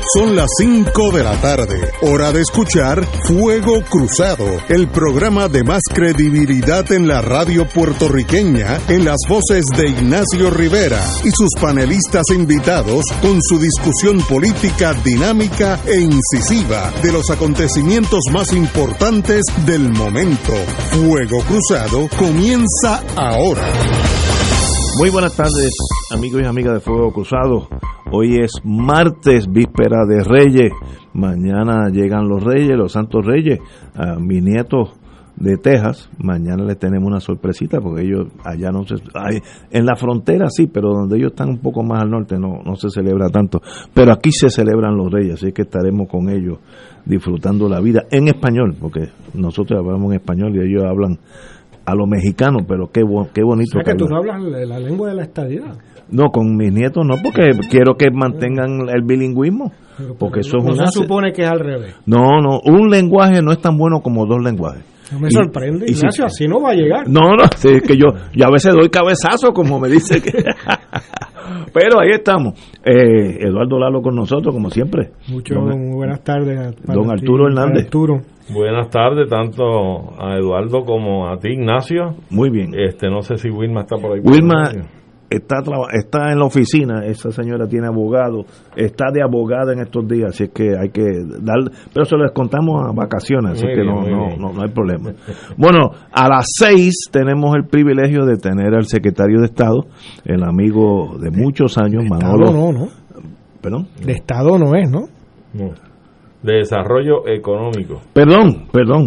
Son las 5 de la tarde, hora de escuchar Fuego Cruzado, el programa de más credibilidad en la radio puertorriqueña, en las voces de Ignacio Rivera y sus panelistas invitados con su discusión política dinámica e incisiva de los acontecimientos más importantes del momento. Fuego Cruzado comienza ahora. Muy buenas tardes, amigos y amigas de Fuego Cruzado. Hoy es martes, víspera de Reyes. Mañana llegan los Reyes, los Santos Reyes, a mi nieto de Texas. Mañana les tenemos una sorpresita porque ellos allá no se... En la frontera sí, pero donde ellos están un poco más al norte no se celebra tanto. Pero aquí se celebran los Reyes, así que estaremos con ellos disfrutando la vida en español, porque nosotros hablamos en español y ellos hablan a lo mexicano, pero qué bonito. O sea, que tú no hablas la lengua de la estadidad. No, con mis nietos no, porque quiero que mantengan el bilingüismo, porque eso es no se supone que es al revés. No, un lenguaje no es tan bueno como dos lenguajes. No me sorprende, Ignacio, así no va a llegar. No, sí, es que yo a veces doy cabezazo, como me dice que... Pero ahí estamos. Eduardo Lalo con nosotros, como siempre. Muy buenas tardes. Don Arturo Hernández. Buenas tardes, tanto a Eduardo como a ti, Ignacio. Muy bien. No sé si Wilma está por ahí. Wilma está en la oficina, esa señora tiene abogado, está de abogada en estos días, así que hay que dar, pero se lo descontamos a vacaciones, así que no hay problema. Bueno, a las 6 tenemos el privilegio de tener al secretario de Estado, el amigo de muchos años, Manolo. No. ¿Perdón? De Estado no es, ¿no? No. De desarrollo económico. Perdón,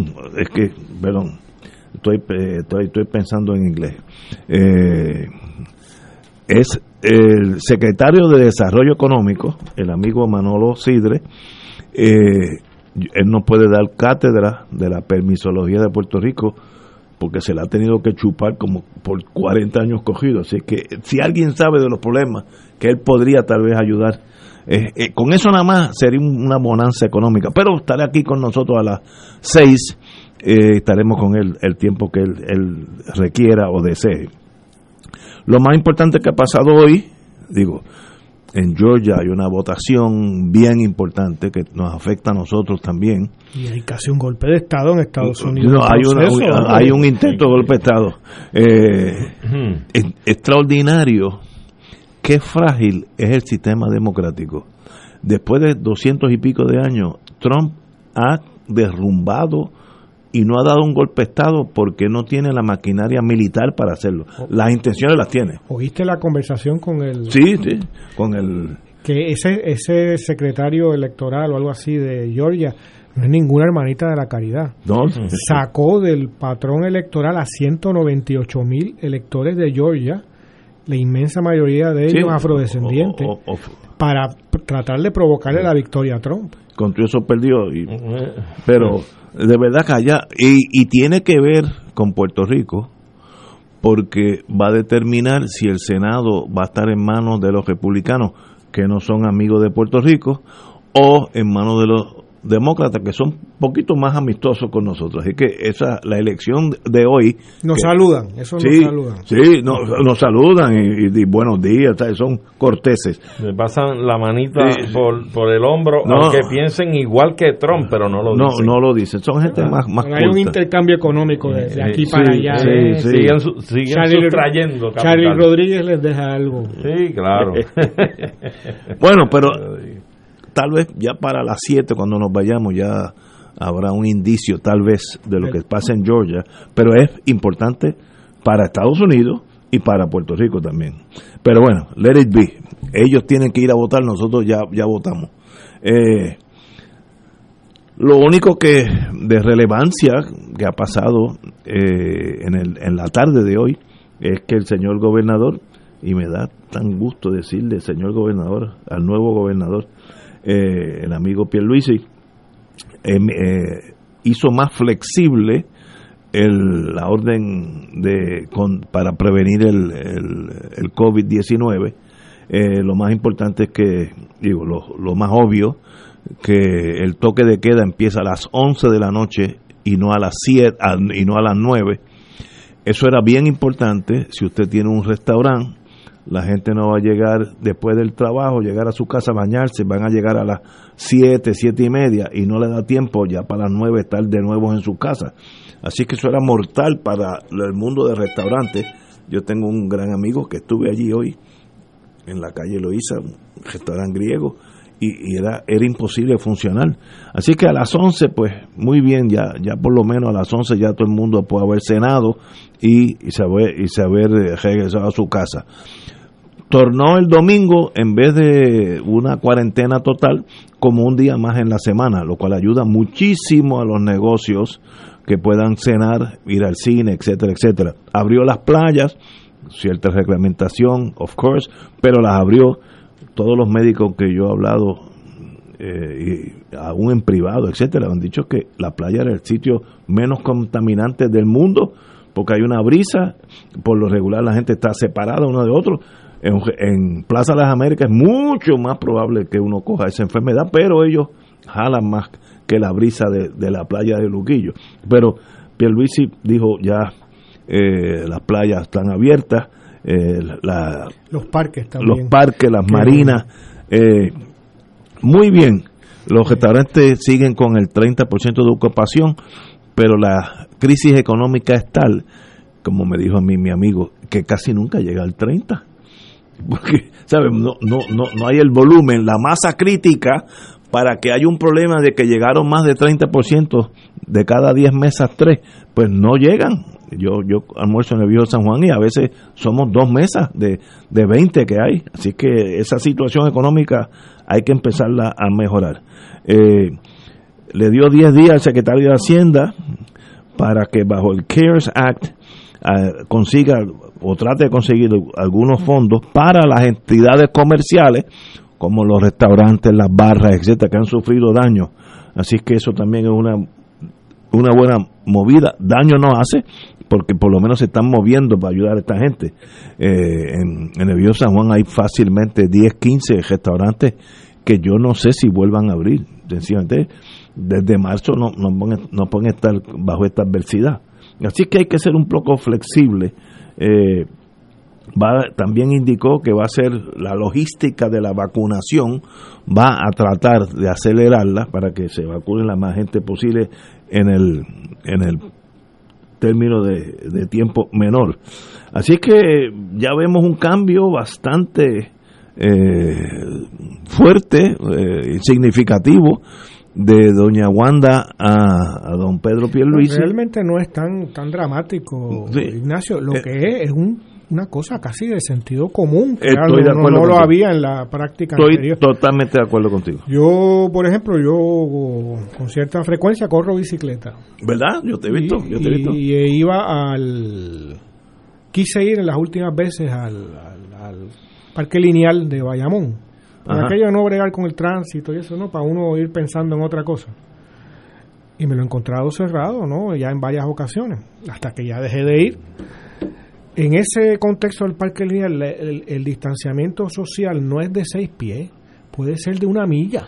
estoy pensando en inglés. Es el secretario de Desarrollo Económico, el amigo Manolo Sidre. Él nos puede dar cátedra de la permisología de Puerto Rico, porque se la ha tenido que chupar como por 40 años cogido. Así que si alguien sabe de los problemas, que él podría tal vez ayudar. Con eso nada más sería una bonanza económica. Pero estaré aquí con nosotros a las 6. Estaremos con él el tiempo que él requiera o desee. Lo más importante que ha pasado hoy, en Georgia hay una votación bien importante que nos afecta a nosotros también. Y hay casi un golpe de Estado en Estados Unidos. No, hay un intento de golpe de Estado. Extraordinario, qué frágil es el sistema democrático. Después de 200 y pico de años, Trump ha derrumbado y no ha dado un golpe de Estado porque no tiene la maquinaria militar para hacerlo. Las intenciones las tiene. ¿Oíste la conversación con el... Sí, con el... Que ese secretario electoral o algo así de Georgia no es ninguna hermanita de la caridad. No. Sacó del patrón electoral a 198,000 electores de Georgia, la inmensa mayoría de ellos afrodescendientes, para tratar de provocarle la victoria a Trump. Con todo eso perdió, pero de verdad que allá, y tiene que ver con Puerto Rico, porque va a determinar si el Senado va a estar en manos de los republicanos, que no son amigos de Puerto Rico, o en manos de los demócratas, que son un poquito más amistosos con nosotros. Así que la elección de hoy... Nos saludan, eso nos saludan. Sí, nos saludan y buenos días, son corteses. Le pasan la manita por el hombro, aunque piensen igual que Trump, pero no lo dicen. No lo dicen, son gente más hay un intercambio económico de aquí para allá. Siguen sustrayendo capital. Charlie Rodríguez les deja algo. Sí, claro. Bueno, pero... Tal vez ya para las 7 cuando nos vayamos ya habrá un indicio tal vez de lo que pasa en Georgia, pero es importante para Estados Unidos y para Puerto Rico también. Pero bueno, let it be. Ellos tienen que ir a votar, nosotros ya votamos. Lo único que de relevancia que ha pasado en la tarde de hoy es que el señor gobernador, y me da tan gusto decirle señor gobernador al nuevo gobernador, el amigo Pierluisi, hizo más flexible la orden para prevenir el COVID-19. Lo más importante es que, lo más obvio, que el toque de queda empieza a las 11 de la noche y no a las 7 y no a las 9. Eso era bien importante si usted tiene un restaurante la gente no va a llegar después del trabajo, llegar a su casa, bañarse, van a llegar a las 7:30 y no le da tiempo ya para las 9 estar de nuevo en su casa. Así que eso era mortal para el mundo de restaurantes. Yo tengo un gran amigo que estuve allí hoy en la calle Loíza, un restaurante griego, y era imposible funcionar. Así que a las 11, pues muy bien, ya por lo menos a las 11 ya todo el mundo puede haber cenado y se haber regresado a su casa. Tornó el domingo, en vez de una cuarentena total, como un día más en la semana, lo cual ayuda muchísimo a los negocios que puedan cenar, ir al cine, etcétera, etcétera. Abrió las playas, cierta reglamentación, of course, pero las abrió. Todos los médicos que yo he hablado, y aún en privado, etcétera, han dicho que la playa era el sitio menos contaminante del mundo, porque hay una brisa, por lo regular la gente está separada uno de otro. En Plaza de las Américas es mucho más probable que uno coja esa enfermedad, pero ellos jalan más que la brisa de la playa de Luquillo. Pero Pierluisi dijo ya las playas están abiertas, los parques también. Los parques, las marinas, muy bien. Los restaurantes siguen con el 30% de ocupación, pero la crisis económica es tal, como me dijo a mí mi amigo, que casi nunca llega al 30%. Porque, ¿sabes? No hay el volumen, la masa crítica para que haya un problema de que llegaron más de 30% de cada 10 mesas, 3, pues no llegan. Yo almuerzo en el Viejo San Juan y a veces somos 2 mesas de 20 que hay. Así que esa situación económica hay que empezarla a mejorar. Le dio 10 días al secretario de Hacienda para que bajo el CARES Act consiga o trate de conseguir algunos fondos para las entidades comerciales como los restaurantes, las barras, etcétera, que han sufrido daño. Así que eso también es una buena movida. Daño no hace, porque por lo menos se están moviendo para ayudar a esta gente. En el Viejo San Juan hay fácilmente 10, 15 restaurantes que yo no sé si vuelvan a abrir. Sencillamente, desde marzo no pueden estar bajo esta adversidad. Así que hay que ser un poco flexible. También indicó que va a ser la logística de la vacunación, va a tratar de acelerarla para que se vacune la más gente posible en el término de tiempo menor. Así que ya vemos un cambio bastante fuerte, significativo, de doña Wanda a don Pedro Pierluisi. Realmente no es tan dramático, sí. Ignacio, lo que es una cosa casi de sentido común, que no lo había en la práctica anterior. Estoy totalmente de acuerdo contigo. Yo, por ejemplo, con cierta frecuencia corro bicicleta. ¿Verdad? Yo te he visto. Y quise ir en las últimas veces al Parque Lineal de Bayamón. Para aquello no bregar con el tránsito y eso, ¿no? Para uno ir pensando en otra cosa. Y me lo he encontrado cerrado, ¿no? Ya en varias ocasiones, hasta que ya dejé de ir. En ese contexto del Parque Lineal, el distanciamiento social no es de 6 pies, puede ser de 1 milla.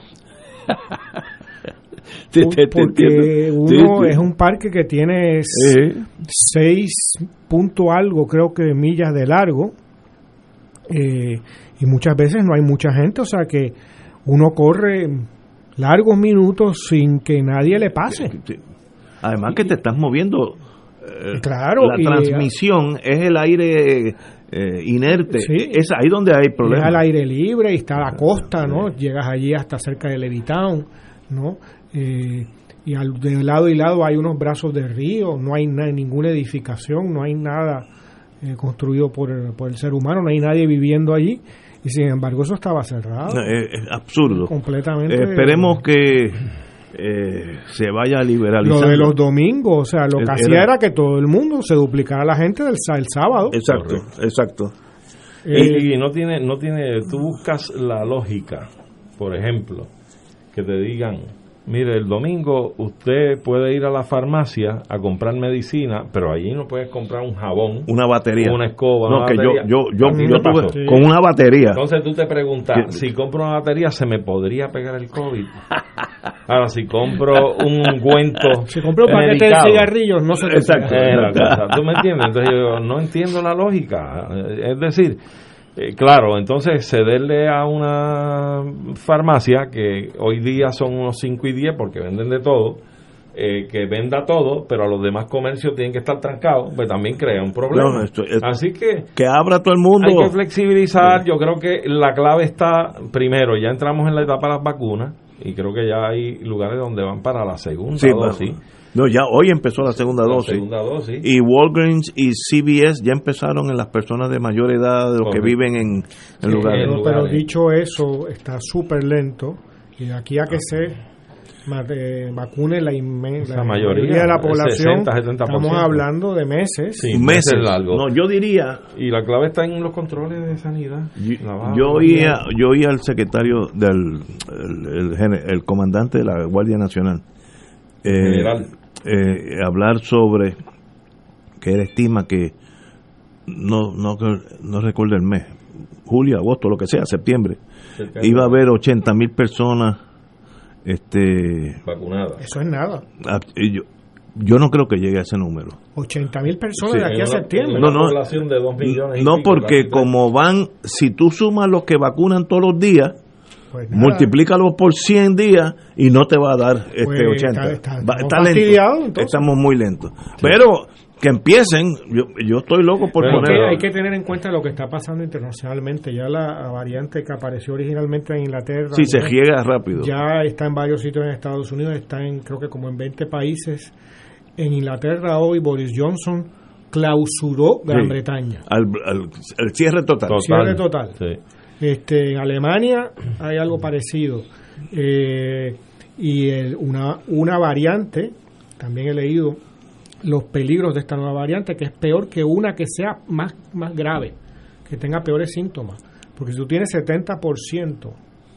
Porque uno es un parque que tiene 6 punto algo, creo que millas de largo. Y muchas veces no hay mucha gente, o sea que uno corre largos minutos sin que nadie le pase. Además que te estás moviendo, claro, la transmisión es el aire inerte, sí, es ahí donde hay problemas. Es al aire libre y está la costa, ¿no? Llegas allí hasta cerca de Levittown, ¿no? Y de lado y lado hay unos brazos de río, no hay ninguna edificación, no hay nada construido por el ser humano, no hay nadie viviendo allí, y sin embargo eso estaba cerrado. Es absurdo. Completamente. Esperemos que se vaya a liberalizar. Lo de los domingos, o sea, lo que hacía era que todo el mundo se duplicara la gente el sábado. Exacto. Y no tiene, tú buscas la lógica, por ejemplo, que te digan, mire, el domingo usted puede ir a la farmacia a comprar medicina, pero allí no puedes comprar un jabón, una batería, una escoba, no, una que batería. yo tuve con una batería. Entonces tú te preguntas, si compro una batería, ¿se me podría pegar el COVID? Ahora, si compro un ungüento, si compro un paquete de cigarrillos, no se te Exacto. ¿Tú me entiendes? Entonces yo no entiendo la lógica. Es decir, Claro, entonces cederle a una farmacia que hoy día son unos 5 y 10 porque venden de todo, que venda todo, pero a los demás comercios tienen que estar trancados, pues también crea un problema. Así que abra todo el mundo. Hay que flexibilizar. Yo creo que la clave está, primero, ya entramos en la etapa de las vacunas y creo que ya hay lugares donde van para la segunda dosis. No, ya hoy empezó la segunda dosis. Y Walgreens y CVS ya empezaron en las personas de mayor edad, de los que viven en lugares. Pero dicho eso, está súper lento y de aquí a que se vacune la mayoría de la población, 60-70%. Estamos hablando de meses. Sí, meses largos. No, yo diría. Y la clave está en los controles de sanidad. Yo oía al secretario el comandante de la Guardia Nacional general hablar sobre que él estima que no recuerdo el mes, julio, agosto, lo que sea, septiembre, iba a haber 80,000 personas vacunadas. Eso es nada. Yo no creo que llegue a ese número. 80,000 personas de aquí a septiembre. Una población de 2 millones. No, porque como van, si tú sumas los que vacunan todos los días, pues multiplícalo por 100 días y no te va a dar 80. Está lento. Estamos muy lentos. Sí. Pero que empiecen, yo estoy loco por ponerlo. Hay que tener en cuenta lo que está pasando internacionalmente. Ya la variante que apareció originalmente en Inglaterra. Sí, se riega rápido. Ya está en varios sitios en Estados Unidos, está creo que como en 20 países. En Inglaterra hoy Boris Johnson clausuró Gran Bretaña. El cierre total. Cierre total. Sí. En Alemania hay algo parecido. Y una variante, también he leído los peligros de esta nueva variante, que es peor que una que sea más grave, que tenga peores síntomas. Porque si tú tienes 70%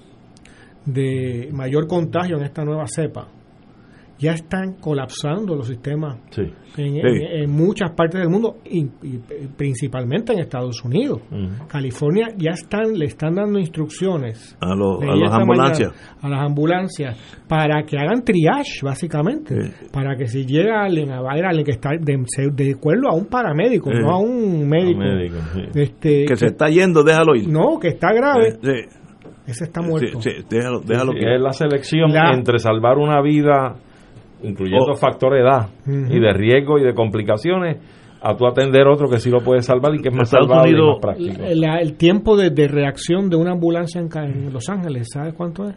de mayor contagio en esta nueva cepa, ya están colapsando los sistemas en muchas partes del mundo y principalmente en Estados Unidos. California ya le están dando instrucciones a las ambulancias para que hagan triage, básicamente, para que si llega alguien a ver a alguien que está de acuerdo a un paramédico, no a un médico, que se está yendo, déjalo ir. No, que está grave. Ese está muerto. Déjalo que es la selección entre salvar una vida, incluyendo factores de edad y de riesgo y de complicaciones, a tú atender otro que sí lo puede salvar y que es más salvable y más práctico. El tiempo de reacción de una ambulancia en Los Ángeles, ¿sabes cuánto es?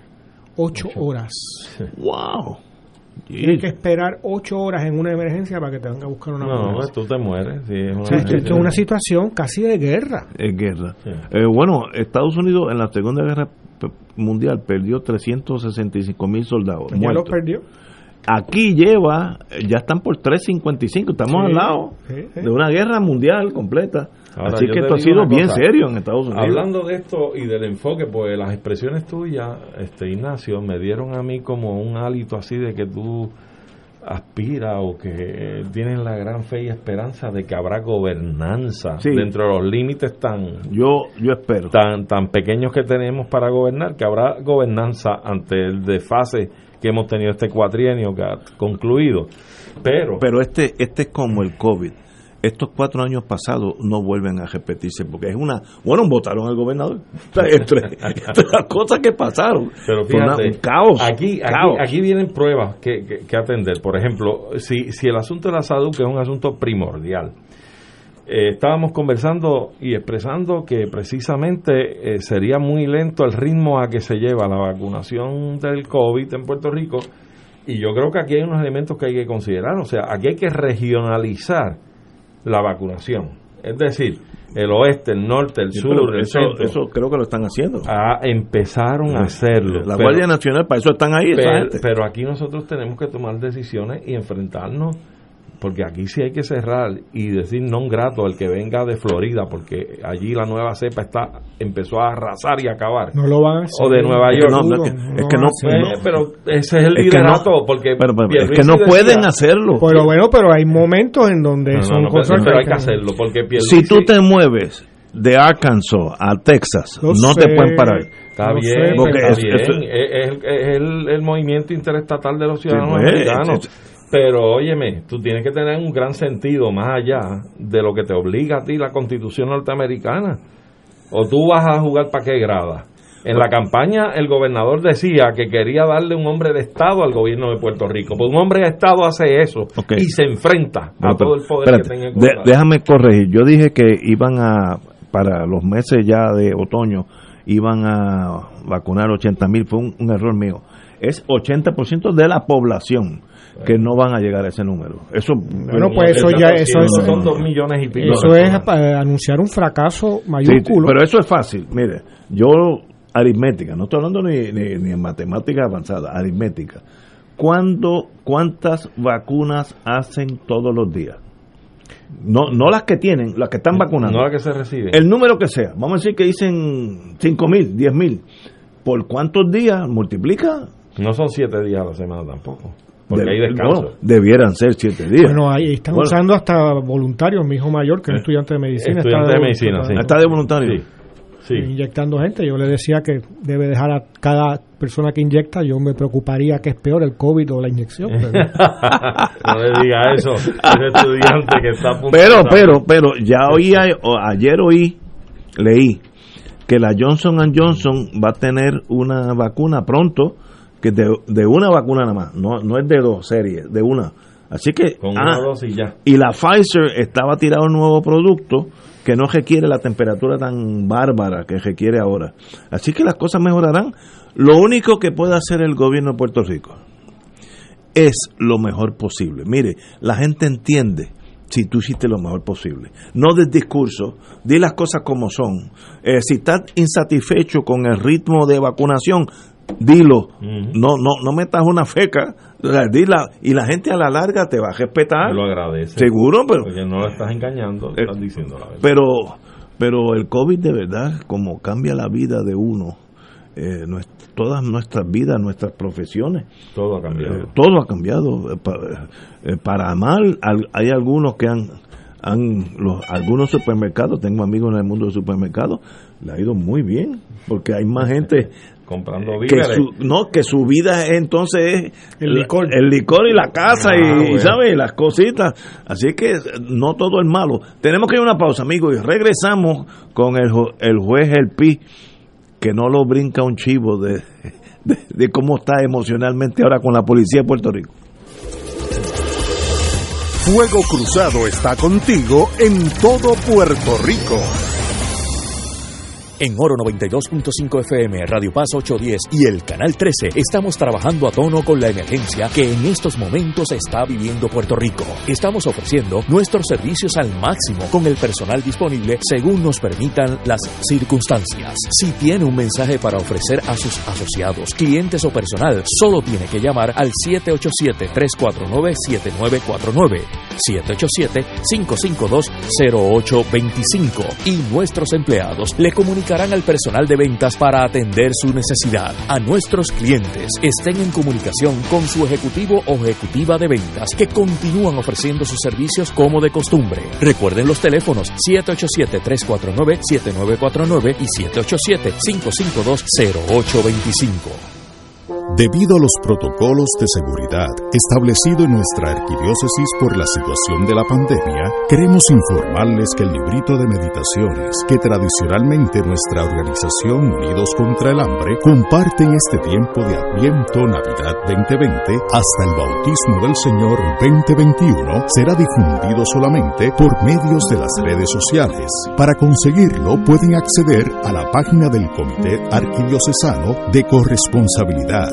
8 horas. ¡Wow! Tienes que esperar 8 horas en una emergencia para que te vengan a buscar una ambulancia. No, tú te mueres. Sí, esto es una situación casi de guerra. Es guerra. Sí. Bueno, Estados Unidos en la Segunda Guerra Mundial perdió 365,000 soldados. ¿Ya los perdió? Aquí ya están por 355, estamos al lado de una guerra mundial completa. Ahora, así que esto ha sido bien serio en Estados Unidos. Hablando de esto y del enfoque, pues las expresiones tuyas, Ignacio, me dieron a mí como un hálito así de que tú aspiras o que tienes la gran fe y esperanza de que habrá gobernanza dentro de los límites yo espero tan pequeños que tenemos para gobernar, que habrá gobernanza ante el desfase que hemos tenido este cuatrienio que ha concluido. Pero este es como el COVID. Estos 4 años pasados no vuelven a repetirse porque es votaron al gobernador. Entre las cosas que pasaron. Pero fíjate, un caos. Aquí vienen pruebas que atender. Por ejemplo, si el asunto de la salud, que es un asunto primordial, estábamos conversando y expresando que precisamente sería muy lento el ritmo a que se lleva la vacunación del COVID en Puerto Rico, y yo creo que aquí hay unos elementos que hay que considerar. O sea, aquí hay que regionalizar la vacunación, es decir, el oeste, el norte, el sur, el centro. Eso creo que lo están haciendo. Empezaron a hacerlo. La Guardia Nacional, para eso están ahí. Pero aquí nosotros tenemos que tomar decisiones y enfrentarnos, porque aquí sí hay que cerrar y decir non grato al que venga de Florida, porque allí la nueva cepa empezó a arrasar y acabar. No lo van a hacer. O de Nueva York. Pero ese es el liderato, porque es que no pueden hacerlo. Pero hay momentos en donde son cosas pero hay que hacerlo, porque si tú te mueves de Arkansas a Texas, no te pueden parar. Está bien, es el movimiento interestatal de los ciudadanos americanos. Pero óyeme, tú tienes que tener un gran sentido más allá de lo que te obliga a ti la Constitución norteamericana. o tú vas a jugar para qué grada. En la campaña el gobernador decía que quería darle un hombre de Estado al gobierno de Puerto Rico, pues un hombre de Estado hace eso y se enfrenta a todo el poder que tenga en contra. Déjame corregir, yo dije que iban para los meses ya de otoño, iban a vacunar 80,000, fue un error mío. Es 80% de la población que no van a llegar a ese número. Eso, bueno, pues eso ya son 2 millones y pico. Eso es anunciar un fracaso mayúsculo. Sí, pero eso es fácil. Mire, yo aritmética, no estoy hablando ni en matemática avanzada, aritmética. ¿Cuántas vacunas hacen todos los días? No las que tienen, las que están vacunando. No las que se reciben. El número que sea. Vamos a decir que dicen 5,000, 10,000. ¿Por cuántos días multiplica? No son 7 días a la semana tampoco. Porque hay descanso. No, debieran ser 7 días. Bueno, ahí están usando hasta voluntarios. Mi hijo mayor, que es estudiante de medicina. Está de voluntario. Sí. Sí. Inyectando gente. Yo le decía que debe dejar a cada persona que inyecta. Yo me preocuparía que es peor, el COVID o la inyección. No le diga eso. Es estudiante que está a punto pero ya ayer leí que la Johnson & Johnson va a tener una vacuna pronto, que de una vacuna nada más, no es de 2 series, de una. Así que con una dosis ya. Y la Pfizer estaba tirando un nuevo producto que no requiere la temperatura tan bárbara que requiere ahora. Así que las cosas mejorarán. Lo único que puede hacer el gobierno de Puerto Rico es lo mejor posible. Mire, la gente entiende si tú hiciste lo mejor posible. No des discurso, di las cosas como son. Si estás insatisfecho con el ritmo de vacunación, dilo. No metas una feca, dila, y la gente a la larga te va a respetar. Lo agradece. Seguro, pero porque no lo estás engañando, estás diciendo la verdad. Pero el COVID de verdad, como cambia la vida de uno, todas nuestras vidas, nuestras profesiones, todo ha cambiado. Todo ha cambiado. Para mal, hay algunos que algunos supermercados, tengo amigos en el mundo de supermercados, le ha ido muy bien, porque hay más gente comprando víveres. Que su vida entonces es el licor y la casa y ¿sabes? Las cositas. Así que no todo es malo. Tenemos que ir a una pausa, amigos, y regresamos con el juez El Pi, que no lo brinca un chivo de cómo está emocionalmente ahora con la policía de Puerto Rico. Fuego Cruzado está contigo en todo Puerto Rico. En Oro 92.5 FM, Radio Paz 810 y el Canal 13 estamos trabajando a tono con la emergencia que en estos momentos está viviendo Puerto Rico. Estamos ofreciendo nuestros servicios al máximo con el personal disponible según nos permitan las circunstancias. Si tiene un mensaje para ofrecer a sus asociados, clientes o personal, solo tiene que llamar al 787-349-7949, 787-552-0825 y nuestros empleados le comunicarán al personal de ventas para atender su necesidad. A nuestros clientes, estén en comunicación con su ejecutivo o ejecutiva de ventas que continúan ofreciendo sus servicios como de costumbre. Recuerden los teléfonos 787-349-7949 y 787-552-0825. Debido a los protocolos de seguridad establecidos en nuestra arquidiócesis por la situación de la pandemia, queremos informarles que el librito de meditaciones que tradicionalmente nuestra organización Unidos contra el Hambre comparte en este tiempo de Adviento Navidad 2020 hasta el Bautismo del Señor 2021 será difundido solamente por medios de las redes sociales. Para conseguirlo pueden acceder a la página del Comité Arquidiocesano de Corresponsabilidad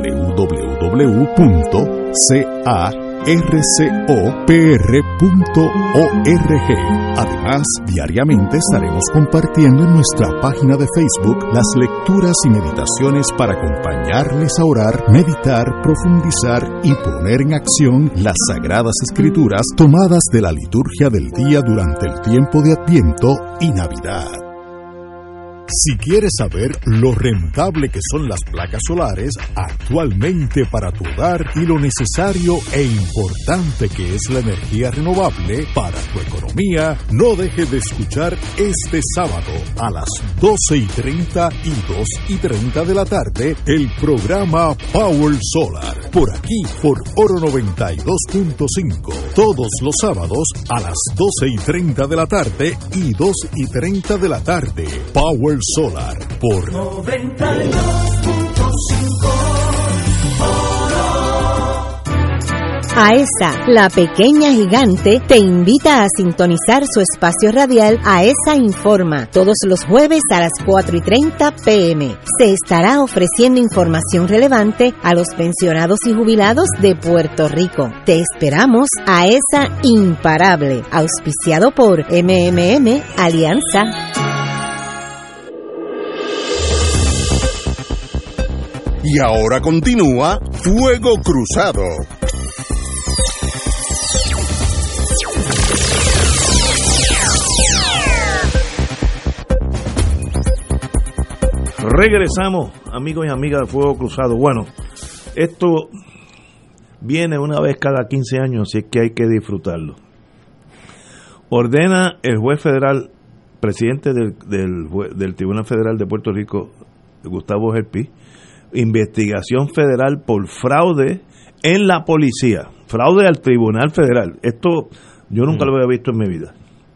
www.carcopr.org. Además, diariamente estaremos compartiendo en nuestra página de Facebook las lecturas y meditaciones para acompañarles a orar, meditar, profundizar y poner en acción las Sagradas Escrituras tomadas de la liturgia del día durante el tiempo de Adviento y Navidad. Si quieres saber lo rentable que son las placas solares actualmente para tu hogar y lo necesario e importante que es la energía renovable para tu economía, economía, no deje de escuchar este sábado a las 12:30 y 2:30 de la tarde el programa Power Solar, por aquí por Oro 92.5, todos los sábados a las 12:30 de la tarde y 2:30 de la tarde. Power Solar por 92.5. AESA, la pequeña gigante, te invita a sintonizar su espacio radial AESA Informa, todos los jueves a las 4:30 p.m. Se estará ofreciendo información relevante a los pensionados y jubilados de Puerto Rico. Te esperamos, AESA Imparable, auspiciado por MMM Alianza. Y ahora continúa Fuego Cruzado. Regresamos, amigos y amigas de Fuego Cruzado. Bueno, esto viene una vez cada 15 años, así es que hay que disfrutarlo. Ordena el juez federal, presidente del Tribunal Federal de Puerto Rico, Gustavo Gelpi, investigación federal por fraude en la policía. Fraude al Tribunal Federal. Esto yo nunca lo había visto en mi vida.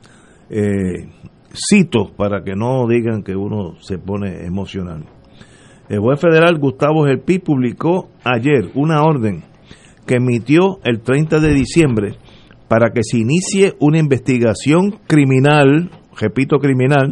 Cito para que no digan que uno se pone emocional. El juez federal Gustavo Gelpi publicó ayer una orden que emitió el 30 de diciembre para que se inicie una investigación criminal, repito, criminal,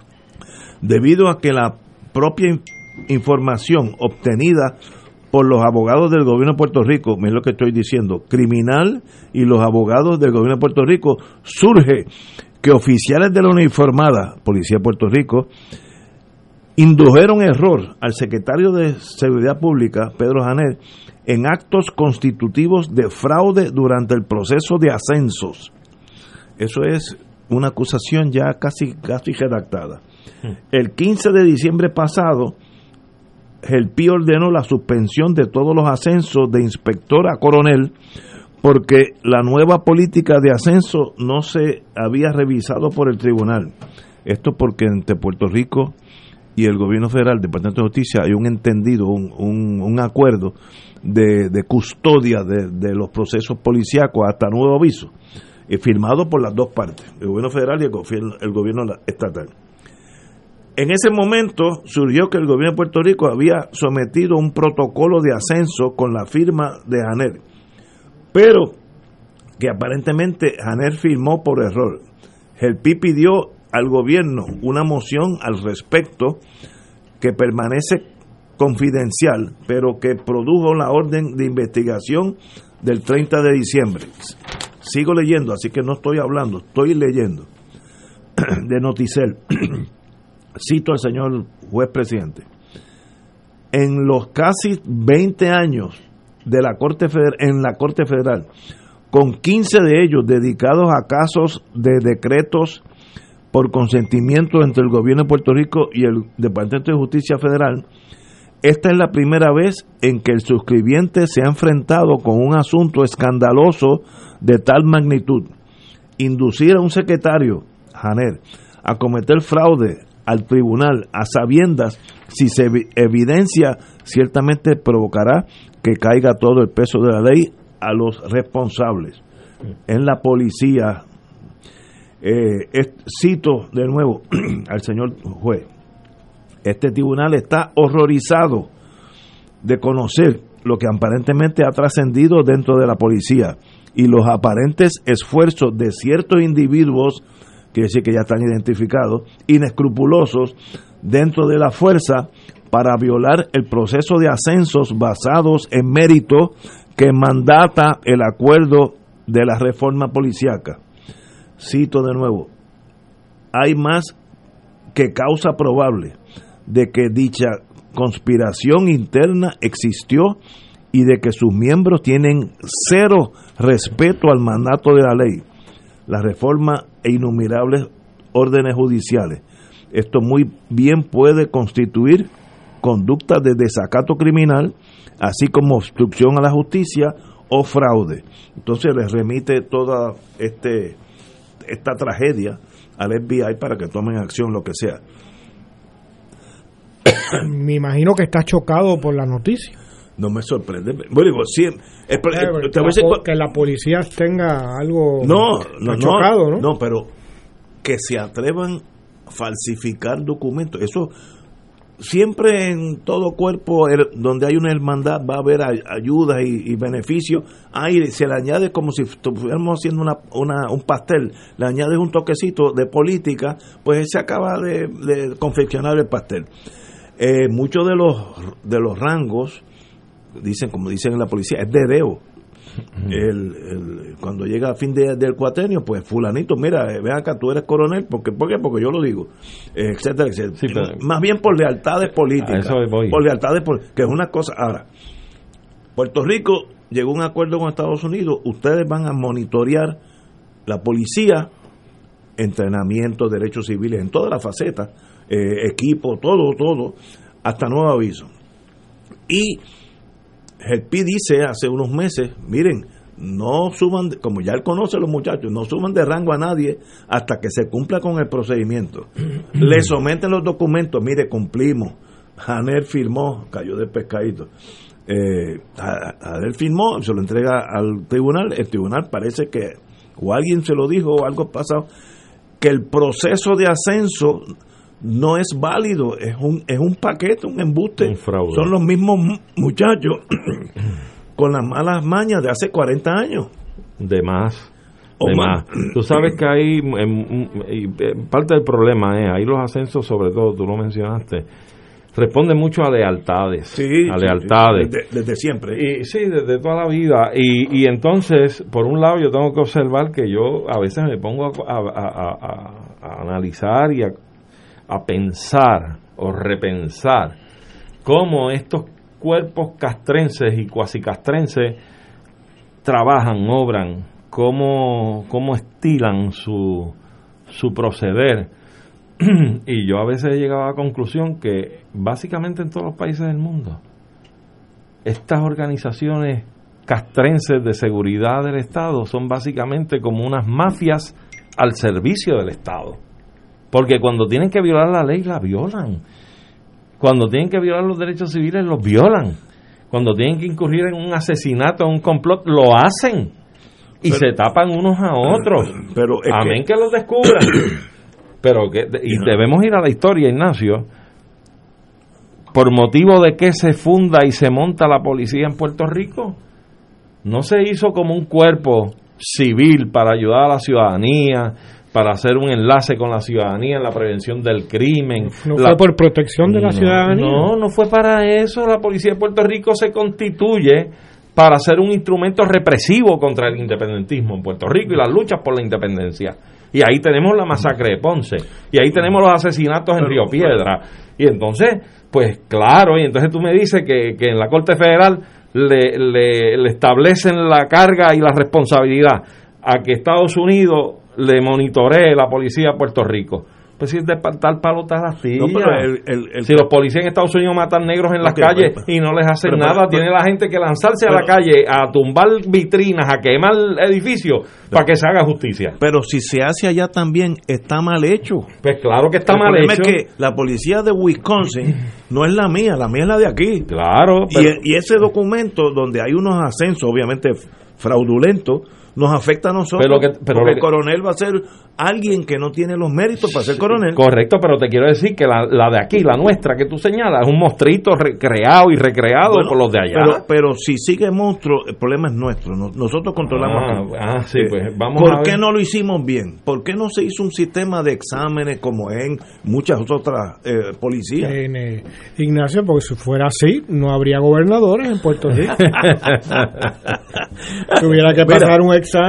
debido a que la propia información obtenida por los abogados del gobierno de Puerto Rico, es lo que estoy diciendo, criminal, y los abogados del gobierno de Puerto Rico, surge que oficiales de la uniformada Policía de Puerto Rico indujeron error al secretario de Seguridad Pública, Pedro Janer, en actos constitutivos de fraude durante el proceso de ascensos. Eso es una acusación ya casi redactada. El 15 de diciembre pasado, Gelpi ordenó la suspensión de todos los ascensos de inspector a coronel porque la nueva política de ascenso no se había revisado por el tribunal. Esto porque entre Puerto Rico y el gobierno federal, el Departamento de Justicia, hay un entendido, un acuerdo de custodia de los procesos policíacos hasta nuevo aviso, firmado por las dos partes, el gobierno federal y el gobierno estatal. En ese momento surgió que el gobierno de Puerto Rico había sometido un protocolo de ascenso con la firma de Janer, pero que aparentemente Janer firmó por error. Gelpi pidió al gobierno una moción al respecto que permanece confidencial, pero que produjo la orden de investigación del 30 de diciembre. Sigo leyendo, así que no estoy hablando, estoy leyendo de Noticel. Cito al señor juez presidente. En los casi 20 años de la Corte Federal, en la Corte Federal, con 15 de ellos dedicados a casos de decretos por consentimiento entre el gobierno de Puerto Rico y el Departamento de Justicia Federal, esta es la primera vez en que el suscribiente se ha enfrentado con un asunto escandaloso de tal magnitud. Inducir a un secretario, Janer, a cometer fraude al tribunal a sabiendas, si se evidencia, ciertamente provocará que caiga todo el peso de la ley a los responsables. En la policía, cito de nuevo al señor juez, este tribunal está horrorizado de conocer lo que aparentemente ha trascendido dentro de la policía y los aparentes esfuerzos de ciertos individuos, quiere decir que ya están identificados, inescrupulosos dentro de la fuerza para violar el proceso de ascensos basados en mérito que mandata el acuerdo de la reforma policíaca. Cito de nuevo, hay más que causa probable de que dicha conspiración interna existió y de que sus miembros tienen cero respeto al mandato de la ley, la reforma e innumerables órdenes judiciales. Esto muy bien puede constituir conducta de desacato criminal, así como obstrucción a la justicia o fraude. Entonces les remite todo este esta tragedia al FBI para que tomen acción, lo que sea. Me imagino que está chocado por la noticia. No me sorprende. Bueno, digo, sí, que la policía tenga algo chocado, ¿no? No, pero que se atrevan a falsificar documentos. Eso siempre en todo cuerpo donde hay una hermandad va a haber ayuda y beneficios. Se le añade como si estuviéramos haciendo un pastel, le añades un toquecito de política, pues se acaba de confeccionar el pastel. Muchos de los rangos como dicen en la policía, es dedeo. Cuando llega a fin del cuatrenio, pues fulanito, mira, ven acá, tú eres coronel, ¿por qué? Porque yo lo digo, etcétera, etcétera. Sí, pero más bien por lealtades políticas, por lealtades que es una cosa. Ahora, Puerto Rico llegó a un acuerdo con Estados Unidos, ustedes van a monitorear la policía, entrenamiento, derechos civiles, en todas las facetas, equipo, todo, hasta nuevo aviso. Y el PI dice hace unos meses, miren, no suban, como ya él conoce a los muchachos, no suban de rango a nadie hasta que se cumpla con el procedimiento. Le someten los documentos, mire, cumplimos. Janel firmó, cayó de pescadito. Janel firmó, se lo entrega al tribunal, el tribunal parece que, o alguien se lo dijo, o algo pasado, que el proceso de ascenso no es válido, es un paquete, un embuste, son los mismos muchachos con las malas mañas de hace 40 años. De más. Tú sabes que hay parte del problema es ahí los ascensos, sobre todo, tú lo mencionaste, responden mucho a lealtades. Sí, a lealtades. Desde siempre. Y sí, desde toda la vida. Y entonces, por un lado, yo tengo que observar que yo a veces me pongo a analizar y a pensar o repensar cómo estos cuerpos castrenses y cuasi castrenses trabajan, obran, cómo estilan su proceder. Y yo a veces he llegado a la conclusión que básicamente en todos los países del mundo estas organizaciones castrenses de seguridad del Estado son básicamente como unas mafias al servicio del Estado. Porque cuando tienen que violar la ley, la violan. Cuando tienen que violar los derechos civiles, los violan. Cuando tienen que incurrir en un asesinato, en un complot, lo hacen. Y se tapan unos a otros. Pero amén que los descubran. Pero debemos ir a la historia, Ignacio. Por motivo de que se funda y se monta la policía en Puerto Rico, no se hizo como un cuerpo civil para ayudar a la ciudadanía, para hacer un enlace con la ciudadanía en la prevención del crimen. ¿No fue por protección de la ciudadanía? No fue para eso. La policía de Puerto Rico se constituye para ser un instrumento represivo contra el independentismo en Puerto Rico y las luchas por la independencia. Y ahí tenemos la masacre de Ponce, y ahí tenemos los asesinatos en Río Piedra. Y entonces, pues claro, y entonces tú me dices que en la Corte Federal le establecen la carga y la responsabilidad a que Estados Unidos le monitoree la policía de Puerto Rico. Pues si es de tal palo tal astilla. Si los policías en Estados Unidos matan negros en las calles y no les hacen nada, tiene la gente que lanzarse a la calle a tumbar vitrinas, a quemar edificios para que se haga justicia. Pero si se hace allá también, está mal hecho. Pues claro que está mal hecho. El problema es que la policía de Wisconsin no es la mía es la de aquí. Claro. Y ese documento donde hay unos ascensos, obviamente fraudulentos, nos afecta a nosotros, porque el coronel va a ser alguien que no tiene los méritos para ser coronel. Correcto, pero te quiero decir que la de aquí, la nuestra que tú señalas, es un monstruito creado y recreado por los de allá. Pero si sigue monstruo, el problema es nuestro. Nosotros controlamos. Sí, pues vamos ¿Por qué no lo hicimos bien? ¿Por qué no se hizo un sistema de exámenes como en muchas otras policías? Ignacio, porque si fuera así, no habría gobernadores en Puerto Rico. Tuviera que pasar un examen.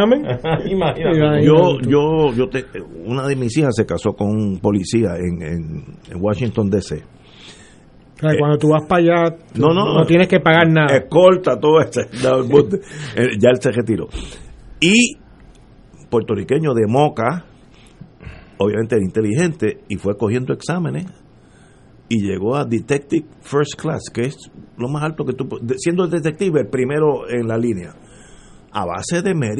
Una de mis hijas se casó con un policía en Washington D.C. Cuando tú vas para allá, no tienes que pagar nada. Escolta, todo eso. Ya él se retiró. Y puertorriqueño de Moca, obviamente era inteligente, y fue cogiendo exámenes y llegó a Detective First Class, que es lo más alto que tú, siendo detective, el primero en la línea. A base de mérito,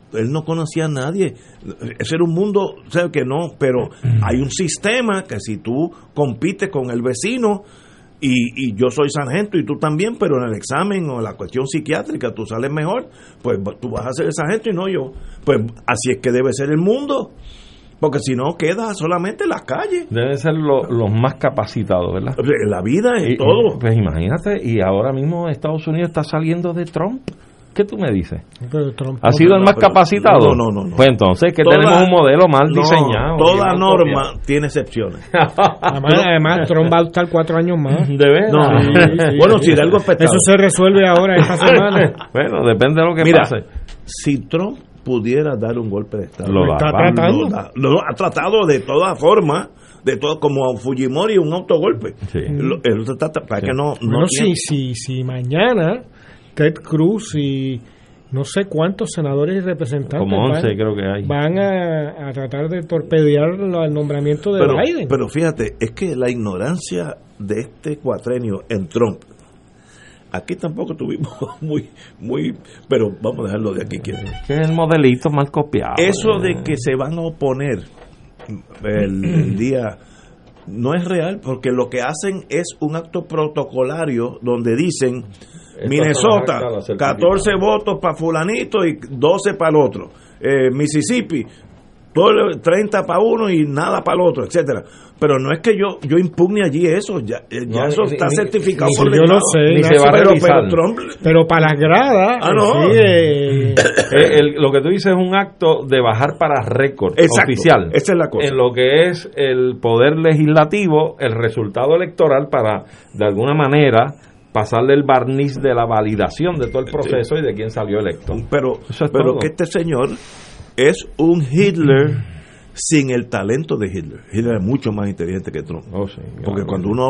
él no conocía a nadie. Ese era un mundo, ¿sabes? Que no, pero hay un sistema que si tú compites con el vecino y yo soy sargento y tú también, pero en el examen o en la cuestión psiquiátrica tú sales mejor, pues tú vas a ser el sargento y no yo. Pues así es que debe ser el mundo. Porque si no, queda solamente en las calles. Deben ser los más capacitados, ¿verdad? En la vida, en todo. Pues imagínate, y ahora mismo Estados Unidos está saliendo de Trump. ¿Qué tú me dices? ¿Ha sido el más capacitado? No. Pues entonces que tenemos un modelo mal diseñado. Toda norma tiene excepciones. Además, Trump va a estar 4 años más. ¿De verdad? Sí. Bueno, si de algo espectacular. Eso se resuelve ahora esta semana. Bueno, depende de lo que pase. Si Trump pudiera dar un golpe de Estado, lo está tratando. Lo ha tratado de todas formas, de todo, como Fujimori, un autogolpe. Sí. Para que no si mañana Ted Cruz y no sé cuántos senadores y representantes como 11 creo que hay, van a tratar de torpedear el nombramiento de Biden. Pero fíjate, es que la ignorancia de este cuatrenio en Trump, aquí tampoco tuvimos muy, pero vamos a dejarlo de aquí. Es el modelito mal copiado. Eso de que se van a oponer el día no es real, porque lo que hacen es un acto protocolario donde dicen Minnesota, 14 votos para fulanito y 12 para el otro. Mississippi, 30 para uno y nada para el otro, etcétera. Pero no es que yo impugne allí eso, ya eso está certificado por yo lo sé, se va a revisar. Pero para las gradas, lo que tú dices es un acto de bajar para récord oficial. Esa es la cosa. En lo que es el poder legislativo, el resultado electoral para, de alguna manera, pasarle el barniz de la validación de todo el proceso y de quién salió electo. Pero que este señor es un Hitler sin el talento de Hitler. Hitler es mucho más inteligente que Trump. Porque cuando uno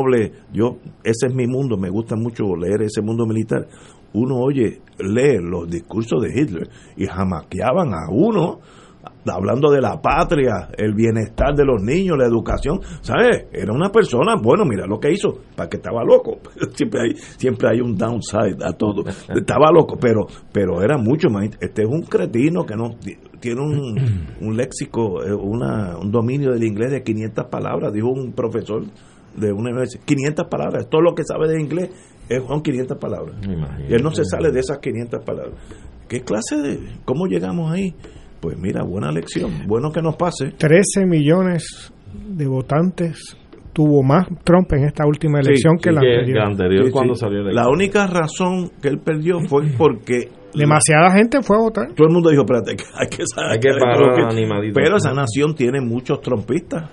ese es mi mundo, me gusta mucho leer ese mundo militar. Uno lee los discursos de Hitler y jamaqueaban a uno hablando de la patria, el bienestar de los niños, la educación, ¿sabes? Era una persona, bueno, mira lo que hizo, para que estaba loco. Siempre hay un downside a todo. Estaba loco, pero era mucho más. Este es un cretino que no tiene un léxico, un dominio del inglés de 500 palabras, dijo un profesor de una universidad. 500 palabras, todo lo que sabe de inglés son 500 palabras. Y él no se sale de esas 500 palabras. ¿Qué clase cómo llegamos ahí? Pues mira, buena lección, bueno que nos pase. 13 millones de votantes tuvo más Trump en esta última elección que la anterior. Cuando salió electo. La única razón que él perdió fue porque demasiada gente fue a votar. Todo el mundo dijo, espérate, hay que parar animadito. Pero esa nación tiene muchos trumpistas.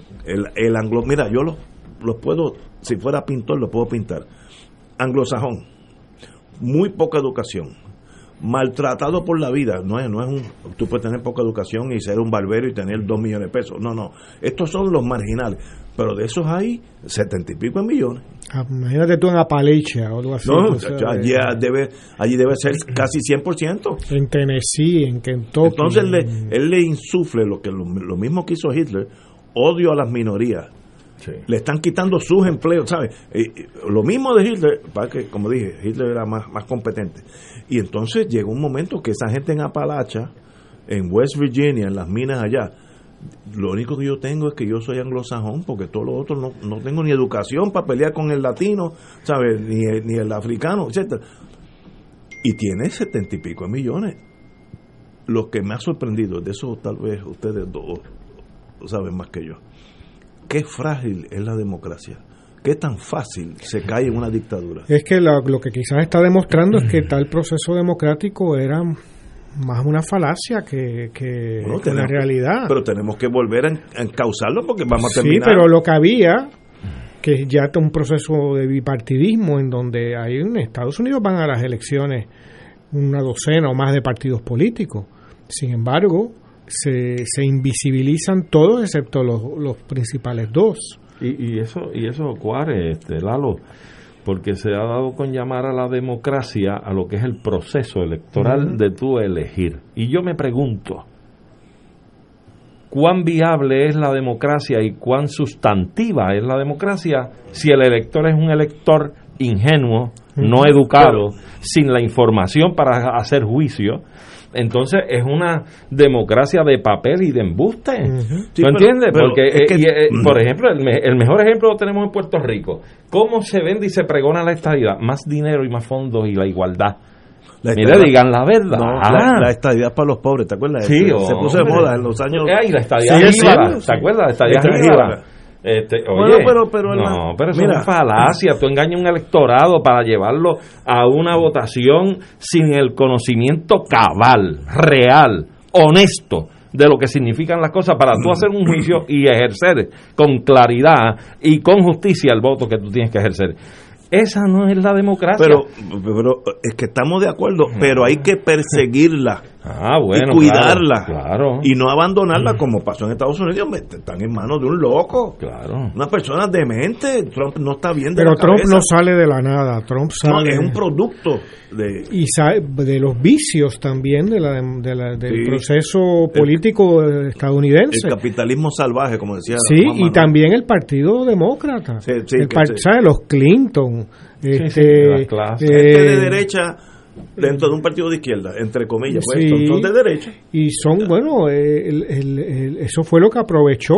El anglo, mira, yo los puedo, si fuera pintor, lo puedo pintar. Anglosajón, muy poca educación, maltratado por la vida, no es tú puedes tener poca educación y ser un barbero y tener 2 millones de pesos, no, estos son los marginales, pero de esos hay 70 y pico de millones. Imagínate tú en Appalachia o algo así. No, allí debe ser casi 100%. En Tennessee, en Kentucky. Entonces él le insufle lo mismo que hizo Hitler, odio a las minorías. Sí. Le están quitando sus empleos, ¿sabes? Lo mismo de Hitler, para que, como dije, Hitler era más competente. Y entonces llegó un momento que esa gente en Appalachia, en West Virginia, en las minas allá, lo único que yo tengo es que yo soy anglosajón, porque todos los otros no tengo ni educación para pelear con el latino, ¿sabes? Ni el africano, etcétera. Y tiene 70 y pico de millones. Lo que me ha sorprendido, de eso tal vez ustedes dos saben más que yo, qué frágil es la democracia, qué tan fácil se cae en una dictadura. Es que lo que quizás está demostrando es que tal proceso democrático era más una falacia que la realidad. Pero tenemos que volver a encauzarlo porque vamos a terminar. Sí, pero lo que había, que ya está un proceso de bipartidismo en donde hay en Estados Unidos van a las elecciones una docena o más de partidos políticos. Sin embargo, se invisibilizan todos excepto los principales dos. Y eso cuare, Lalo, porque se ha dado con llamar a la democracia a lo que es el proceso electoral de tú elegir. Y yo me pregunto, ¿cuán viable es la democracia y cuán sustantiva es la democracia si el elector es un elector ingenuo, no educado, sin la información para hacer juicio? entonces es una democracia de papel y de embuste. Sí, ¿Tú entiendes? Porque, por ejemplo, el mejor ejemplo lo tenemos en Puerto Rico. ¿Cómo se vende y se pregona la estadidad? Más dinero y más fondos y la igualdad. Mira, digan la verdad. No, la estadidad para los pobres, ¿te acuerdas? Sí, se puso de moda en los años. Y la estadidad jíbara, ¿te acuerdas? La estadidad jíbara. Oye, pero eso es una falacia. Tú engañas a un electorado para llevarlo a una votación sin el conocimiento cabal, real, honesto de lo que significan las cosas, para tú hacer un juicio y ejercer con claridad y con justicia el voto que tú tienes que ejercer. Esa no es la democracia. Pero es que estamos de acuerdo, pero hay que perseguirla y cuidarla, claro. Y no abandonarla como pasó en Estados Unidos. Están en manos de un loco, claro. Una persona demente. Trump no está bien de pero la Trump cabeza. no sale de la nada. Trump sale, es un producto y sabe de los vicios también del proceso político estadounidense. El capitalismo salvaje, como decía. Sí, y también el Partido Demócrata. ¿Sabe? Los Clinton. Las clases. De derecha dentro de un partido de izquierda, entre comillas, pues, son de derecha. Y son, eso fue lo que aprovechó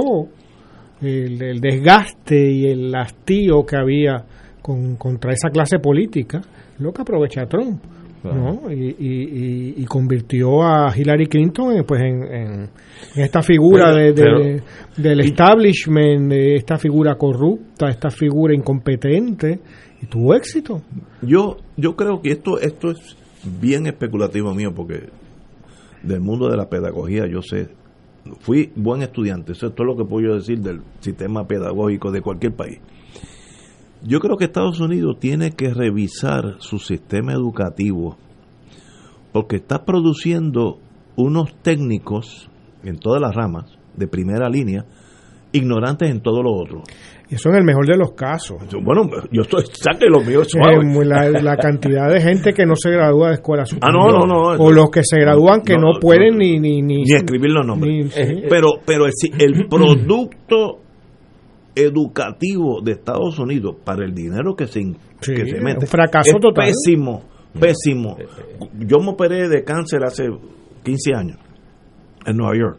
el desgaste y el hastío que había contra esa clase política, lo que aprovecha Trump, ¿no? Y convirtió a Hillary Clinton en esta figura del establishment, de esta figura corrupta, esta figura incompetente, y tuvo éxito. Yo creo que esto es bien especulativo mío, porque del mundo de la pedagogía yo sé, fui buen estudiante, eso es todo lo que puedo decir del sistema pedagógico de cualquier país. Yo creo que Estados Unidos tiene que revisar su sistema educativo, porque está produciendo unos técnicos en todas las ramas de primera línea, ignorantes en todo lo otro. Y eso en el mejor de los casos. Bueno, yo saque lo mío suave. La cantidad de gente que no se gradúa de escuela superior. No. O los que se gradúan que no pueden ni escribir los nombres. Pero el producto educativo de Estados Unidos para el dinero que se mete un fracaso total. Pésimo. Yo me operé de cáncer hace 15 años en Nueva York.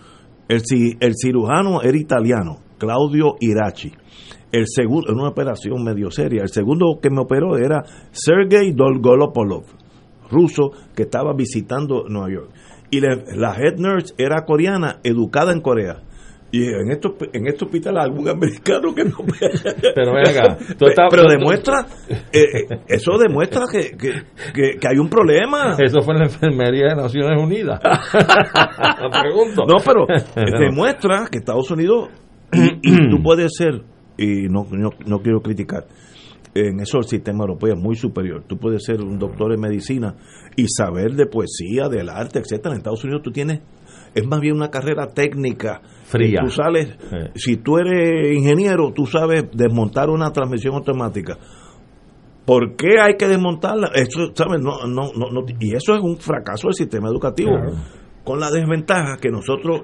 El cirujano era italiano, Claudio Irachi. El segundo, en una operación medio seria, el segundo que me operó era Sergei Dolgopolov, ruso, que estaba visitando Nueva York. Y la head nurse era coreana, educada en Corea. Y en este hospital algún americano que no pero venga, pero demuestra eso demuestra que hay un problema. Eso fue en la enfermería de Naciones Unidas. Pregunto. No, pero demuestra que Estados Unidos y tú puedes ser, y no quiero criticar, en eso el sistema europeo es muy superior. Tú puedes ser un doctor en medicina y saber de poesía, del arte, etcétera. En Estados Unidos tú tienes, es más bien una carrera técnica fría. Tú sales, si tú eres ingeniero, tú sabes desmontar una transmisión automática. ¿Por qué hay que desmontarla? Eso, ¿sabes? No, y eso es un fracaso del sistema educativo. Claro. Con la desventaja que nosotros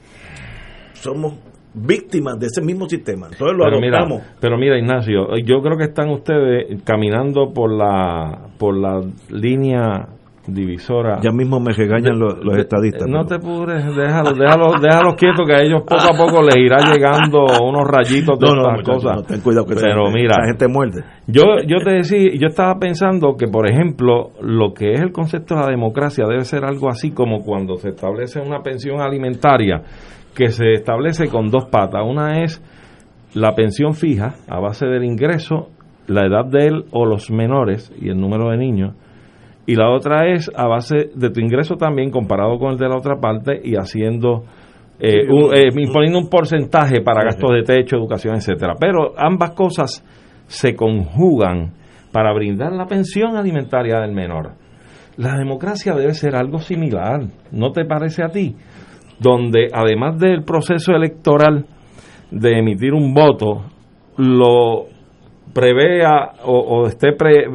somos víctimas de ese mismo sistema. Entonces lo adoptamos. Pero mira, Ignacio, yo creo que están ustedes caminando por la línea divisora. Ya mismo me regañan los estadistas. No te apures, déjalos quietos, que a ellos poco a poco les irá llegando unos rayitos de estas cosas. No, ten cuidado que mira, esa gente muerde. Yo te decía, yo estaba pensando que, por ejemplo, lo que es el concepto de la democracia debe ser algo así como cuando se establece una pensión alimentaria, que se establece con dos patas. Una es la pensión fija a base del ingreso, la edad de él o los menores y el número de niños. Y la otra es a base de tu ingreso también comparado con el de la otra parte y haciendo imponiendo un porcentaje para gastos de techo, educación, etcétera. Pero ambas cosas se conjugan para brindar la pensión alimentaria del menor. La democracia debe ser algo similar, ¿no te parece a ti? Donde además del proceso electoral de emitir un voto, lo prevea o esté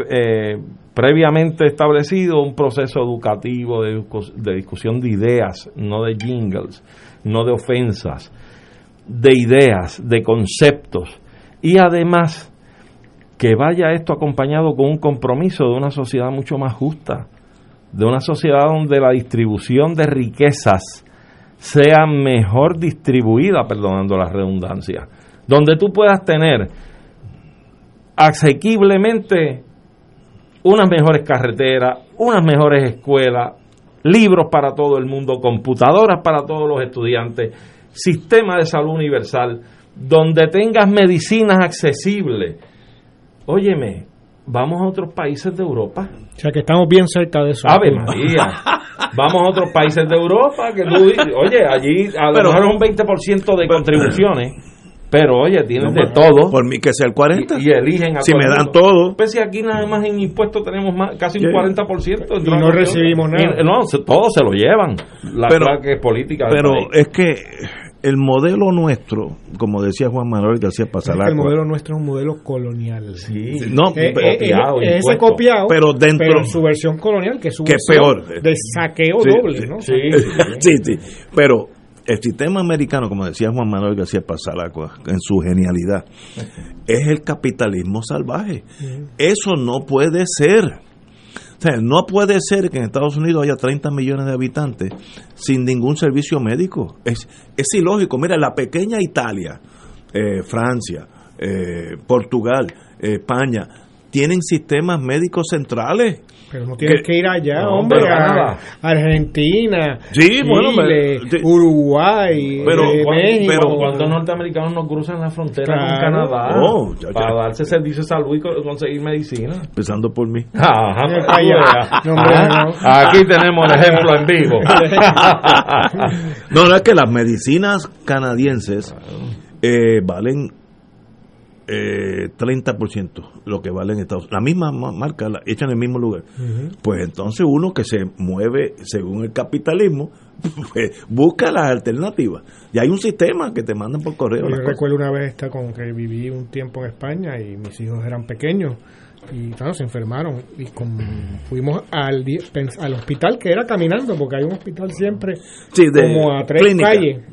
previamente establecido un proceso educativo de discusión de ideas, no de jingles, no de ofensas, de ideas, de conceptos, y además que vaya esto acompañado con un compromiso de una sociedad mucho más justa, de una sociedad donde la distribución de riquezas sea mejor distribuida, perdonando la redundancia, donde tú puedas tener asequiblemente unas mejores carreteras, unas mejores escuelas, libros para todo el mundo, computadoras para todos los estudiantes, sistema de salud universal, donde tengas medicinas accesibles. Óyeme, vamos a otros países de Europa. O sea que estamos bien cerca de eso. Ave María. Vamos a otros países de Europa que tú, oye, allí a lo mejor es un 20% de contribuciones, pero oye, tienen de todo. Por mí que sea el 40%. Y eligen a si me dan todo. Pues si aquí nada más en impuestos tenemos casi un 40%. Y no recibimos nada. No, todo se lo llevan. La clase política. Pero es que el modelo nuestro, como decía Juan Manuel García Pasalacqua, el modelo nuestro es un modelo colonial. Sí, ese copiado, pero en su versión colonial, que es su versión peor. De saqueo doble, ¿no? Sí. Pero el sistema americano, como decía Juan Manuel García Pasalacqua, en su genialidad, es el capitalismo salvaje. Eso no puede ser. O sea, no puede ser que en Estados Unidos haya 30 millones de habitantes sin ningún servicio médico. Es ilógico. Mira, la pequeña Italia, Francia, Portugal, España, tienen sistemas médicos centrales. Pero no tienes que ir allá, hombre, a Argentina, sí, Chile, Uruguay, México. Pero ¿cuántos norteamericanos no cruzan la frontera con Canadá para darse servicio de salud y conseguir medicina? Empezando por mí. Aquí tenemos el ejemplo en vivo. No, es que las medicinas canadienses valen 30% lo que vale en Estados Unidos. La misma marca la echan en el mismo lugar. Pues entonces uno que se mueve según el capitalismo, pues busca las alternativas. Y hay un sistema que te mandan por correo. Yo recuerdo una vez con que viví un tiempo en España y mis hijos eran pequeños y claro, se enfermaron y fuimos al hospital, que era caminando, porque hay un hospital siempre como a 3 calles.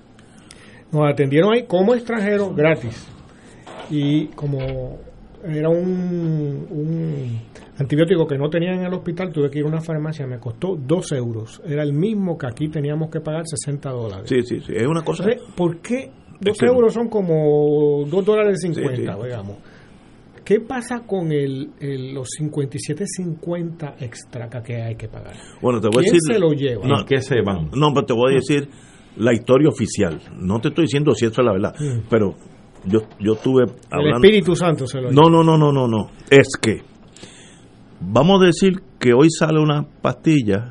Nos atendieron ahí como extranjeros gratis. Y como era un antibiótico que no tenían en el hospital, tuve que ir a una farmacia, me costó 2 euros. Era el mismo que aquí teníamos que pagar $60. Sí, es una cosa. ¿Por qué 2 euros son como $2.50, digamos? ¿Qué pasa con los 57.50 extra que hay que pagar? Bueno, te voy a decir, se lo lleva? No, ¿qué se van? No, pero te voy a decir la historia oficial. No te estoy diciendo si esto es la verdad, pero yo estuve hablando. El Espíritu Santo se lo lleva. No. Es que vamos a decir que hoy sale una pastilla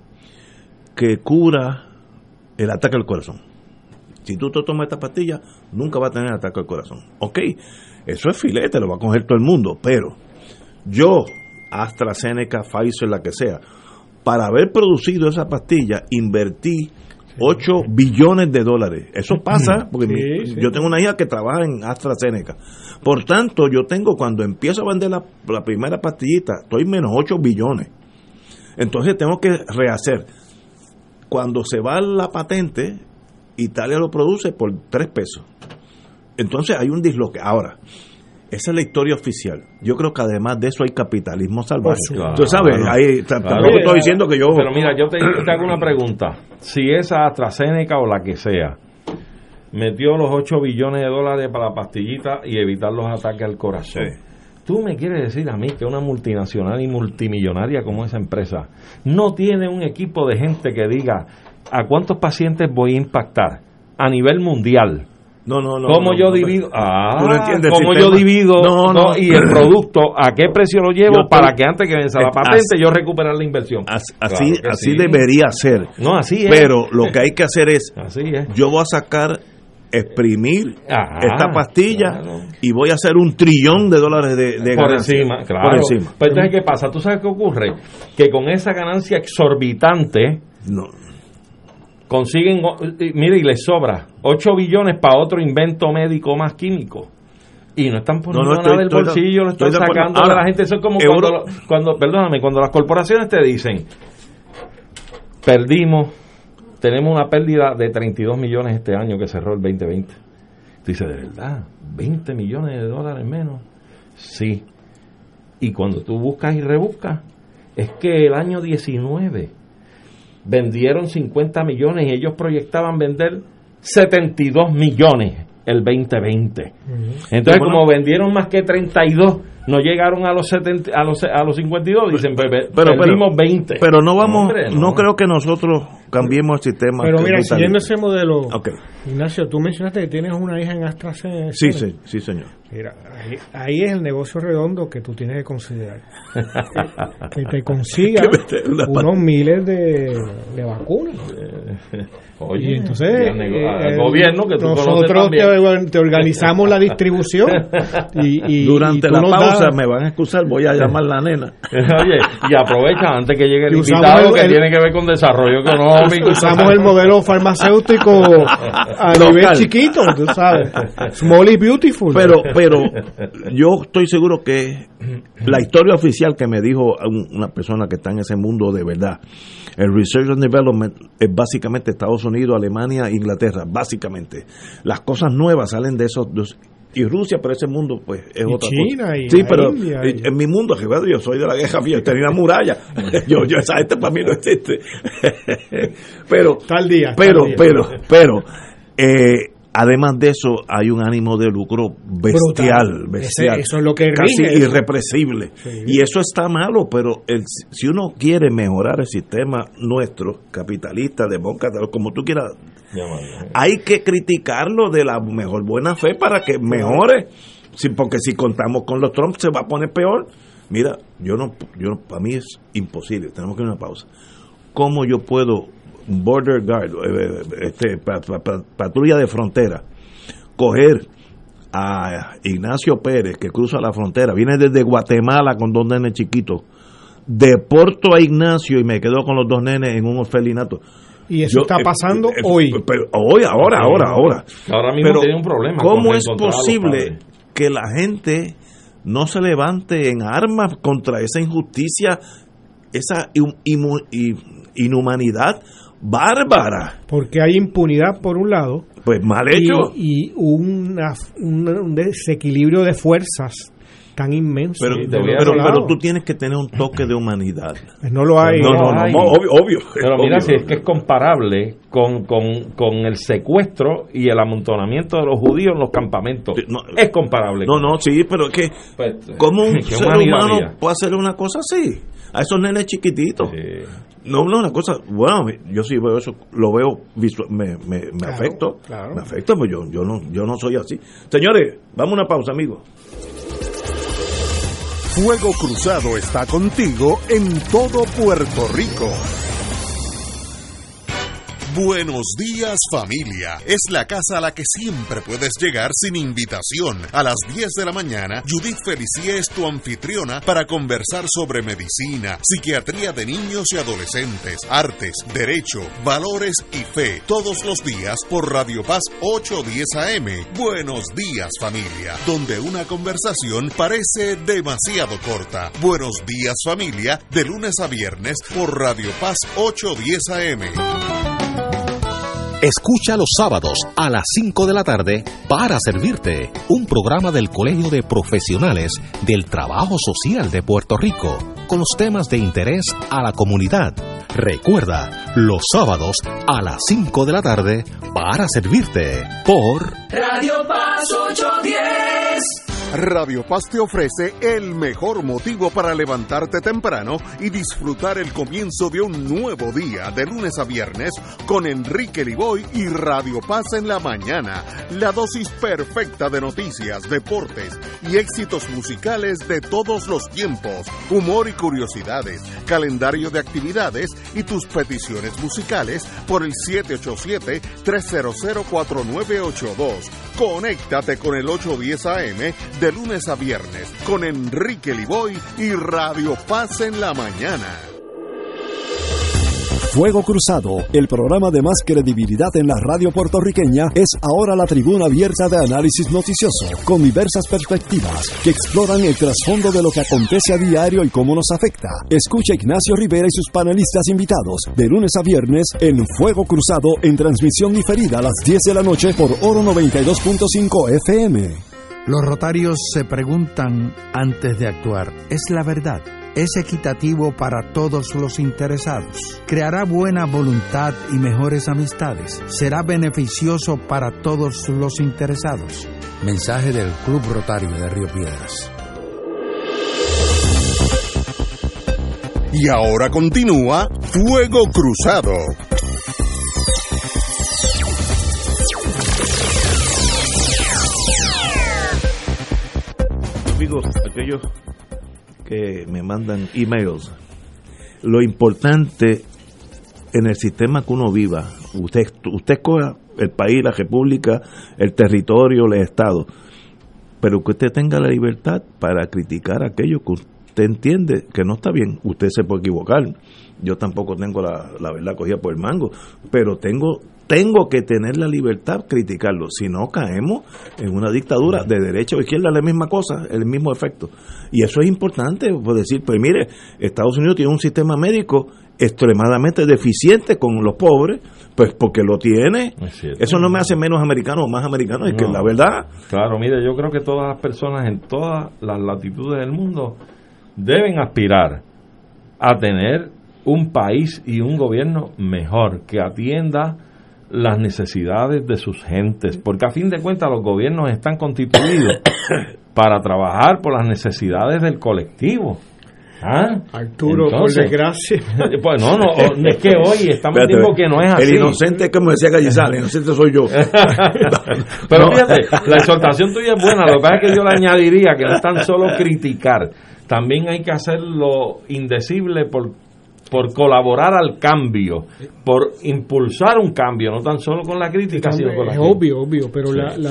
que cura el ataque al corazón. Si tú te tomas esta pastilla, nunca vas a tener ataque al corazón. Ok, eso es filete, lo va a coger todo el mundo, pero yo, AstraZeneca, Pfizer, la que sea, para haber producido esa pastilla, invertí $8 billones. Eso pasa, porque yo tengo una hija que trabaja en AstraZeneca. Por tanto, cuando empiezo a vender la primera pastillita, estoy menos 8 billones. Entonces tengo que rehacer. Cuando se va la patente, Italia lo produce por $3. Entonces hay un disloque. Ahora, esa es la historia oficial. Yo creo que además de eso hay capitalismo salvaje. Claro, tú sabes, tampoco estoy diciendo que yo... Pero mira, yo te hago una pregunta. Si esa AstraZeneca o la que sea metió los $8 billones para la pastillita y evitar los ataques al corazón, ¿tú me quieres decir a mí que una multinacional y multimillonaria como esa empresa no tiene un equipo de gente que diga a cuántos pacientes voy a impactar a nivel mundial? No. ¿Cómo yo divido? Tú no entiendes ¿cómo yo divido? Y el producto, ¿a qué precio lo llevo para que antes que venza la patente yo recuperar la inversión? Así debería ser. No, así es. Pero lo que hay que hacer es, yo voy a exprimir esta pastilla y voy a hacer $1 trillón de por encima, claro. Por encima. Pero entonces, ¿qué pasa? ¿Tú sabes qué ocurre? Que con esa ganancia exorbitante consiguen, mire, y les sobra 8 billones para otro invento médico más químico. Y no están poniendo nada del bolsillo, lo están sacando de la gente. Eso es como cuando las corporaciones te dicen, tenemos una pérdida de 32 millones este año que cerró el 2020. Tú dices, ¿de verdad? ¿20 millones de dólares menos? Sí. Y cuando tú buscas y rebuscas, es que el año 19 vendieron 50 millones y ellos proyectaban vender 72 millones el 2020. Entonces, como vendieron más que 32, no llegaron a los 70, a los 52, dicen, perdimos 20. Pero no vamos, no creo que nosotros cambiemos el sistema. Pero mira, siguiendo ese modelo, Ignacio, tú mencionaste que tienes una hija en AstraZeneca. Sí, señor. Mira, ahí es el negocio redondo que tú tienes que considerar. que te consiga unos miles de vacunas. Oye, y entonces al gobierno que tú nosotros te organizamos la distribución y durante la pausa me van a excusar, voy a llamar a la nena. Oye, y aprovecha antes que llegue el invitado que tiene que ver con desarrollo económico. Usamos el modelo farmacéutico a nivel chiquito, tú sabes, small y beautiful. Pero yo estoy seguro que la historia oficial que me dijo una persona que está en ese mundo de verdad, el Research and Development es básicamente Estados Unidos, Alemania, Inglaterra, básicamente. Las cosas nuevas salen de esos dos. Y Rusia, pero ese mundo pues es y otra China, cosa. Y sí, pero India, en mi mundo, yo soy de la Guerra Fría, tenía una muralla. yo esa gente para mí no existe. pero además de eso, hay un ánimo de lucro bestial. Eso es lo que casi rige irrepresible. Sí. Y eso está malo, pero si uno quiere mejorar el sistema nuestro, capitalista, demócrata, como tú quieras, hay que criticarlo de la mejor buena fe para que mejore. Sí, porque si contamos con los Trump se va a poner peor. Mira, yo no para mí es imposible. Tenemos que ir a una pausa. ¿Cómo yo puedo border guard, patrulla de frontera, coger a Ignacio Pérez que cruza la frontera, viene desde Guatemala con 2 nenes chiquitos, deporto a Ignacio y me quedo con los 2 nenes en un orfelinato? Y eso está pasando hoy. Pero ahora. Ahora mismo tiene un problema. ¿Cómo es posible que la gente no se levante en armas contra esa injusticia, esa inhumanidad bárbara? Porque hay impunidad por un lado, pues mal hecho, y un desequilibrio de fuerzas tan inmenso. Pero tú tienes que tener un toque de humanidad. Pues no lo hay. No, obvio. Pero mira, si es que es comparable con el secuestro y el amontonamiento de los judíos en los campamentos. Es comparable. Sí, pero es que ¿cómo un ser humano puede hacer una cosa así? A esos nenes chiquititos. Sí. No, una cosa, bueno, yo sí veo eso, lo veo visual, me afecto, me afecta, pues yo no soy así. Señores, vamos a una pausa, amigos. Fuego Cruzado está contigo en todo Puerto Rico. Buenos días, familia. Es la casa a la que siempre puedes llegar sin invitación. A las 10 de la mañana, Judith Felicie es tu anfitriona para conversar sobre medicina, psiquiatría de niños y adolescentes, artes, derecho, valores y fe. Todos los días por Radio Paz 810 AM. Buenos días, familia. Donde una conversación parece demasiado corta. Buenos días, familia. De lunes a viernes por Radio Paz 810 AM. Escucha los sábados a las 5 de la tarde Para Servirte, un programa del Colegio de Profesionales del Trabajo Social de Puerto Rico, con los temas de interés a la comunidad. Recuerda, los sábados a las 5 de la tarde Para Servirte, por Radio Paz 810. Radio Paz te ofrece el mejor motivo para levantarte temprano y disfrutar el comienzo de un nuevo día de lunes a viernes con Enrique Liboy y Radio Paz en la mañana. La dosis perfecta de noticias, deportes y éxitos musicales de todos los tiempos, humor y curiosidades, calendario de actividades y tus peticiones musicales por el 787-300-4982. Conéctate con el 810 AM de lunes a viernes con Enrique Liboy y Radio Paz en la mañana. Fuego Cruzado, el programa de más credibilidad en la radio puertorriqueña, es ahora la tribuna abierta de análisis noticioso, con diversas perspectivas que exploran el trasfondo de lo que acontece a diario y cómo nos afecta. Escucha Ignacio Rivera y sus panelistas invitados de lunes a viernes en Fuego Cruzado, en transmisión diferida a las 10 de la noche por Oro 92.5 FM. Los rotarios se preguntan antes de actuar, ¿es la verdad? es equitativo para todos los interesados. Creará buena voluntad y mejores amistades. Será beneficioso para todos los interesados. Mensaje del Club Rotario de Río Piedras. Y ahora continúa Fuego Cruzado. Amigos, aquellos que me mandan emails, lo importante en el sistema que uno viva, usted escoja el país, la república, el territorio, el estado, pero que usted tenga la libertad para criticar aquello que usted entiende que no está bien. Usted se puede equivocar, yo tampoco tengo la verdad cogida por el mango, pero tengo que tener la libertad de criticarlo, si no caemos en una dictadura de derecha o izquierda, la misma cosa, el mismo efecto. Y eso es importante, por decir, pues mire, Estados Unidos tiene un sistema médico extremadamente deficiente con los pobres, pues porque lo tiene. Eso no me hace menos americano o más americano, es que la verdad. Claro, mire, yo creo que todas las personas en todas las latitudes del mundo deben aspirar a tener un país y un gobierno mejor, que atienda las necesidades de sus gentes, porque a fin de cuentas los gobiernos están constituidos para trabajar por las necesidades del colectivo. Arturo, entonces, por desgracia. Pues no, es que hoy estamos en tiempo que no es así. El inocente es como decía Gallizal, el inocente soy yo. Pero fíjate, la exhortación tuya es buena, lo que pasa es que yo le añadiría que no es tan solo criticar, también hay que hacer lo indecible por colaborar al cambio, por impulsar un cambio, no tan solo con la crítica, sino con la crítica. Es obvio, pero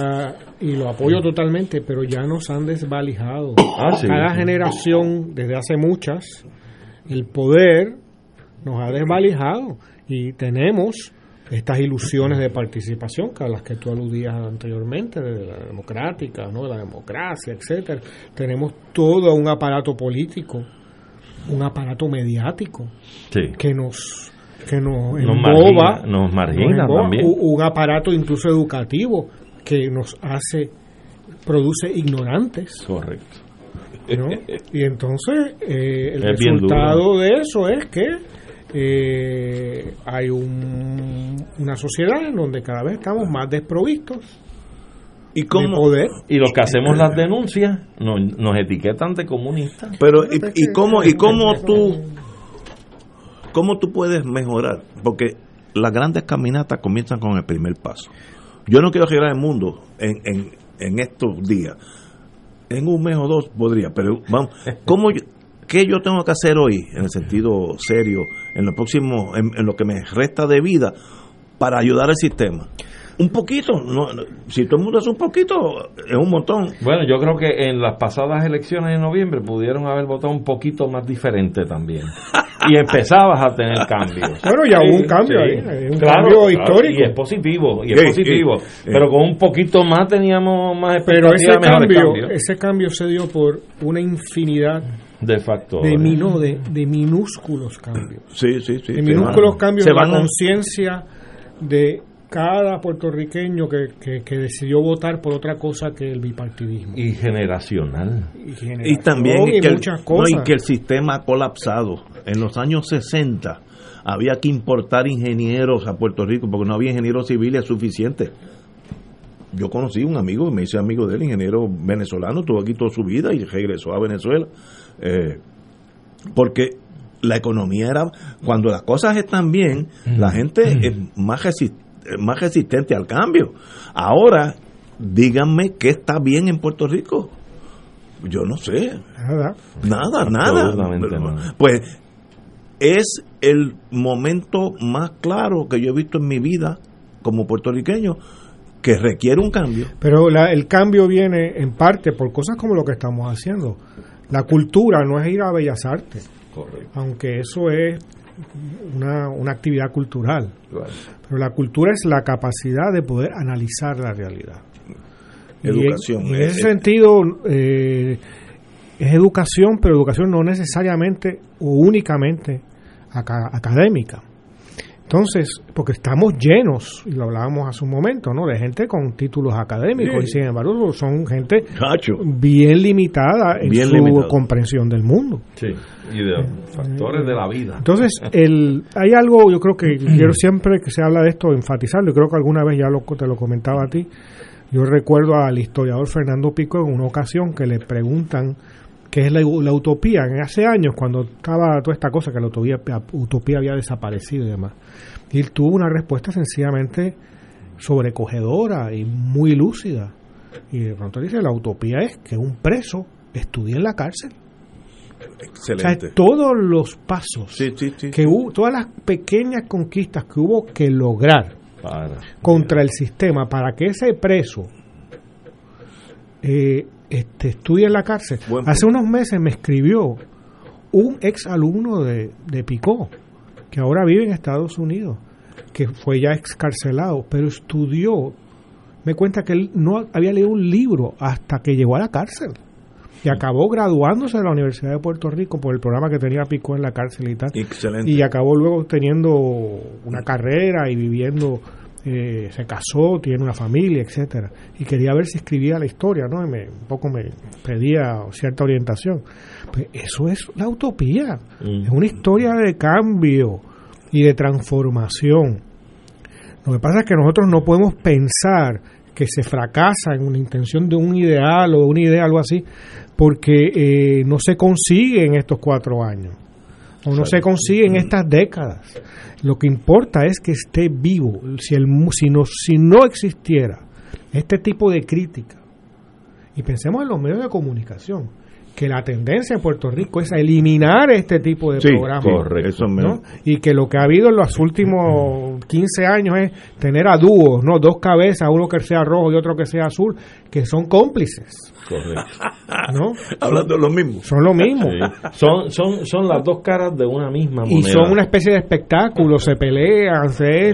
y lo apoyo totalmente, pero ya nos han desvalijado. Cada generación, desde hace muchas, el poder nos ha desvalijado y tenemos estas ilusiones de participación a las que tú aludías anteriormente, de la democrática, ¿no? De la democracia, etcétera. Tenemos todo un aparato político, un aparato mediático que nos emboba, nos margina también. Un aparato incluso educativo que nos produce ignorantes. Correcto. ¿No? Y entonces el resultado de eso es que hay una sociedad en donde cada vez estamos más desprovistos. ¿Y cómo? Poder. Y los que hacemos las denuncias nos etiquetan de comunistas. Pero cómo tú puedes mejorar? Porque las grandes caminatas comienzan con el primer paso. Yo no quiero arreglar el mundo en estos días. En un mes o dos podría, pero vamos, ¿qué yo tengo que hacer hoy en el sentido serio, en lo próximo, en lo que me resta de vida, para ayudar al sistema? Un poquito, si todo el mundo hace un poquito, es un montón. Bueno, yo creo que en las pasadas elecciones de noviembre pudieron haber votado un poquito más diferente también. Y empezabas a tener cambios. Bueno, ya hubo un cambio ahí, un cambio histórico. Y es positivo, pero con un poquito más teníamos más expectativas. Pero ese cambio se dio por una infinidad de factores. De minúsculos cambios. Sí. De minúsculos cambios en la conciencia de cada puertorriqueño que decidió votar por otra cosa que el bipartidismo. Y generacional. Y también muchas cosas. Y que el sistema ha colapsado. En los años 60 había que importar ingenieros a Puerto Rico porque no había ingenieros civiles suficientes. Yo conocí un amigo, me hice amigo de él, ingeniero venezolano, estuvo aquí toda su vida y regresó a Venezuela. Porque la economía era, cuando las cosas están bien, la gente es más resistente al cambio. Ahora, díganme qué está bien en Puerto Rico. Yo no sé. Nada. Pues es el momento más claro que yo he visto en mi vida como puertorriqueño que requiere un cambio. Pero el cambio viene en parte por cosas como lo que estamos haciendo. La cultura no es ir a Bellas Artes. Correcto. Aunque eso es una actividad cultural. Claro. Pero la cultura es la capacidad de poder analizar la realidad. Educación. Y en ese sentido es educación, pero educación no necesariamente o únicamente académica. Entonces, porque estamos llenos, y lo hablábamos hace un momento, ¿no?, de gente con títulos académicos, y sin embargo son gente bien limitada en su comprensión del mundo. Sí, y de factores de la vida. Entonces, hay algo, yo creo que quiero siempre que se habla de esto enfatizarlo, y creo que alguna vez ya te lo comentaba a ti. Yo recuerdo al historiador Fernando Pico en una ocasión que le preguntan qué es la utopía. Hace años, cuando estaba toda esta cosa, que la utopía había desaparecido y demás. Y él tuvo una respuesta sencillamente sobrecogedora y muy lúcida. Y de pronto dice, la utopía es que un preso estudie en la cárcel. Excelente. O sea, todos los pasos que hubo, todas las pequeñas conquistas que hubo que lograr contra el sistema para que ese preso estudie en la cárcel. Hace unos meses me escribió un ex alumno de Picó, que ahora vive en Estados Unidos, que fue ya excarcelado, pero estudió. Me cuenta que él no había leído un libro hasta que llegó a la cárcel y acabó graduándose de la Universidad de Puerto Rico por el programa que tenía Picó en la cárcel y tal. Excelente. Y acabó luego teniendo una carrera y viviendo, se casó, tiene una familia, etcétera. Y quería ver si escribía la historia, ¿no? Y un poco me pedía cierta orientación. Pues eso es la utopía. Es una historia de cambio y de transformación. Lo que pasa es que nosotros no podemos pensar que se fracasa en una intención de un ideal o de una idea, algo así, porque no se consigue en estos 4 años, o no se consigue en estas décadas. Lo que importa es que esté vivo. Si no existiera este tipo de crítica, y pensemos en los medios de comunicación, que la tendencia en Puerto Rico es a eliminar este tipo de programas. Correcto, ¿no? Y que lo que ha habido en los últimos 15 años es tener a dúos, ¿no? 2 cabezas, uno que sea rojo y otro que sea azul, que son cómplices. Correcto. ¿no? Hablando de lo mismo. Son lo mismo. Sí. Son las 2 caras de una misma moneda. Y son una especie de espectáculo, se pelean,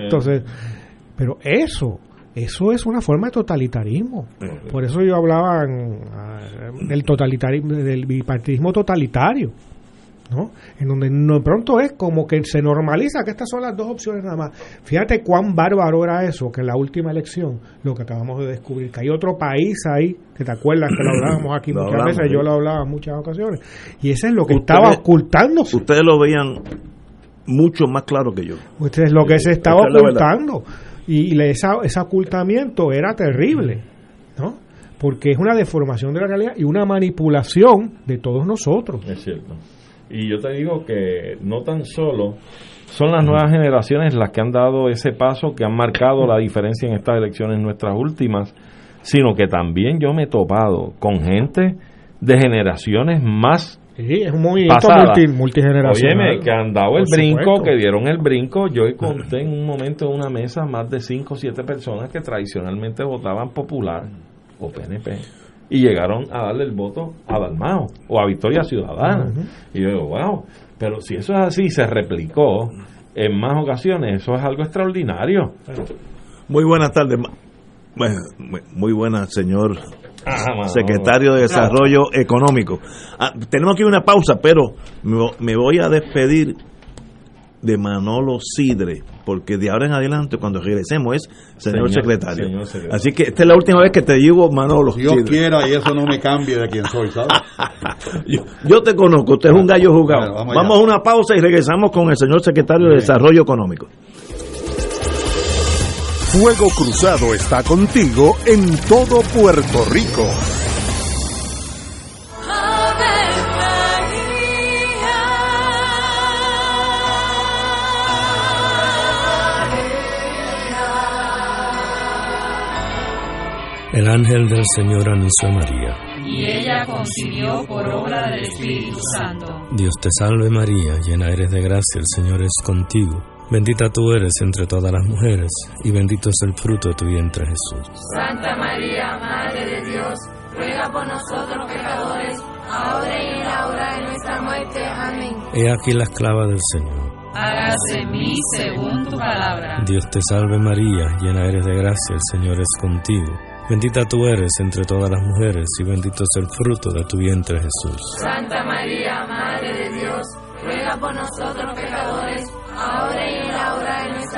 pero eso es una forma de totalitarismo. Por eso yo hablaba del totalitarismo, del bipartidismo totalitario, ¿no? En donde de pronto es como que se normaliza que estas son las 2 opciones nada más. Fíjate cuán bárbaro era eso, que en la última elección, lo que acabamos de descubrir, que hay otro país ahí, que te acuerdas que lo hablábamos aquí muchas veces, yo lo hablaba en muchas ocasiones, y eso es lo que estaba ocultándose. Ustedes lo veían mucho más claro que yo. Ustedes lo que se estaba ocultando. Y ese ocultamiento era terrible, ¿no? Porque es una deformación de la realidad y una manipulación de todos nosotros. Es cierto. Y yo te digo que no tan solo son las nuevas generaciones las que han dado ese paso, que han marcado la diferencia en estas elecciones nuestras últimas, sino que también yo me he topado con gente de generaciones más sí, es un movimiento multigeneracional. Óyeme, que han dado el brinco, que dieron el brinco. Yo conté en un momento en una mesa más de 5 o 7 personas que tradicionalmente votaban Popular o PNP y llegaron a darle el voto a Dalmau o a Victoria Ciudadana. Y yo digo, wow, pero si eso es así, se replicó en más ocasiones, eso es algo extraordinario. Muy buenas tardes. Bueno, muy buenas, señor secretario de Desarrollo Económico. Tenemos aquí una pausa, pero me voy a despedir de Manolo Sidre, porque de ahora en adelante, cuando regresemos, es señor secretario. Así que esta es la última vez que te digo Manolo Dios Sidre. Quiera y eso no me cambie de quién soy, ¿sabes? yo te conozco, usted es un gallo jugado. Bueno, vamos a una pausa y regresamos con el señor secretario de Desarrollo Económico. Fuego Cruzado está contigo en todo Puerto Rico. El ángel del Señor anunció a María. Y ella concibió por obra del Espíritu Santo. Dios te salve María, llena eres de gracia, el Señor es contigo. Bendita tú eres entre todas las mujeres, y bendito es el fruto de tu vientre, Jesús. Santa María, Madre de Dios, ruega por nosotros pecadores, ahora y en la hora de nuestra muerte. Amén. He aquí la esclava del Señor. Hágase en mí según tu palabra. Dios te salve María, llena eres de gracia, el Señor es contigo. Bendita tú eres entre todas las mujeres, y bendito es el fruto de tu vientre, Jesús. Santa María, Madre de Dios, ruega por nosotros pecadores, ahora y en la hora de nuestra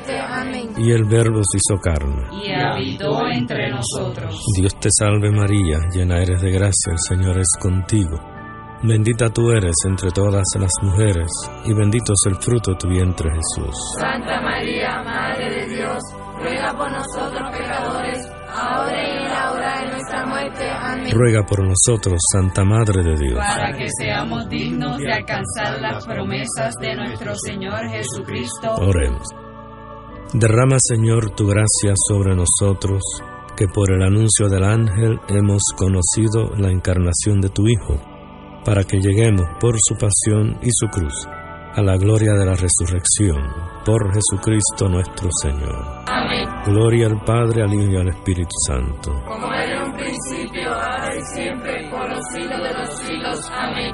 muerte. Amén. Y el Verbo se hizo carne. Y habitó entre nosotros. Dios te salve María, llena eres de gracia, el Señor es contigo. Bendita tú eres entre todas las mujeres, y bendito es el fruto de tu vientre, Jesús. Santa María, Madre de Dios, ruega por nosotros pecadores, ahora y en la hora de nuestra muerte. Amén. Ruega por nosotros, Santa Madre de Dios, para que seamos dignos de alcanzar las promesas de nuestro Señor Jesucristo. Oremos. Derrama, Señor, tu gracia sobre nosotros, que por el anuncio del ángel hemos conocido la encarnación de tu Hijo, para que lleguemos por su pasión y su cruz a la gloria de la resurrección, por Jesucristo nuestro Señor. Amén. Gloria al Padre, al Hijo y al Espíritu Santo. Como era en un principio, ahora y siempre, por los siglos de los siglos. Amén.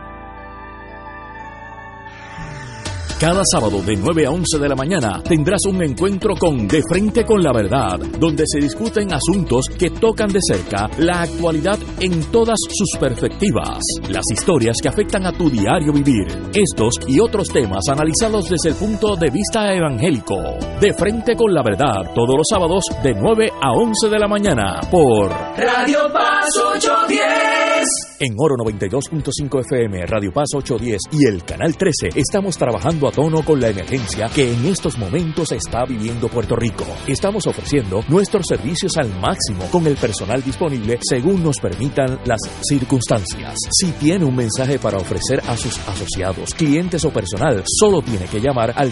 Cada sábado de 9 a 11 de la mañana tendrás un encuentro con De Frente con la Verdad, donde se discuten asuntos que tocan de cerca la actualidad en todas sus perspectivas, las historias que afectan a tu diario vivir, estos y otros temas analizados desde el punto de vista evangélico. De Frente con la Verdad, todos los sábados de 9 a 11 de la mañana por Radio Paz 810. En Oro 92.5 FM, Radio Paz 810 y el Canal 13 estamos trabajando a tono con la emergencia que en estos momentos está viviendo Puerto Rico. Estamos ofreciendo nuestros servicios al máximo con el personal disponible según nos permitan las circunstancias. Si tiene un mensaje para ofrecer a sus asociados, clientes o personal, solo tiene que llamar al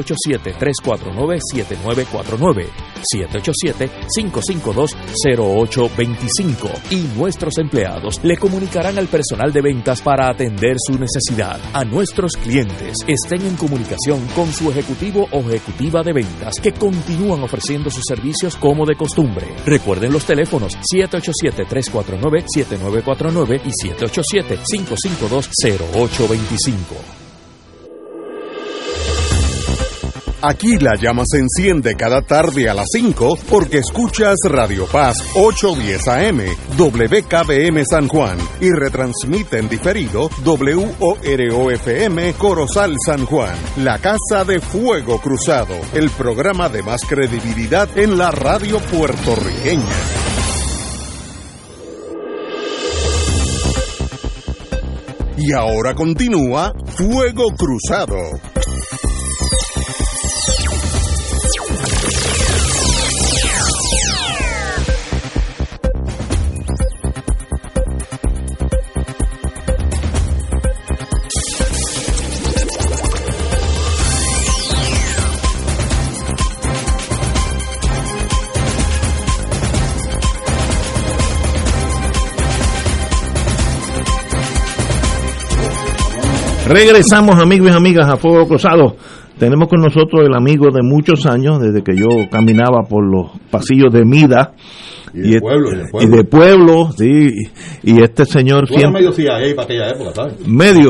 787-349-7949, 787-552-0825 y nuestros empleados le comunicarán al personal de ventas para atender su necesidad. A nuestros clientes estén en comunicación con su ejecutivo o ejecutiva de ventas que continúan ofreciendo sus servicios como de costumbre. Recuerden los teléfonos 787-349-7949 y 787-552-0825. Aquí la llama se enciende cada tarde a las 5 porque escuchas Radio Paz 810 AM, WKBM San Juan y retransmite en diferido WOROFM Corozal San Juan, la Casa de Fuego Cruzado, el programa de más credibilidad en la radio puertorriqueña. Y ahora continúa Fuego Cruzado. Regresamos, amigos y amigas, a Fuego Cruzado. Tenemos con nosotros el amigo de muchos años, desde que yo caminaba por los pasillos de Mida y de pueblo, sí, y este señor siempre medio CIA para aquella época, ¿sabes? Medio.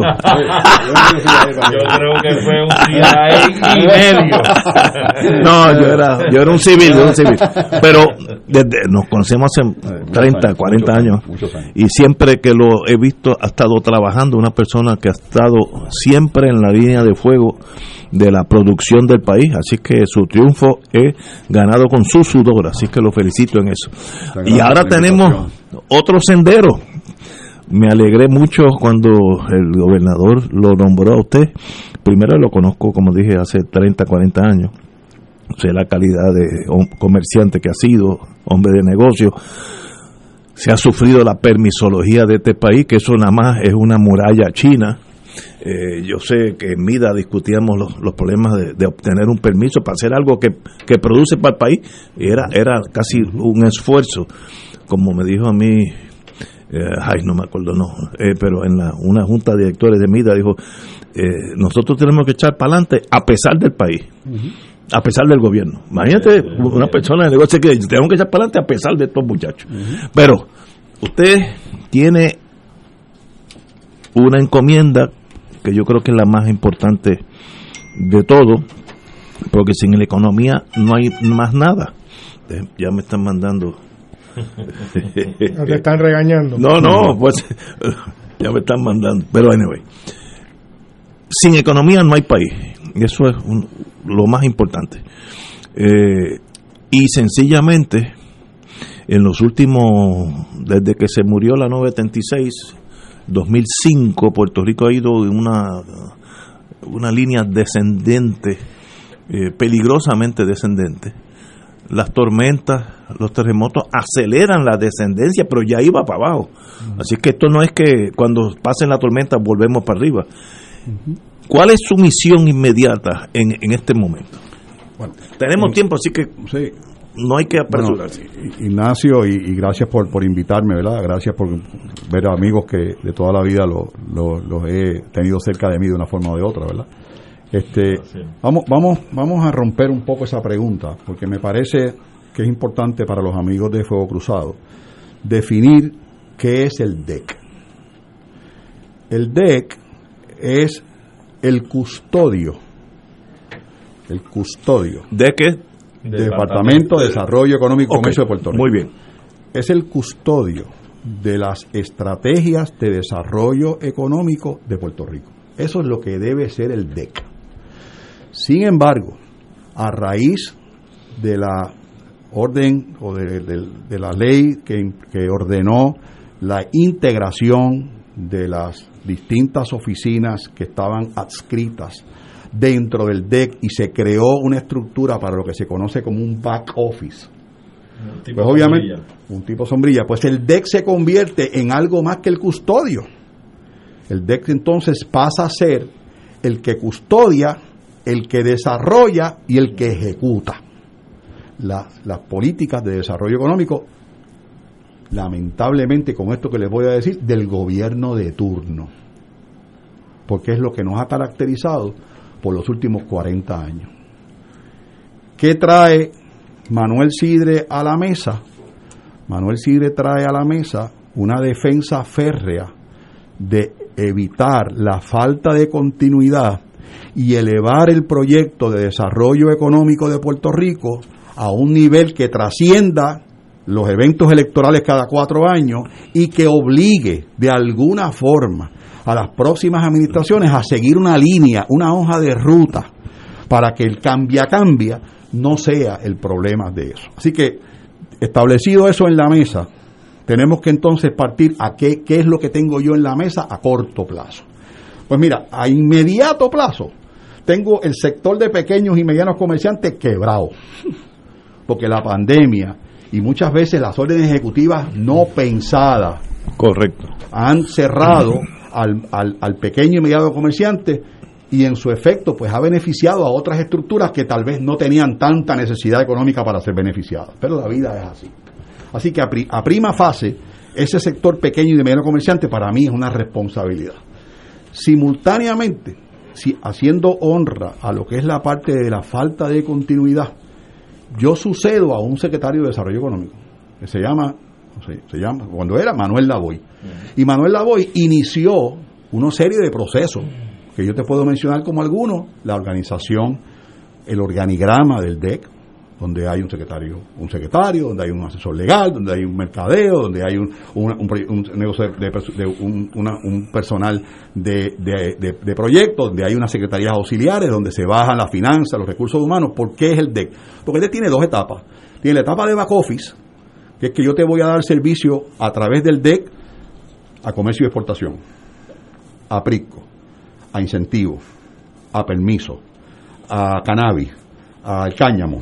Yo creo que fue un CIA y medio. No, yo era un civil, pero nos conocemos hace 30, 40 años, y siempre que lo he visto ha estado trabajando, una persona que ha estado siempre en la línea de fuego de la producción del país, así que su triunfo es ganado con su sudor, así que lo felicito en eso. Y ahora tenemos otro sendero. Me alegré mucho cuando el gobernador lo nombró a usted. Primero lo conozco, como dije, hace 30, 40 años. Sé la calidad de comerciante que ha sido, hombre de negocio. Se ha sufrido la permisología de este país, que eso nada más es una muralla china. Yo sé que en Mida discutíamos los problemas de obtener un permiso para hacer algo que produce para el país, y era casi un esfuerzo, como me dijo a mí, no me acuerdo, pero en una junta de directores de Mida dijo, nosotros tenemos que echar para adelante a pesar del país, a pesar del gobierno. Imagínate una persona de negocio que dice, tenemos que echar para adelante a pesar de estos muchachos. Pero usted tiene una encomienda que yo creo que es la más importante de todo, porque sin la economía no hay más nada. Ya me están mandando. ¿No te están regañando? No, pues ya me están mandando. Pero anyway, sin economía no hay país. Eso es lo más importante. Y sencillamente, en los últimos, desde que se murió la 976, 2005, Puerto Rico ha ido en una línea descendente, peligrosamente descendente. Las tormentas, los terremotos aceleran la descendencia, pero ya iba para abajo. Así que esto no es que cuando pasen la tormenta volvemos para arriba. ¿Cuál es su misión inmediata en este momento? Bueno, tenemos tiempo, así que sí, no hay que apresurarse. Bueno, Ignacio, y gracias por invitarme, ¿verdad? Gracias por ver a amigos que de toda la vida los he tenido cerca de mí de una forma o de otra, ¿verdad? Vamos a romper un poco esa pregunta, porque me parece que es importante para los amigos de Fuego Cruzado definir qué es el DEC. El DEC es el custodio. ¿De qué? Departamento de Desarrollo Económico y Comercio de Puerto Rico. Muy bien. Es el custodio de las estrategias de desarrollo económico de Puerto Rico. Eso es lo que debe ser el DEC. Sin embargo, a raíz de la orden o de la ley que ordenó la integración de las distintas oficinas que estaban adscritas dentro del DEC y se creó una estructura para lo que se conoce como un back office. Pues obviamente, un tipo sombrilla, pues el DEC se convierte en algo más que el custodio. El DEC entonces pasa a ser el que custodia, el que desarrolla y el que ejecuta las políticas de desarrollo económico, lamentablemente, con esto que les voy a decir, del gobierno de turno, porque es lo que nos ha caracterizado por los últimos 40 años. ¿Qué trae Manuel Sidre a la mesa? Manuel Sidre trae a la mesa una defensa férrea de evitar la falta de continuidad y elevar el proyecto de desarrollo económico de Puerto Rico a un nivel que trascienda los eventos electorales cada 4 años y que obligue de alguna forma a las próximas administraciones a seguir una línea, una hoja de ruta, para que el cambia no sea el problema de eso. Así que, establecido eso en la mesa, tenemos que entonces partir a qué es lo que tengo yo en la mesa a corto plazo. Pues mira, a inmediato plazo, tengo el sector de pequeños y medianos comerciantes quebrado, porque la pandemia y muchas veces las órdenes ejecutivas no pensadas, correcto, han cerrado al pequeño y mediano comerciante, y en su efecto pues ha beneficiado a otras estructuras que tal vez no tenían tanta necesidad económica para ser beneficiadas, pero la vida es así. Así que a prima fase, ese sector pequeño y de mediano comerciante para mí es una responsabilidad. Simultáneamente, haciendo honra a lo que es la parte de la falta de continuidad, yo sucedo a un secretario de Desarrollo Económico que se llama cuando era Manuel Lavoy. Y Manuel Lavoy inició una serie de procesos que yo te puedo mencionar como algunos: la organización, el organigrama del DEC, donde hay un secretario, donde hay un asesor legal, donde hay un mercadeo, donde hay un negocio un personal de proyectos, donde hay unas secretarías auxiliares, donde se bajan las finanzas, los recursos humanos. ¿Por qué es el DEC? Porque el DEC tiene 2 etapas. Tiene la etapa de back office, que es que yo te voy a dar servicio a través del DEC a comercio y exportación, a PRICO, a incentivos, a permisos, a cannabis, al cáñamo,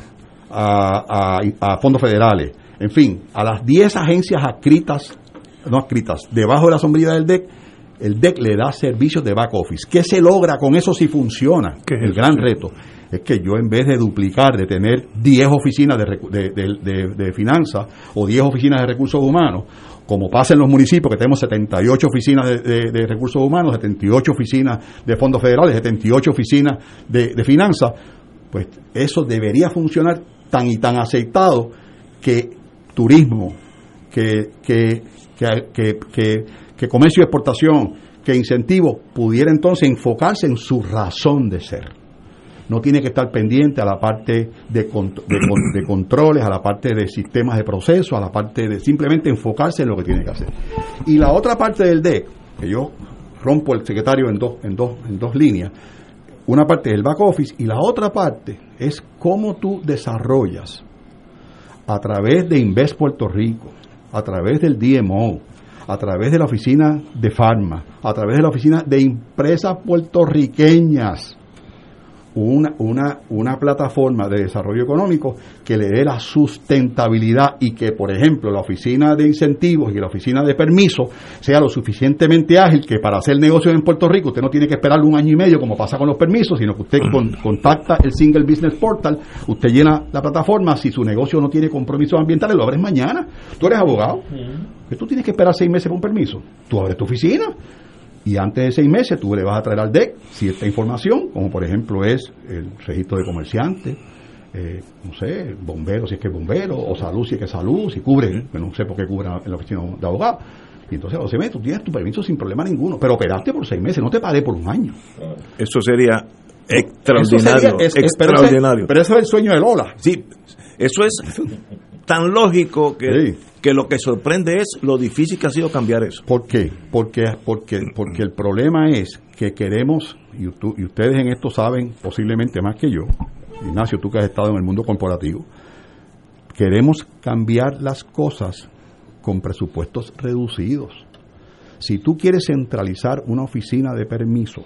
a fondos federales, en fin, a las 10 agencias no adscritas, debajo de la sombrilla del DEC. El DEC le da servicios de back office. ¿Qué se logra con eso si funciona? El gran reto es que yo, en vez de duplicar, de tener 10 oficinas de finanzas o 10 oficinas de recursos humanos, como pasa en los municipios, que tenemos 78 oficinas de recursos humanos, 78 oficinas de fondos federales, 78 oficinas de finanzas, pues eso debería funcionar tan aceitado que turismo, que comercio y exportación, que incentivo, pudiera entonces enfocarse en su razón de ser. No tiene que estar pendiente a la parte de controles, a la parte de sistemas de proceso, a la parte de simplemente enfocarse en lo que tiene que hacer. Y la otra parte del DEC, que yo rompo el secretario en dos líneas, una parte es el back office y la otra parte es cómo tú desarrollas a través de Invest Puerto Rico, a través del DMO, a través de la oficina de Pharma, a través de la oficina de empresas puertorriqueñas, una plataforma de desarrollo económico que le dé la sustentabilidad y que, por ejemplo, la oficina de incentivos y la oficina de permisos sea lo suficientemente ágil que para hacer negocios en Puerto Rico usted no tiene que esperar 1 año y medio como pasa con los permisos, sino que usted contacta el Single Business Portal, usted llena la plataforma, si su negocio no tiene compromisos ambientales lo abres mañana. Tú eres abogado, que tú tienes que esperar 6 meses por un permiso, tú abres tu oficina y antes de 6 meses tú le vas a traer al DEC cierta información, como por ejemplo es el registro de comerciantes, no sé, bombero si es que es bombero, o salud si es que es salud, si cubre, que no sé por qué cubre en la oficina de abogado. Y entonces a los 6 meses tú tienes tu permiso sin problema ninguno, pero operaste por 6 meses, no te paré por 1 año. Eso sería extraordinario. Extraordinario. Pero eso es el sueño de Lola. Sí, eso es tan lógico que lo que sorprende es lo difícil que ha sido cambiar eso. ¿Por qué? Porque el problema es que queremos, y ustedes en esto saben posiblemente más que yo, Ignacio, tú que has estado en el mundo corporativo, queremos cambiar las cosas con presupuestos reducidos. Si tú quieres centralizar una oficina de permisos,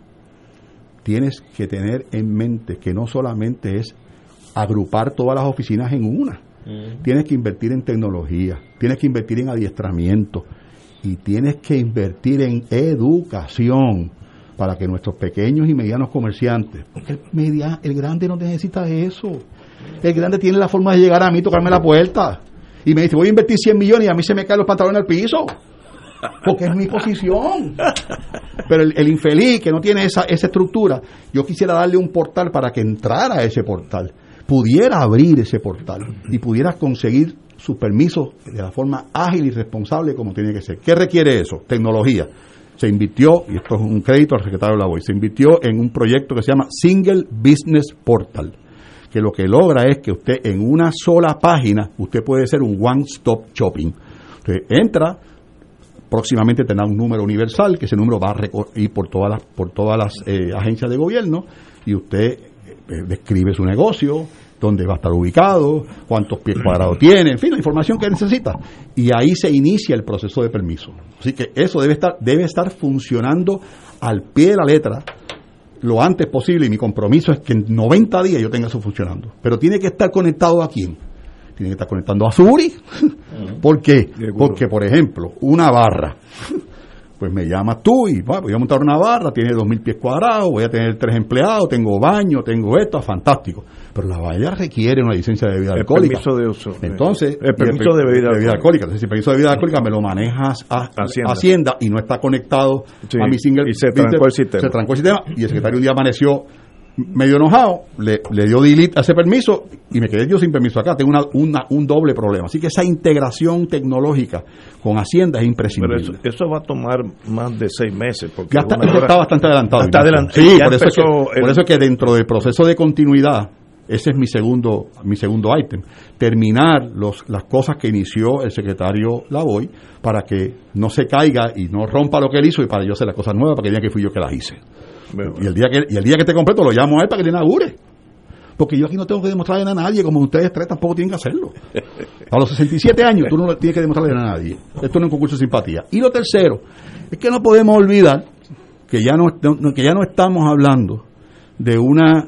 tienes que tener en mente que no solamente es agrupar todas las oficinas en una. Tienes que invertir en tecnología, tienes que invertir en adiestramiento y tienes que invertir en educación para que nuestros pequeños y medianos comerciantes, porque el grande no necesita eso. El grande tiene la forma de llegar a mí, tocarme la puerta y me dice, voy a invertir 100 millones y a mí se me caen los pantalones al piso, porque es mi posición. Pero el infeliz que no tiene esa estructura, yo quisiera darle un portal para que entrara a ese portal, pudiera abrir ese portal y pudiera conseguir sus permisos de la forma ágil y responsable como tiene que ser. ¿Qué requiere eso? Tecnología. Se invirtió, y esto es un crédito al secretario de la BOI, se invirtió en un proyecto que se llama Single Business Portal, que lo que logra es que usted en una sola página, usted puede ser un one-stop shopping. Usted entra, próximamente tendrá un número universal, que ese número va a ir por todas las agencias de gobierno, y usted describe su negocio, dónde va a estar ubicado, cuántos pies cuadrados tiene, en fin, la información que necesita. Y ahí se inicia el proceso de permiso. Así que eso debe estar funcionando al pie de la letra lo antes posible, y mi compromiso es que en 90 días yo tenga eso funcionando. Pero tiene que estar conectado ¿a quién? Tiene que estar conectando a Zuri. ¿Por qué? Porque, por ejemplo, una barra, pues me llamas tú y voy a montar una barra, tiene 2,000 pies cuadrados, voy a tener 3 empleados, tengo baño, tengo esto, fantástico. Pero la barra requiere una licencia de bebida alcohólica. El permiso de uso. Entonces, el permiso de bebida alcohólica. Entonces, si el permiso de bebida alcohólica me lo manejas a Hacienda y no está conectado a mi single. Y se trancó el sistema. Se trancó el sistema y el secretario un día amaneció medio enojado, le dio delete a ese permiso y me quedé yo sin permiso acá. Tengo un doble problema. Así que esa integración tecnológica con Hacienda es imprescindible. Pero eso va a tomar más de 6 meses. Porque ya está bastante adelantado. Está adelantado. Sí, por eso es que dentro del proceso de continuidad, ese es mi segundo ítem. Terminar las cosas que inició el secretario Lavoy para que no se caiga y no rompa lo que él hizo y para yo hacer las cosas nuevas, para que diga que fui yo que las hice. Y el día que esté completo lo llamo a él para que le inaugure. Porque yo aquí no tengo que demostrarle a nadie, como ustedes tres tampoco tienen que hacerlo. A los 67 años tú no tienes que demostrarle a nadie. Esto no es un concurso de simpatía. Y lo tercero, es que no podemos olvidar que ya no estamos hablando de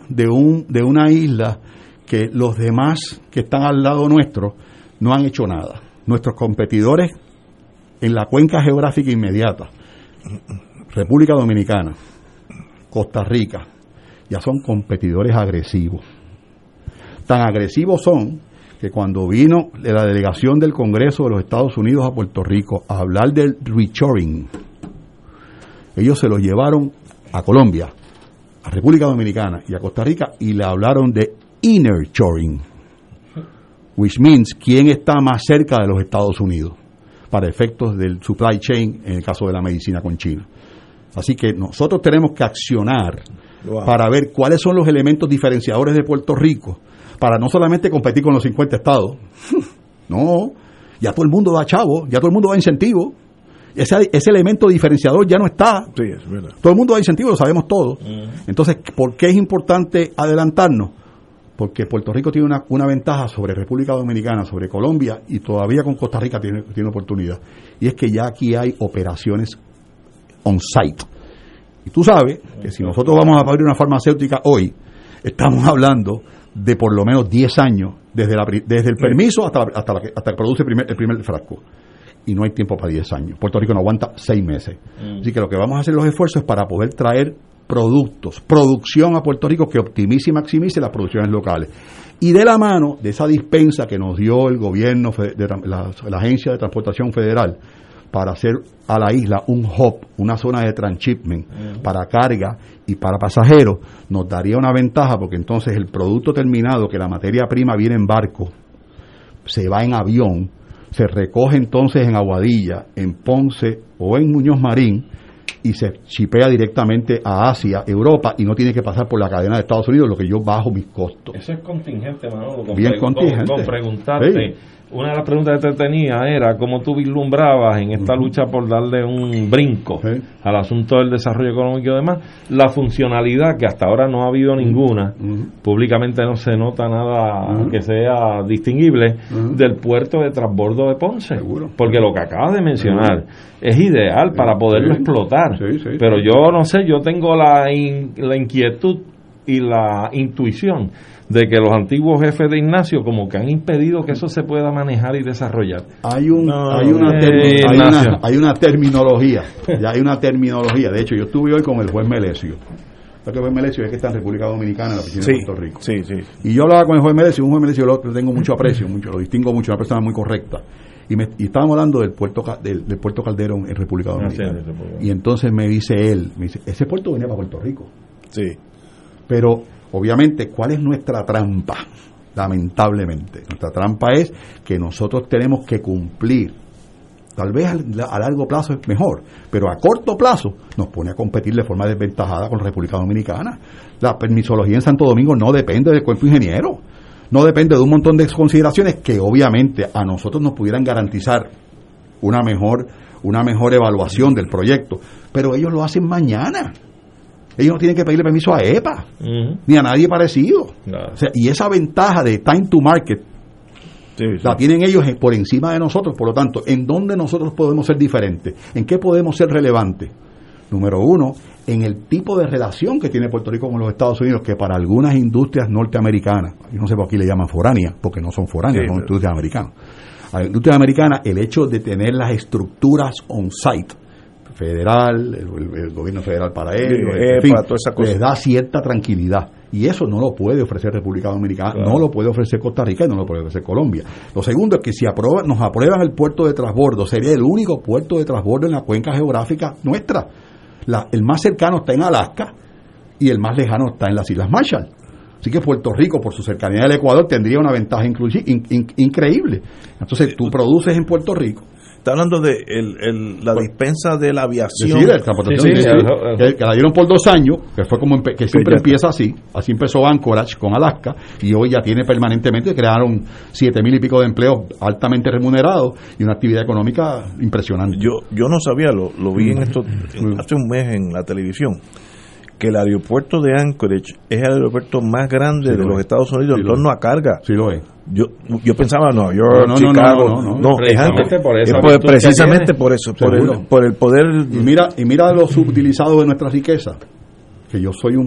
una isla que los demás que están al lado nuestro no han hecho nada. Nuestros competidores en la cuenca geográfica inmediata, República Dominicana, Costa Rica, ya son competidores agresivos. Tan agresivos son que cuando vino la delegación del Congreso de los Estados Unidos a Puerto Rico a hablar del reshoring, ellos se lo llevaron a Colombia, a República Dominicana y a Costa Rica y le hablaron de innershoring, which means quién está más cerca de los Estados Unidos para efectos del supply chain en el caso de la medicina con China. Así que nosotros tenemos que accionar para ver cuáles son los elementos diferenciadores de Puerto Rico, para no solamente competir con los 50 estados. No, ya todo el mundo da chavo, ya todo el mundo da incentivo. Ese elemento diferenciador ya no está. Sí, es verdad. Todo el mundo da incentivo, lo sabemos todos. Entonces, ¿por qué es importante adelantarnos? Porque Puerto Rico tiene una ventaja sobre República Dominicana, sobre Colombia, y todavía con Costa Rica tiene oportunidad. Y es que ya aquí hay operaciones on-site. Y tú sabes que si nosotros vamos a abrir una farmacéutica hoy, estamos hablando de por lo menos 10 años, desde el permiso hasta que produce el primer frasco. Y no hay tiempo para 10 años. Puerto Rico no aguanta 6 meses. Así que lo que vamos a hacer los esfuerzos es para poder traer producción a Puerto Rico que optimice y maximice las producciones locales. Y de la mano de esa dispensa que nos dio el gobierno, la Agencia de Transportación Federal, para hacer a la isla un hub, una zona de transshipment para carga y para pasajeros, nos daría una ventaja, porque entonces el producto terminado, que la materia prima viene en barco, se va en avión, se recoge entonces en Aguadilla, en Ponce o en Muñoz Marín, y se chipea directamente a Asia, Europa, y no tiene que pasar por la cadena de Estados Unidos, lo que yo bajo mis costos. Eso es contingente, Manolo. Bien contingente. Con preguntarte. Sí. Una de las preguntas que te tenía era cómo tú vislumbrabas en esta lucha por darle un brinco al asunto del desarrollo económico y demás, la funcionalidad, que hasta ahora no ha habido ninguna, públicamente no se nota nada que sea distinguible, del puerto de transbordo de Ponce. Seguro. Porque lo que acabas de mencionar es ideal para poderlo explotar. Pero yo no sé, yo tengo la inquietud y la intuición de que los antiguos jefes de Ignacio como que han impedido que eso se pueda manejar y desarrollar. Hay una terminología, ya hay una terminología. De hecho, yo estuve hoy con el juez Melesio. El juez Melesio es que está en República Dominicana, en la oficina de Puerto Rico. Sí. Y yo hablaba con el juez Melesio, un juez Melesio yo lo tengo mucho aprecio, lo distingo mucho, una persona muy correcta. Y estábamos hablando del puerto Calderón en República Dominicana. Y entonces me dice él, ese puerto venía para Puerto Rico. Sí. Pero obviamente, ¿cuál es nuestra trampa? Lamentablemente, nuestra trampa es que nosotros tenemos que cumplir. Tal vez a largo plazo es mejor, pero a corto plazo nos pone a competir de forma desventajada con la República Dominicana. La permisología en Santo Domingo no depende del cuerpo ingeniero, no depende de un montón de consideraciones que obviamente a nosotros nos pudieran garantizar una mejor evaluación del proyecto, pero ellos lo hacen mañana. Ellos no tienen que pedirle permiso a EPA, ni a nadie parecido. O sea, y esa ventaja de time to market la tienen ellos por encima de nosotros. Por lo tanto, ¿en dónde nosotros podemos ser diferentes? ¿En qué podemos ser relevantes? Número uno, en el tipo de relación que tiene Puerto Rico con los Estados Unidos, que para algunas industrias norteamericanas, yo no sé por qué le llaman foráneas, porque no son foráneas, son industrias americanas. A la industria americana, el hecho de tener las estructuras on-site, federal, el gobierno federal para ellos, en fin, les da cierta tranquilidad, y eso no lo puede ofrecer República Dominicana, no lo puede ofrecer Costa Rica y no lo puede ofrecer Colombia. Lo segundo es que si nos aprueban el puerto de transbordo, sería el único puerto de transbordo en la cuenca geográfica nuestra. El más cercano está en Alaska y el más lejano está en las Islas Marshall. Así que Puerto Rico, por su cercanía al Ecuador, tendría una ventaja increíble. Entonces tú produces en Puerto Rico. Está hablando de la dispensa de la aviación. Sí, la transportación. Que la dieron por 2 años, que fue como que siempre empieza así. Así empezó Anchorage con Alaska, y hoy ya tiene permanentemente, crearon 7,000 y pico de empleos altamente remunerados y una actividad económica impresionante. Yo no sabía, lo vi hace un mes en la televisión, que el aeropuerto de Anchorage es el aeropuerto más grande de los Estados Unidos en torno a carga. Sí lo es. Yo pensaba Nueva York, Chicago, no, es precisamente por eso, por el poder. Y mira lo subutilizado de nuestra riqueza, que yo soy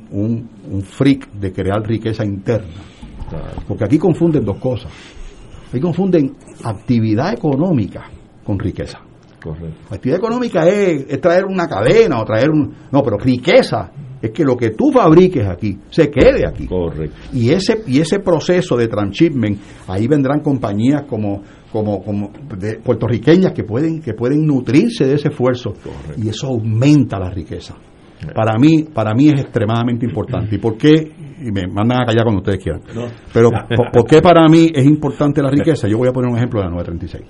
un freak de crear riqueza interna, porque aquí confunden dos cosas. Aquí confunden actividad económica con riqueza. Correcto. La actividad económica es traer una cadena o traer no, pero riqueza es que lo que tú fabriques aquí se quede aquí. Correcto. Y ese proceso de transshipment, ahí vendrán compañías como de puertorriqueñas que pueden nutrirse de ese esfuerzo. Correcto. Y eso aumenta la riqueza. Para mí es extremadamente importante. ¿Y por qué? Y me mandan a callar cuando ustedes quieran. No. Pero ¿por qué para mí es importante la riqueza? Yo voy a poner un ejemplo de la 936.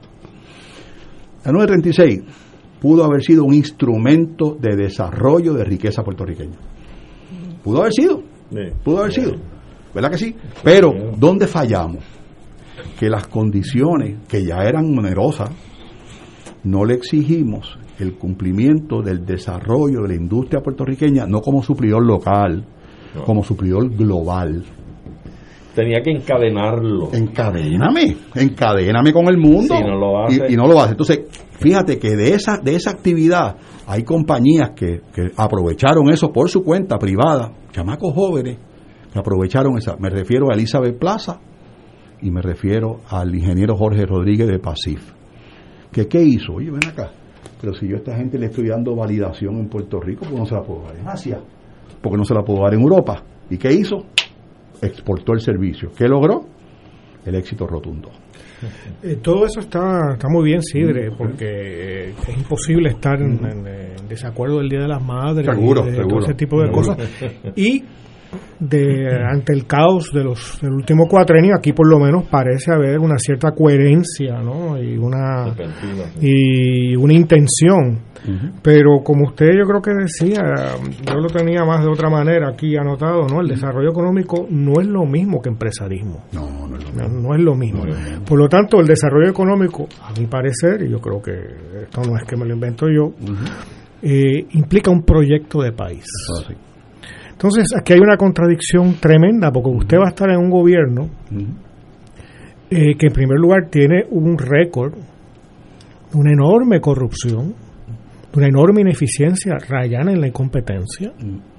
La 936 pudo haber sido un instrumento de desarrollo de riqueza puertorriqueña. Pudo haber sido. ¿Verdad que sí? Pero, ¿dónde fallamos? Que las condiciones, que ya eran onerosas, no le exigimos el cumplimiento del desarrollo de la industria puertorriqueña, no como suplidor local, como suplidor global. Tenía que encadenarlo. Encadéname con el mundo. Si no lo hace. Y no lo hace. Entonces, fíjate que de esa actividad hay compañías que aprovecharon eso por su cuenta privada, chamacos jóvenes que aprovecharon esa. Me refiero a Elizabeth Plaza y me refiero al ingeniero Jorge Rodríguez de Pacif. ¿Qué hizo? Oye, ven acá. Pero si yo a esta gente le estoy dando validación en Puerto Rico, pues no se la puedo dar en Asia, porque no se la puedo dar en Europa. ¿Y qué hizo? Exportó el servicio. ¿Qué logró? El éxito rotundo. Todo eso está muy bien, Sidre, porque es imposible estar en desacuerdo del Día de las Madres, seguro. todo ese tipo de cosas. Y ante el caos del último cuatrenio, aquí por lo menos parece haber una cierta coherencia, ¿no? y una intención. Pero como usted, yo creo que decía, yo lo tenía más de otra manera aquí anotado, ¿no? El desarrollo económico no es lo mismo que empresarismo. No es lo mismo. Por lo tanto, el desarrollo económico, a mi parecer, y yo creo que esto no es que me lo invento yo, implica un proyecto de país. Entonces, aquí hay una contradicción tremenda, porque usted va a estar en un gobierno que en primer lugar tiene un récord de una enorme corrupción, de una enorme ineficiencia rayana en la incompetencia,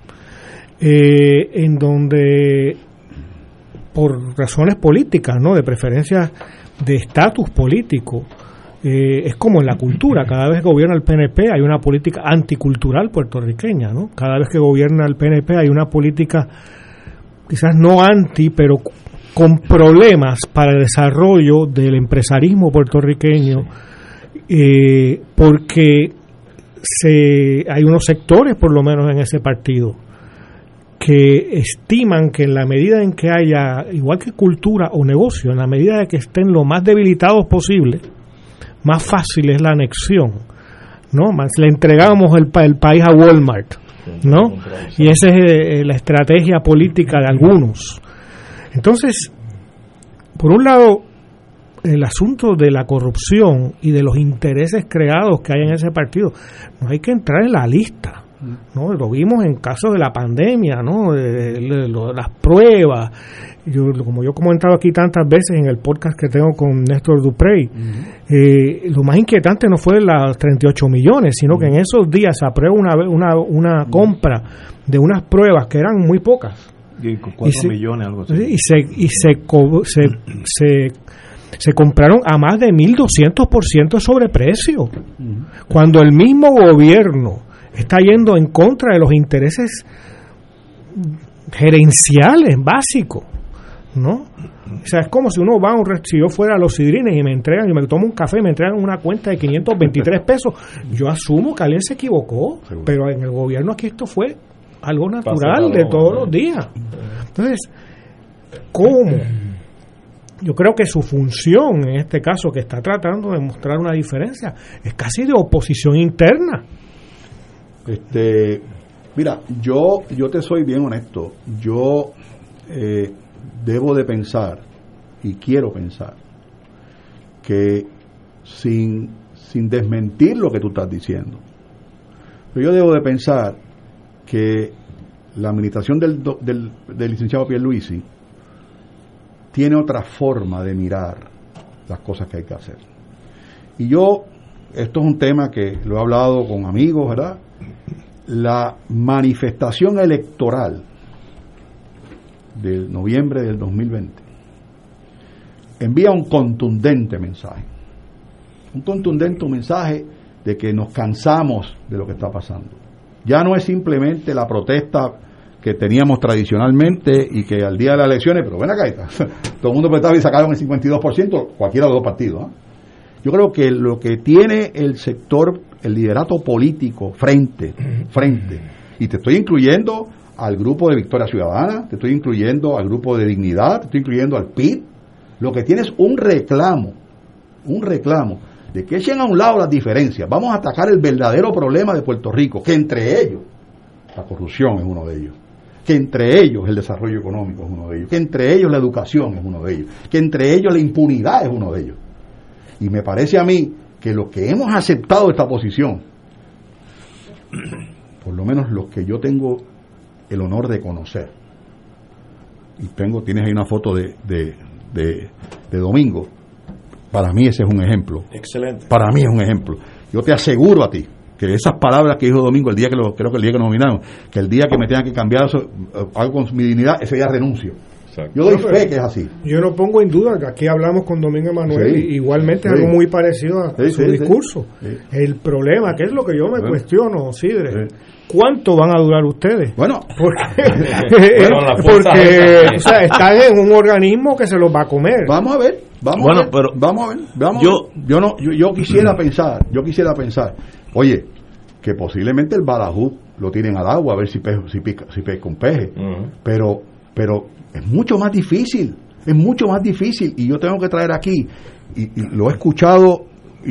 en donde por razones políticas, ¿no?, de preferencias de estatus político, es como en la cultura, cada vez que gobierna el PNP hay una política anticultural puertorriqueña, ¿no? Cada vez que gobierna el PNP hay una política quizás no anti, pero con problemas para el desarrollo del empresarismo puertorriqueño, porque hay unos sectores, por lo menos en ese partido, que estiman que en la medida en que haya, igual que cultura o negocio, en la medida de que estén lo más debilitados posible, más fácil es la anexión, ¿no? Más le entregamos el país a Walmart, ¿no? Y esa es la estrategia política de algunos. Entonces, por un lado, el asunto de la corrupción y de los intereses creados que hay en ese partido, no hay que entrar en la lista, ¿no? Lo vimos en caso de la pandemia, ¿no? Las pruebas. Como yo he comentado aquí tantas veces en el podcast que tengo con Néstor Duprey, lo más inquietante no fue los 38 millones, sino que en esos días se aprueba una compra de unas pruebas que eran muy pocas. Y con 4 millones, algo así. Y se compraron a más de 1.200% de sobreprecio, cuando el mismo gobierno está yendo en contra de los intereses gerenciales básicos, ¿no? O sea, es como si uno va a si yo fuera a los Sidrines y me tomo un café y me entregan una cuenta de 523 pesos, yo asumo que alguien se equivocó, pero en el gobierno aquí esto fue algo natural de todos los días. Entonces, ¿cómo? Yo creo que su función, en este caso, que está tratando de mostrar una diferencia, es casi de oposición interna. Mira, yo te soy bien honesto. Yo debo de pensar, y quiero pensar, que sin desmentir lo que tú estás diciendo, pero yo debo de pensar que la administración del licenciado Pierluisi tiene otra forma de mirar las cosas que hay que hacer. Y esto es un tema que lo he hablado con amigos, ¿verdad? La manifestación electoral de noviembre del 2020 envía un contundente mensaje de que nos cansamos de lo que está pasando. Ya no es simplemente la protesta que teníamos tradicionalmente y que al día de las elecciones, pero ven acá, todo el mundo protestaba y sacaron el 52%, cualquiera de los dos partidos, ¿eh? Yo creo que lo que tiene el sector, el liderato político frente, y te estoy incluyendo al grupo de Victoria Ciudadana, te estoy incluyendo al grupo de Dignidad, te estoy incluyendo al PIB, lo que tiene es un reclamo de que echen a un lado las diferencias, vamos a atacar el verdadero problema de Puerto Rico, que entre ellos la corrupción es uno de ellos, que entre ellos el desarrollo económico es uno de ellos, que entre ellos la educación es uno de ellos, que entre ellos la impunidad es uno de ellos. Y me parece a mí que los que hemos aceptado esta posición, por lo menos los que yo tengo el honor de conocer, y tienes ahí una foto de Domingo, para mí ese es un ejemplo. Excelente. Para mí es un ejemplo. Yo te aseguro a ti que esas palabras que dijo Domingo creo que el día que nos nominaron, que el día que me tengan que cambiar eso, algo con mi dignidad, ese día renuncio. Exacto. Yo doy fe que es así. Yo no pongo en duda que aquí hablamos con Domingo Emanuel, sí, igualmente algo muy parecido a su discurso. Sí. El problema, que es lo que yo me cuestiono, Sidre, ¿cuánto van a durar ustedes? Bueno, porque o sea, están en un organismo que se los va a comer. Vamos a ver. Yo quisiera pensar, oye, que posiblemente el Badajoz lo tiren al agua a ver si pesca un peje, pero es mucho más difícil, y yo tengo que traer aquí, y lo he escuchado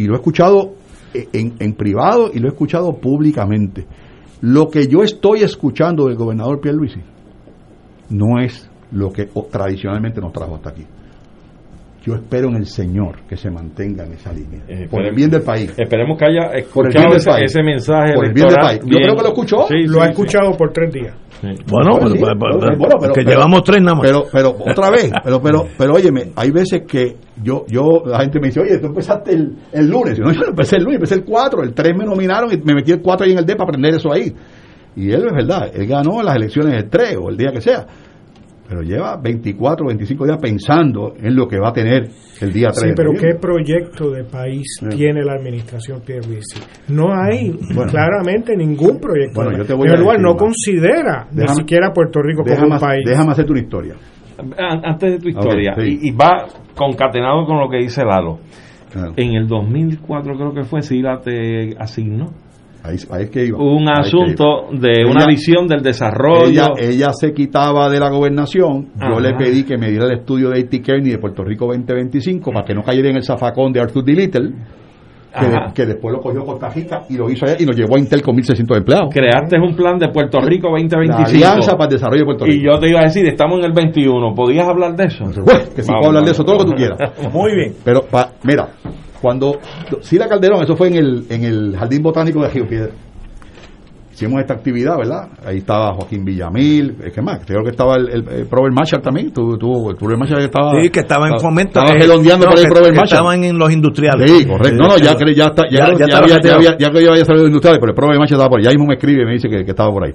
en privado y lo he escuchado públicamente. Lo que yo estoy escuchando del gobernador Pierluisi no es lo que tradicionalmente nos trajo hasta aquí. Yo espero en el Señor que se mantenga en esa línea, por el bien del país. Esperemos que haya escuchado ese mensaje por el bien del país. Yo creo que lo escuchó. Lo ha escuchado por 3 días. Sí. Bueno, pero llevamos 3 nada más. Pero otra vez, pero óyeme, hay veces que la gente me dice, oye, tú empezaste el lunes. Yo no empecé el lunes, empecé el 4, el 3 me nominaron y me metí el 4 ahí en el D para aprender eso ahí. Y él, es verdad, él ganó las elecciones el 3 o el día que sea. Pero lleva 24, 25 días pensando en lo que va a tener el día 3. Sí, pero ¿qué proyecto de país tiene la administración Pierluisi? No hay claramente ningún proyecto. Bueno, yo te voy a decir, no considera ni siquiera Puerto Rico como un país. Déjame hacer una historia. Antes de tu historia, y va concatenado con lo que dice Lalo. Claro. En el 2004 creo que fue, Sila te asignó Ahí es que iba. Un asunto de una visión del desarrollo. Ella se quitaba de la gobernación. Yo le pedí que me diera el estudio de A.T. Kearney de Puerto Rico 2025 para que no cayera en el zafacón de Arthur D. Little, que después lo cogió Costa Rica y lo hizo allá y nos llevó a Intel con 1.600 empleados. Creaste un plan de Puerto Rico 2025. La Alianza para el Desarrollo de Puerto Rico. Y yo te iba a decir, estamos en el 21. ¿Podías hablar de eso? Que sí puedo hablar de eso, todo lo que tú quieras. Muy bien. Pero, mira, cuando Sila Calderón, eso fue en el Jardín Botánico de Río Piedra. Hicimos esta actividad, ¿verdad? Ahí estaba Joaquín Villamil, ¿qué más? Creo que estaba el Robert Marshall también. El Robert Marshall estaba. Sí, que estaba en fomento. Estaba redondeando por el Robert Marshall. Estaban en los industriales. Sí, correcto. No, ya que ya había salido de industriales, pero el Robert Marshall estaba por ahí. Ya mismo me escribe y me dice que estaba por ahí.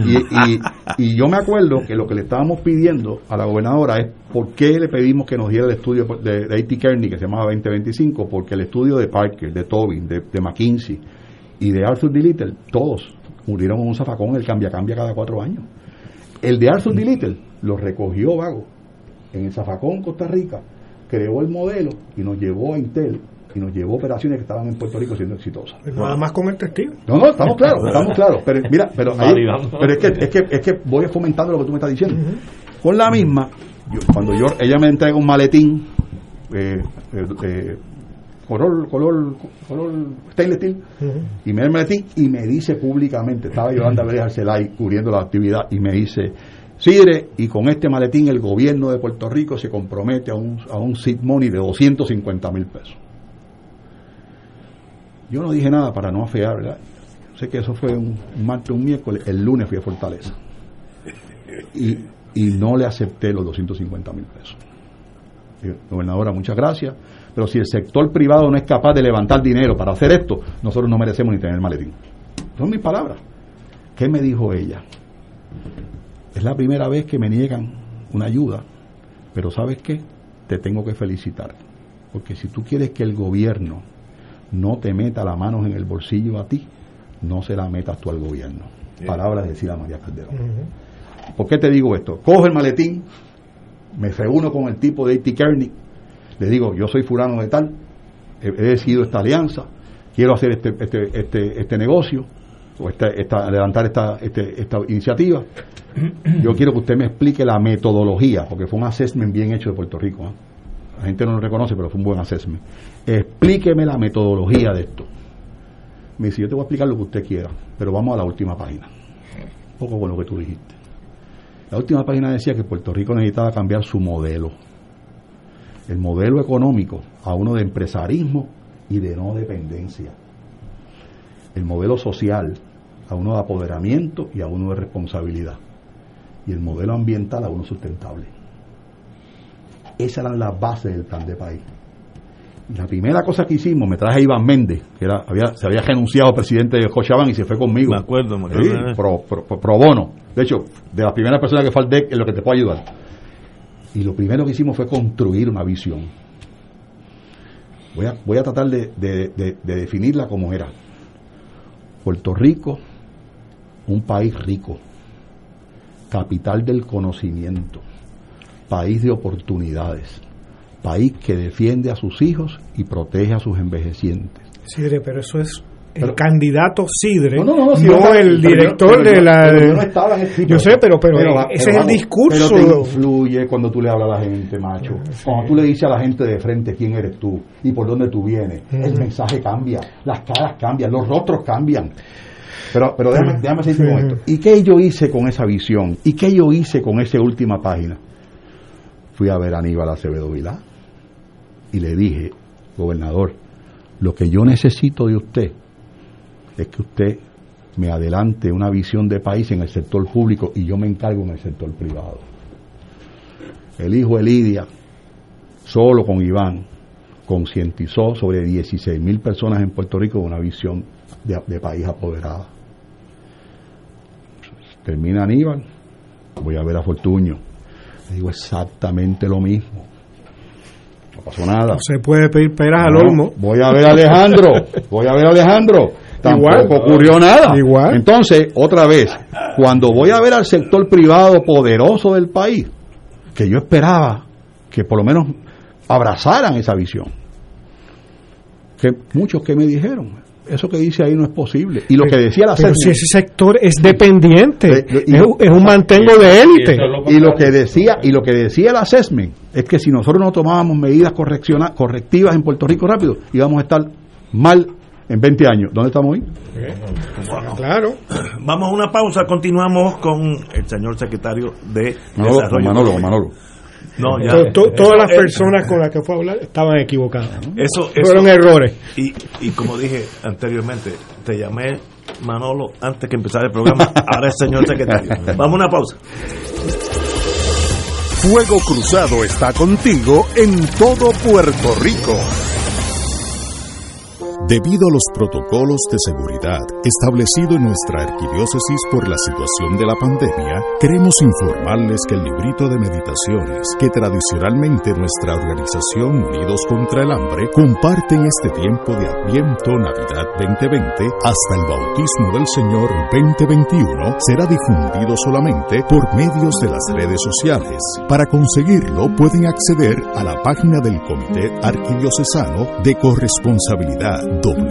Y yo me acuerdo que lo que le estábamos pidiendo a la gobernadora es por qué le pedimos que nos diera el estudio de A.T. Kearney, que se llamaba 2025, porque el estudio de Parker, de Tobin, de McKinsey y de Arthur D. Little, todos murieron en un zafacón, el cambia cada 4 años. El de Arthur D. Little lo recogió Vago en el zafacón Costa Rica, creó el modelo y nos llevó a Intel y nos llevó operaciones que estaban en Puerto Rico siendo exitosas. Nada más con el testigo. No, estamos claros. Pero mira, es que voy fomentando lo que tú me estás diciendo. Con la misma, cuando ella me entrega un maletín color stainless steel, y me da el maletín y me dice públicamente, estaba Yolanda Vélez Arcelay cubriendo la actividad y me dice, Sidre, y con este maletín el gobierno de Puerto Rico se compromete a un seed money de $250,000. Yo no dije nada para no afear, ¿verdad? Sé que eso fue un martes, un miércoles, el lunes fui a Fortaleza y no le acepté los $250,000. Gobernadora, muchas gracias, pero si el sector privado no es capaz de levantar dinero para hacer esto, nosotros no merecemos ni tener el maletín. Son mis palabras. ¿Qué me dijo ella? Es la primera vez que me niegan una ayuda, pero ¿sabes qué? Te tengo que felicitar, porque si tú quieres que el gobierno no te meta las manos en el bolsillo a ti, no se la metas tú al gobierno. Palabras de Sila María Calderón. ¿Por qué te digo esto? Cojo el maletín, me reúno con el tipo de A.T. Kearney, le digo, yo soy fulano de tal, he decidido esta alianza, quiero hacer este negocio, o levantar esta iniciativa. Yo quiero que usted me explique la metodología, porque fue un assessment bien hecho de Puerto Rico. La gente no lo reconoce, pero fue un buen assessment. Explíqueme la metodología de esto. Me dice, yo te voy a explicar lo que usted quiera, pero vamos a la última página. Un poco con lo que tú dijiste. La última página decía que Puerto Rico necesitaba cambiar su modelo. El modelo económico a uno de empresarismo y de no dependencia. El modelo social a uno de apoderamiento y a uno de responsabilidad. Y el modelo ambiental a uno sustentable. Esas eran las bases del plan de país. Y la primera cosa que hicimos, me traje a Iván Méndez, que se había renunciado presidente de Cochabamba y se fue conmigo. Me acuerdo. Sí, pro bono. De hecho, de las primeras personas que fue al DEC en lo que te puedo ayudar. Y lo primero que hicimos fue construir una visión. Voy a tratar de definirla como era. Puerto Rico, un país rico, capital del conocimiento, país de oportunidades, país que defiende a sus hijos y protege a sus envejecientes. Sidre, pero eso es el candidato Sidre, no el director de la... Yo sé, pero ese es el discurso. Pero te influye cuando tú le hablas a la gente, macho. Cuando tú le dices a la gente de frente quién eres tú y por dónde tú vienes, el mensaje cambia, las caras cambian, los rostros cambian. Pero déjame seguir con esto. ¿Y qué yo hice con esa visión? ¿Y qué yo hice con esa última página? Fui a ver a Aníbal Acevedo Vilá y le dije, gobernador, lo que yo necesito de usted es que usted me adelante una visión de país en el sector público y yo me encargo en el sector privado. El hijo de Lidia, solo con Iván, concientizó sobre 16,000 personas en Puerto Rico de una visión de país apoderada. Termina Aníbal, voy a ver a Fortuño, le digo exactamente lo mismo. No pasó nada. No se puede pedir peras al olmo. Voy a ver a Alejandro. Tampoco ocurrió nada. Igual. Entonces, otra vez, cuando voy a ver al sector privado poderoso del país, que yo esperaba que por lo menos abrazaran esa visión, que muchos que me dijeron, eso que dice ahí no es posible. Y lo que decía la pero si ese sector es dependiente, es un mantengo de élite. Y lo que decía el assessment es que si nosotros no tomábamos medidas correctivas en Puerto Rico rápido, íbamos a estar mal en 20 años. ¿Dónde estamos hoy? Bueno, claro. Vamos a una pausa, continuamos con el señor secretario de Desarrollo. Manolo. No, ya. Todas las personas con las que fue a hablar estaban equivocadas. Eso fueron errores. Y como dije anteriormente, te llamé Manolo antes que empezara el programa. Ahora es señor secretario. Vamos a una pausa. Fuego Cruzado está contigo en todo Puerto Rico. Debido a los protocolos de seguridad establecidos en nuestra arquidiócesis por la situación de la pandemia, queremos informarles que el librito de meditaciones que tradicionalmente nuestra organización Unidos contra el Hambre comparte en este tiempo de Adviento Navidad 2020 hasta el Bautismo del Señor 2021 será difundido solamente por medios de las redes sociales. Para conseguirlo pueden acceder a la página del Comité Arquidiocesano de Corresponsabilidad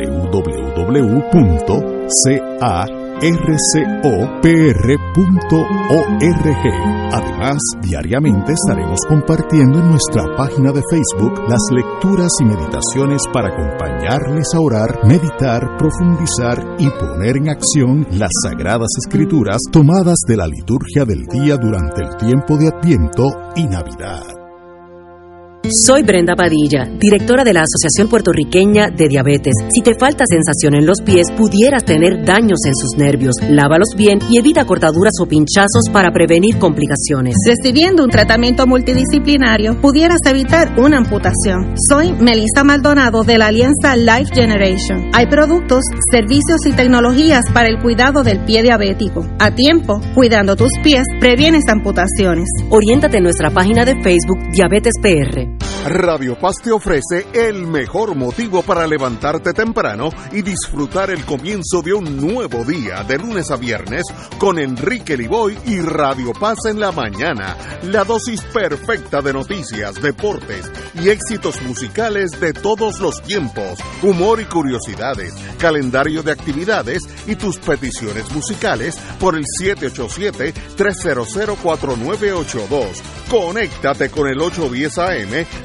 www.carcopr.org. Además, diariamente estaremos compartiendo en nuestra página de Facebook las lecturas y meditaciones para acompañarles a orar, meditar, profundizar y poner en acción las Sagradas Escrituras tomadas de la liturgia del día durante el tiempo de Adviento y Navidad. Soy Brenda Padilla, directora de la Asociación Puertorriqueña de Diabetes. Si te falta sensación en los pies, pudieras tener daños en sus nervios. Lávalos bien y evita cortaduras o pinchazos para prevenir complicaciones. Recibiendo un tratamiento multidisciplinario, pudieras evitar una amputación. Soy Melissa Maldonado de la Alianza Life Generation. Hay productos, servicios y tecnologías para el cuidado del pie diabético. A tiempo, cuidando tus pies, previenes amputaciones. Oriéntate en nuestra página de Facebook Diabetes PR. Radio Paz te ofrece el mejor motivo para levantarte temprano y disfrutar el comienzo de un nuevo día de lunes a viernes con Enrique Liboy y Radio Paz en la mañana. La dosis perfecta de noticias, deportes y éxitos musicales de todos los tiempos, humor y curiosidades, calendario de actividades y tus peticiones musicales por el 787-300-4982. Conéctate con el 810 AM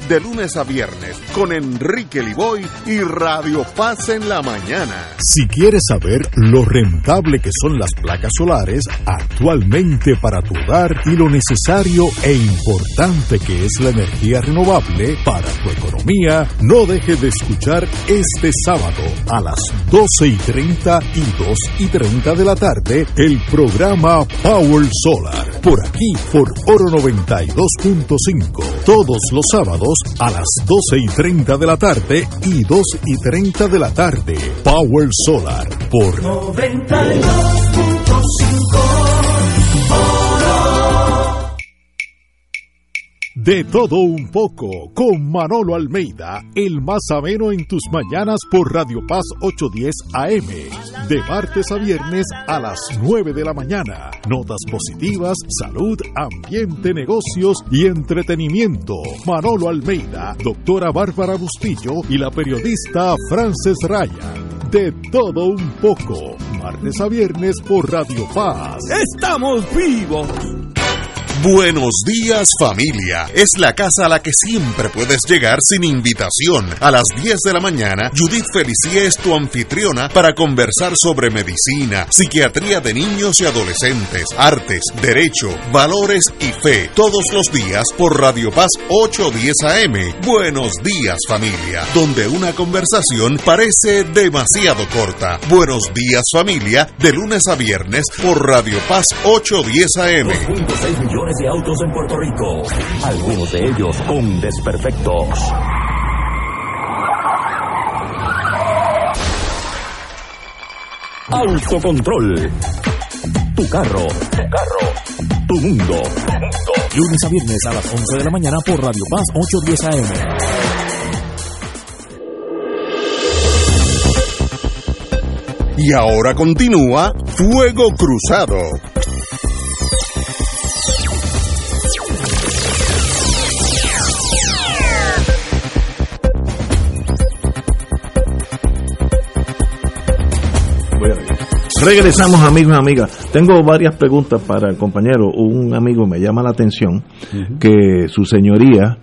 de lunes a viernes, con Enrique Liboy y Radio Paz en la mañana. Si quieres saber lo rentable que son las placas solares actualmente para tu hogar y lo necesario e importante que es la energía renovable para tu economía, no dejes de escuchar este sábado a las 12:30 y 2:30 de la tarde el programa Power Solar, por aquí por Oro 92.5, todos los sábados a las 12:30 de la tarde y 2:30 de la tarde. Power Solar por 92.5 Oro. De todo un poco, con Manolo Almeida, el más ameno en tus mañanas por Radio Paz 810 AM, de martes a viernes a las 9 de la mañana. Notas positivas, salud, ambiente, negocios y entretenimiento. Manolo Almeida, doctora Bárbara Bustillo y la periodista Frances Ryan. De todo un poco, martes a viernes por Radio Paz. ¡Estamos vivos! Buenos días, familia. Es la casa a la que siempre puedes llegar sin invitación. A las 10 de la mañana, Judith Felicie es tu anfitriona para conversar sobre medicina, psiquiatría de niños y adolescentes, artes, derecho, valores y fe. Todos los días por Radio Paz 810 AM. Buenos días, familia. Donde una conversación parece demasiado corta. Buenos días, familia. De lunes a viernes por Radio Paz 810 AM. 2.6 millones de autos en Puerto Rico, algunos de ellos con desperfectos. Autocontrol. Tu carro. Tu mundo. Lunes a viernes a las 11 de la mañana por Radio Paz 810 AM. Y ahora continúa Fuego Cruzado. Regresamos, amigos y amigas. Tengo varias preguntas para el compañero. Un amigo me llama la atención que su señoría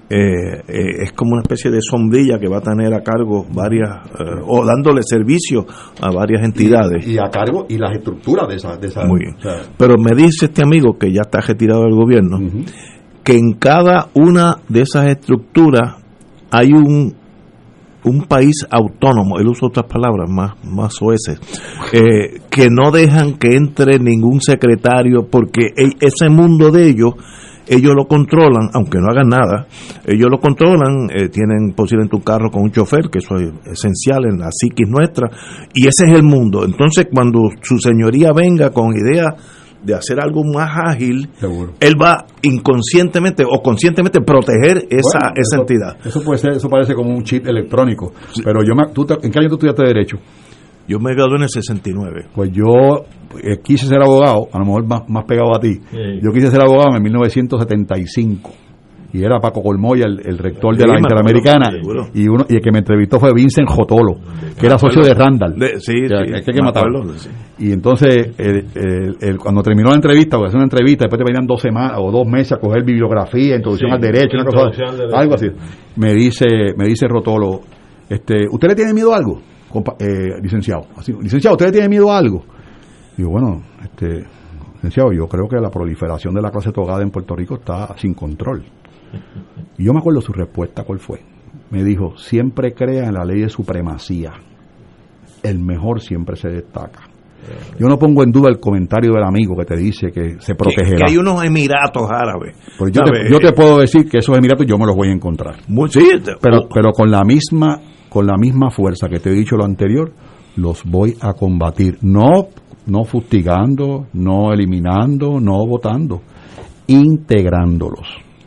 es como una especie de sombrilla que va a tener a cargo varias, o dándole servicio a varias entidades. Y a cargo, y las estructuras de esa Muy bien. O sea, pero me dice este amigo, que ya está retirado del gobierno, que en cada una de esas estructuras hay un país autónomo, él usa otras palabras más soeces, que no dejan que entre ningún secretario, porque ese mundo de ellos lo controlan, aunque no hagan nada, ellos lo controlan, tienen posiblemente un carro con un chofer, que eso es esencial en la psiquis nuestra, y ese es el mundo. Entonces, cuando su señoría venga con ideas de hacer algo más ágil, seguro, él va inconscientemente o conscientemente proteger esa entidad. Eso puede ser, eso parece como un chip electrónico. Sí. Pero ¿en qué año tú estudiaste Derecho? Yo me gradué en el 69. Pues yo quise ser abogado, a lo mejor más pegado a ti. Sí. Yo quise ser abogado en 1975. Y era Paco Colmoya, el rector de la Interamericana, y el que me entrevistó fue Vincent Jotolo, que era socio de Randall. Hay que matarlo. Y entonces, cuando terminó la entrevista, porque es una entrevista, después te venían 2 semanas o 2 meses a coger bibliografía, introducción al derecho, una cosa, algo así. Me dice Rotolo, ¿usted le tiene miedo a algo, licenciado? Así, licenciado, ¿usted le tiene miedo a algo? Digo, bueno, licenciado, yo creo que la proliferación de la clase togada en Puerto Rico está sin control. Y yo me acuerdo su respuesta, ¿cuál fue? Me dijo, siempre crea en la ley de supremacía, el mejor siempre se destaca. Yo no pongo en duda el comentario del amigo que te dice que se protegerá. Que hay unos Emiratos Árabes. Pues yo te puedo decir que esos Emiratos yo me los voy a encontrar. Pero con la misma fuerza que te he dicho lo anterior, los voy a combatir. No fustigando, no eliminando, no votando, integrándolos.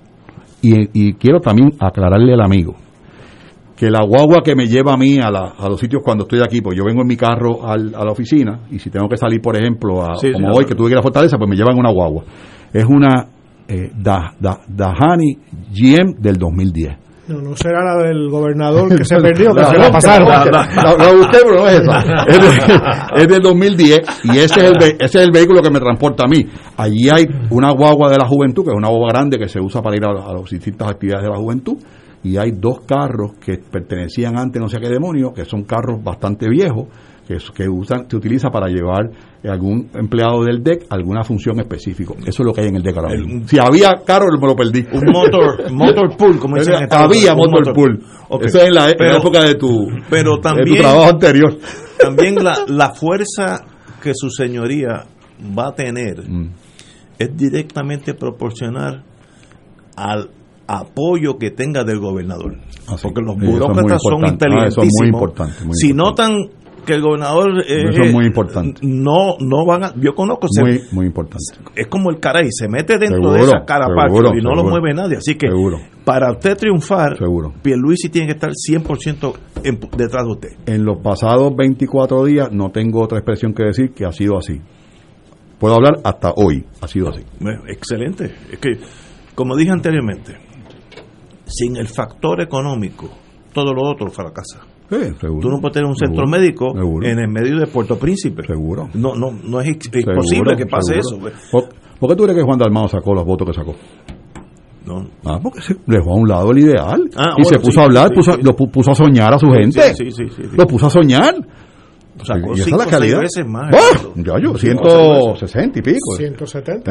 Y quiero también aclararle al amigo que la guagua que me lleva a mí a los sitios cuando estoy aquí, pues yo vengo en mi carro a la oficina, y si tengo que salir, por ejemplo, hoy que tuve que ir a la Fortaleza, pues me llevan una guagua. Es una Dahani GM del 2010. No será la del gobernador que se perdió, que se la pasaron. La de usted, pero no es esa. Es del 2010 y ese es el vehículo que me transporta a mí. Allí hay una guagua de la juventud, que es una guagua grande que se usa para ir a las distintas actividades de la juventud, y hay 2 carros que pertenecían antes no sé a qué demonio, que son carros bastante viejos, que se utiliza para llevar algún empleado del DEC a alguna función específica. Eso es lo que hay en el DEC ahora mismo. Si había carro, me lo perdí. Un motor pool, como dicen. Había motor pool. Okay. Eso es en la época de tu trabajo anterior. También la fuerza que su señoría va a tener es directamente proporcional al apoyo que tenga del gobernador. Porque los burócratas son inteligentísimos. Eso es muy importante. Si notan que el gobernador eso es muy importante. No van a, yo conozco muy importante. Es como el caray, se mete dentro de esa carapacho y no lo mueve nadie, así que para usted triunfar, Pierluisi tiene que estar 100% detrás de usted. En los pasados 24 días no tengo otra expresión que decir que ha sido así. Puedo hablar hasta hoy, ha sido así. Excelente. Es que, como dije anteriormente, sin el factor económico, todo lo otro fracasa. Sí, seguro, tú no puedes tener un centro médico en el medio de Puerto Príncipe. Seguro. No es imposible que pase eso. ¿Por qué tú crees que Juan Dalmau sacó los votos que sacó? No. Porque se dejó a un lado el ideal. Y se puso a hablar, lo puso a soñar a su gente. Sí. Lo puso a soñar. Sacó y esa es la calidad. 6 veces más. Yo 160 y pico. 170.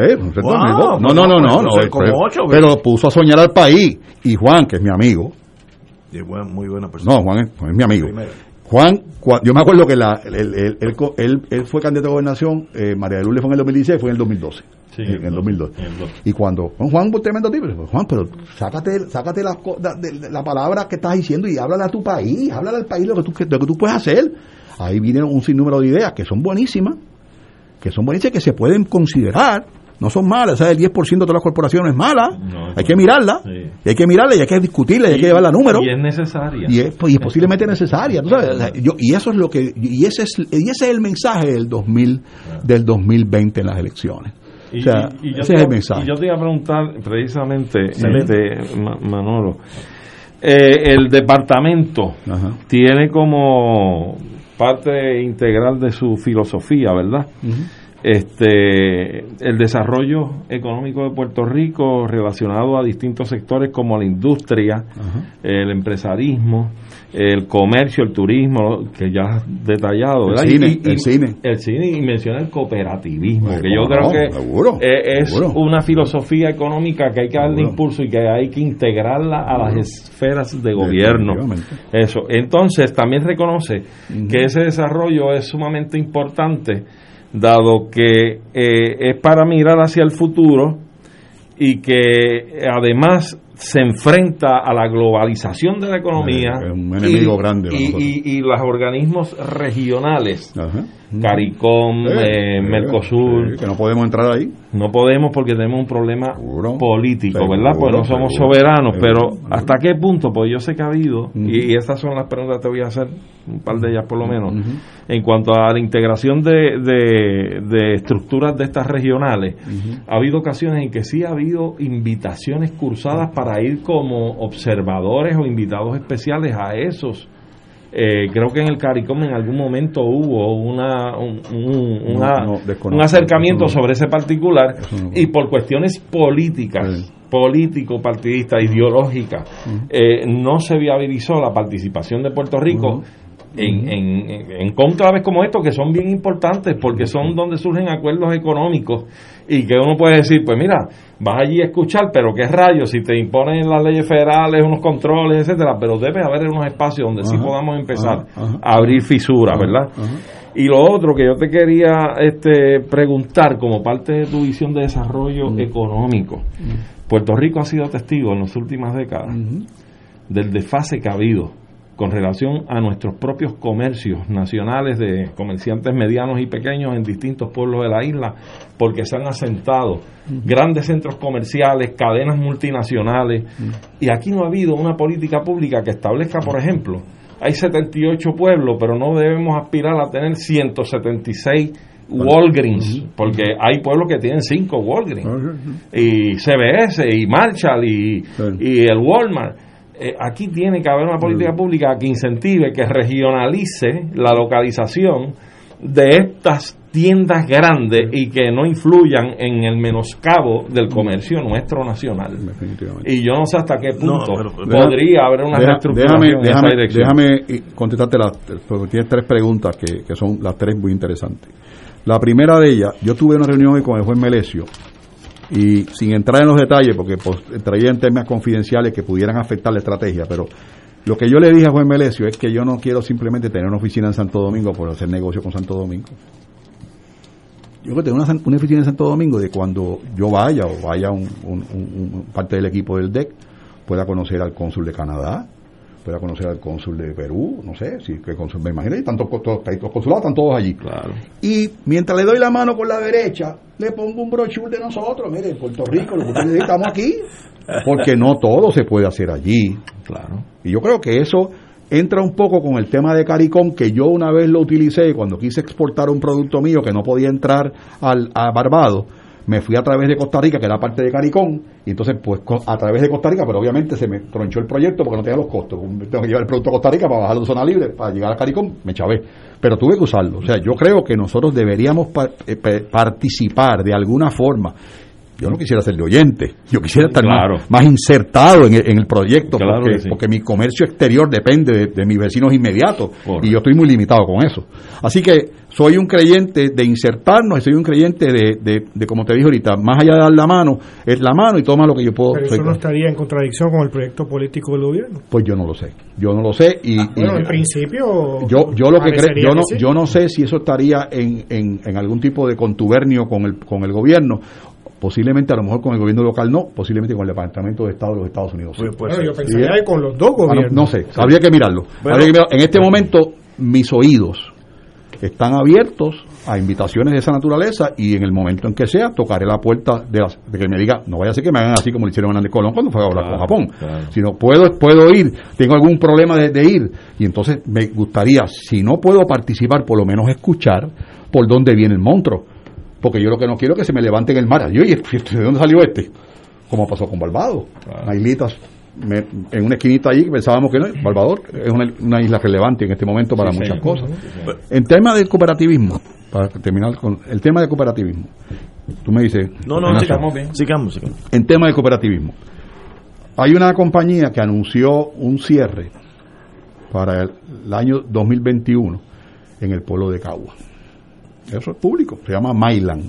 Pero puso a soñar al país. Y Juan, que es mi amigo. Muy buena persona. No, Juan es mi amigo. Primero. Juan, yo me acuerdo que él fue candidato a gobernación, María de Lourdes fue en el 2016, fue en el 2012. Sí, en el 2012. Y cuando Juan, un tremendo tipo, Juan, pero sácate la palabra que estás diciendo y háblale a tu país, háblale al país lo que tú puedes hacer. Ahí vienen un sinnúmero de ideas que son buenísimas, que se pueden considerar. No son malas, el 10% de todas las corporaciones es mala, hay que mirarla, y hay que mirarla, y hay que discutirla, y hay que llevarla a números. Y es necesaria. Y es posiblemente necesaria, ¿tú sabes? Y eso es lo que, y ese es el mensaje del 2020 en las elecciones. Ese es el mensaje. Y yo te iba a preguntar precisamente, Manolo, el departamento tiene como parte integral de su filosofía, ¿verdad? El desarrollo económico de Puerto Rico relacionado a distintos sectores como la industria, el empresarismo, el comercio, el turismo, que ya has detallado, ¿verdad? El cine y menciona el cooperativismo, que yo creo que es una filosofía económica que hay que darle impulso y que hay que integrarla a las esferas de gobierno. Eso. Entonces también reconoce que ese desarrollo es sumamente importante, dado que es para mirar hacia el futuro y que además se enfrenta a la globalización de la economía, un enemigo grande y los organismos regionales, CARICOM, Mercosur, que no podemos entrar ahí. No podemos porque tenemos un problema político, ¿verdad? Pues no somos soberanos, pero ¿hasta qué punto? Pues yo sé que ha habido, y estas son las preguntas que te voy a hacer, un par de ellas por lo menos, en cuanto a la integración de estructuras de estas regionales. Ha habido ocasiones en que sí ha habido invitaciones cursadas para ir como observadores o invitados especiales a esos. Creo que en el CARICOM en algún momento hubo un acercamiento sobre ese particular, y por cuestiones políticas, político-partidistas, ideológicas, no se viabilizó la participación de Puerto Rico en cónclaves como estos, que son bien importantes porque son donde surgen acuerdos económicos y que uno puede decir, pues mira, vas allí a escuchar, pero qué rayos, si te imponen las leyes federales, unos controles, etcétera, pero debe haber unos espacios donde sí podamos empezar a abrir fisuras, ¿verdad? Y lo otro que yo te quería preguntar, como parte de tu visión de desarrollo económico, Puerto Rico ha sido testigo en las últimas décadas del desfase que ha habido con relación a nuestros propios comercios nacionales de comerciantes medianos y pequeños en distintos pueblos de la isla, porque se han asentado grandes centros comerciales, cadenas multinacionales, y aquí no ha habido una política pública que establezca, por ejemplo, hay 78 pueblos, pero no debemos aspirar a tener 176 Walgreens, porque hay pueblos que tienen 5 Walgreens, y CVS, y Marshall, y el Walmart. aquí tiene que haber una política pública que incentive, que regionalice la localización de estas tiendas grandes y que no influyan en el menoscabo del comercio nuestro nacional. Y yo no sé hasta qué punto podría haber una reestructuración en esa dirección. Déjame contestarte porque tienes 3 preguntas que son las 3 muy interesantes. La primera de ellas, yo tuve una reunión hoy con el juez Melesio y sin entrar en los detalles, porque traía en temas confidenciales que pudieran afectar la estrategia, pero lo que yo le dije a juez Melesio es que yo no quiero simplemente tener una oficina en Santo Domingo por hacer negocio con Santo Domingo. Yo quiero tener una oficina en Santo Domingo de cuando yo vaya o vaya un parte del equipo del DEC pueda conocer al cónsul de Canadá, pueda conocer al cónsul de Perú, no sé, si que cónsul, me imagino, y tantos consulados están todos allí. Claro. Y mientras le doy la mano con la derecha, le pongo un brochure de nosotros, mire, en Puerto Rico, lo que ustedes dicen, estamos aquí, porque no todo se puede hacer allí. Claro. Y yo creo que eso entra un poco con el tema de CARICOM, que yo una vez lo utilicé cuando quise exportar un producto mío que no podía entrar a Barbados. Me fui a través de Costa Rica, que era parte de CARICOM, y entonces pues a través de Costa Rica, pero obviamente se me tronchó el proyecto porque no tenía los costos. Tengo que llevar el producto a Costa Rica para bajarlo de zona libre, para llegar a CARICOM, me chavé. Pero tuve que usarlo. O sea, yo creo que nosotros deberíamos participar de alguna forma. Yo no quisiera ser de oyente, yo quisiera estar más insertado en el proyecto, porque mi comercio exterior depende de mis vecinos inmediatos, y yo estoy muy limitado con eso. Así que soy un creyente de insertarnos, y soy un creyente de como te dije ahorita, más allá de dar la mano, es la mano y toma lo que yo puedo. Pero eso no estaría en contradicción con el proyecto político del gobierno. Pues yo no lo sé, bueno, en principio yo lo que creo, yo no sé si eso estaría en algún tipo de contubernio con el gobierno. Posiblemente, a lo mejor con el gobierno local no, posiblemente con el Departamento de Estado de los Estados Unidos. Bueno, yo pensaría que con los dos gobiernos. No sé, habría que mirarlo. En este momento, mis oídos están abiertos a invitaciones de esa naturaleza y en el momento en que sea, tocaré la puerta de que me diga, no vaya a ser que me hagan así como le hicieron a Hernández Colón cuando fue a hablar con Japón. Sino puedo ir, tengo algún problema de ir, y entonces me gustaría, si no puedo participar, por lo menos escuchar por dónde viene el monstruo. Porque yo lo que no quiero es que se me levante en el mar. Y oye, ¿de dónde salió este? Como pasó con Barbados. Islitas en una esquinita allí que pensábamos que no. Barbados es una isla relevante en este momento para muchas cosas. En tema del cooperativismo, para terminar con el tema del cooperativismo, tú me dices... No, sigamos. En tema del cooperativismo, hay una compañía que anunció un cierre para el año 2021 en el pueblo de Cagua. Eso es público, se llama Mylan.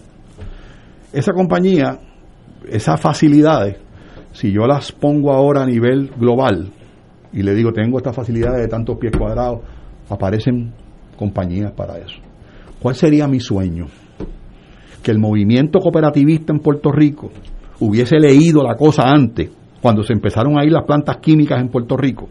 Esa compañía, esas facilidades, si yo las pongo ahora a nivel global y le digo tengo estas facilidades de tantos pies cuadrados, aparecen compañías para eso. ¿Cuál sería mi sueño? Que el movimiento cooperativista en Puerto Rico hubiese leído la cosa antes, cuando se empezaron a ir las plantas químicas en Puerto Rico,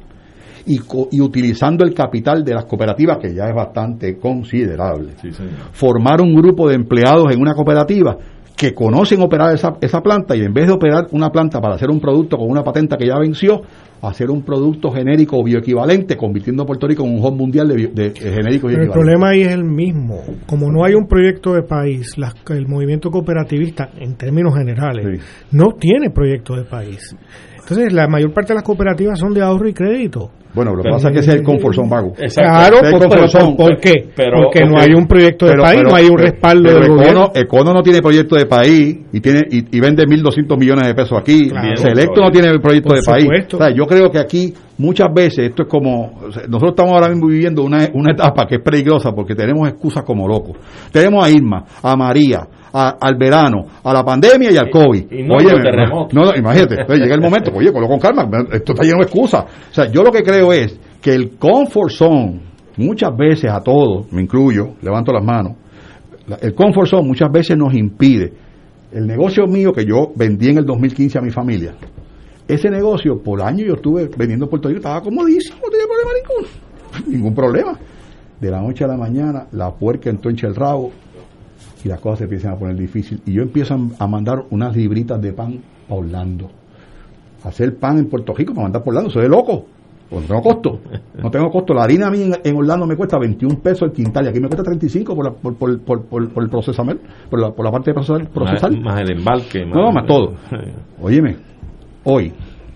y utilizando el capital de las cooperativas, que ya es bastante considerable, formar un grupo de empleados en una cooperativa que conocen operar esa planta, y en vez de operar una planta para hacer un producto con una patente que ya venció, hacer un producto genérico o bioequivalente, convirtiendo a Puerto Rico en un hub mundial de genéricos bioequivalentes. El problema ahí es el mismo. Como no hay un proyecto de país, el movimiento cooperativista, en términos generales, no tiene proyecto de país. Entonces, la mayor parte de las cooperativas son de ahorro y crédito. Bueno, lo que pasa es que ese es el comfort zone vago. Claro, ¿por qué? Porque no hay un proyecto de país, no hay un respaldo del gobierno. Econo no tiene proyecto de país y vende 1.200 millones de pesos aquí. Claro, Selecto no tiene proyecto de país. O sea, yo creo que aquí muchas veces esto es como, nosotros estamos ahora mismo viviendo una etapa que es peligrosa porque tenemos excusas como locos. Tenemos a Irma, a María, al verano, a la pandemia y al COVID. No, imagínate, llega el momento, colo con calma, esto está lleno de excusas. O sea, yo lo que creo es que el comfort zone, muchas veces a todos, me incluyo, levanto las manos, el comfort zone muchas veces nos impide. El negocio mío que yo vendí en el 2015 a mi familia, ese negocio por año yo estuve vendiendo en Puerto Rico, estaba comodísimo, no tenía problema ningún problema. De la noche a la mañana, la puerca entoncha el rabo y las cosas se empiezan a poner difíciles. Y yo empiezo a mandar unas libritas de pan a Orlando. Hacer pan en Puerto Rico para mandar por Orlando, soy de loco. Pues no tengo costo. La harina a mí en Orlando me cuesta 21 pesos el quintal y aquí me cuesta 35 por el procesamento, por la parte de procesar. Más el embalque. Más todo. Óyeme, hoy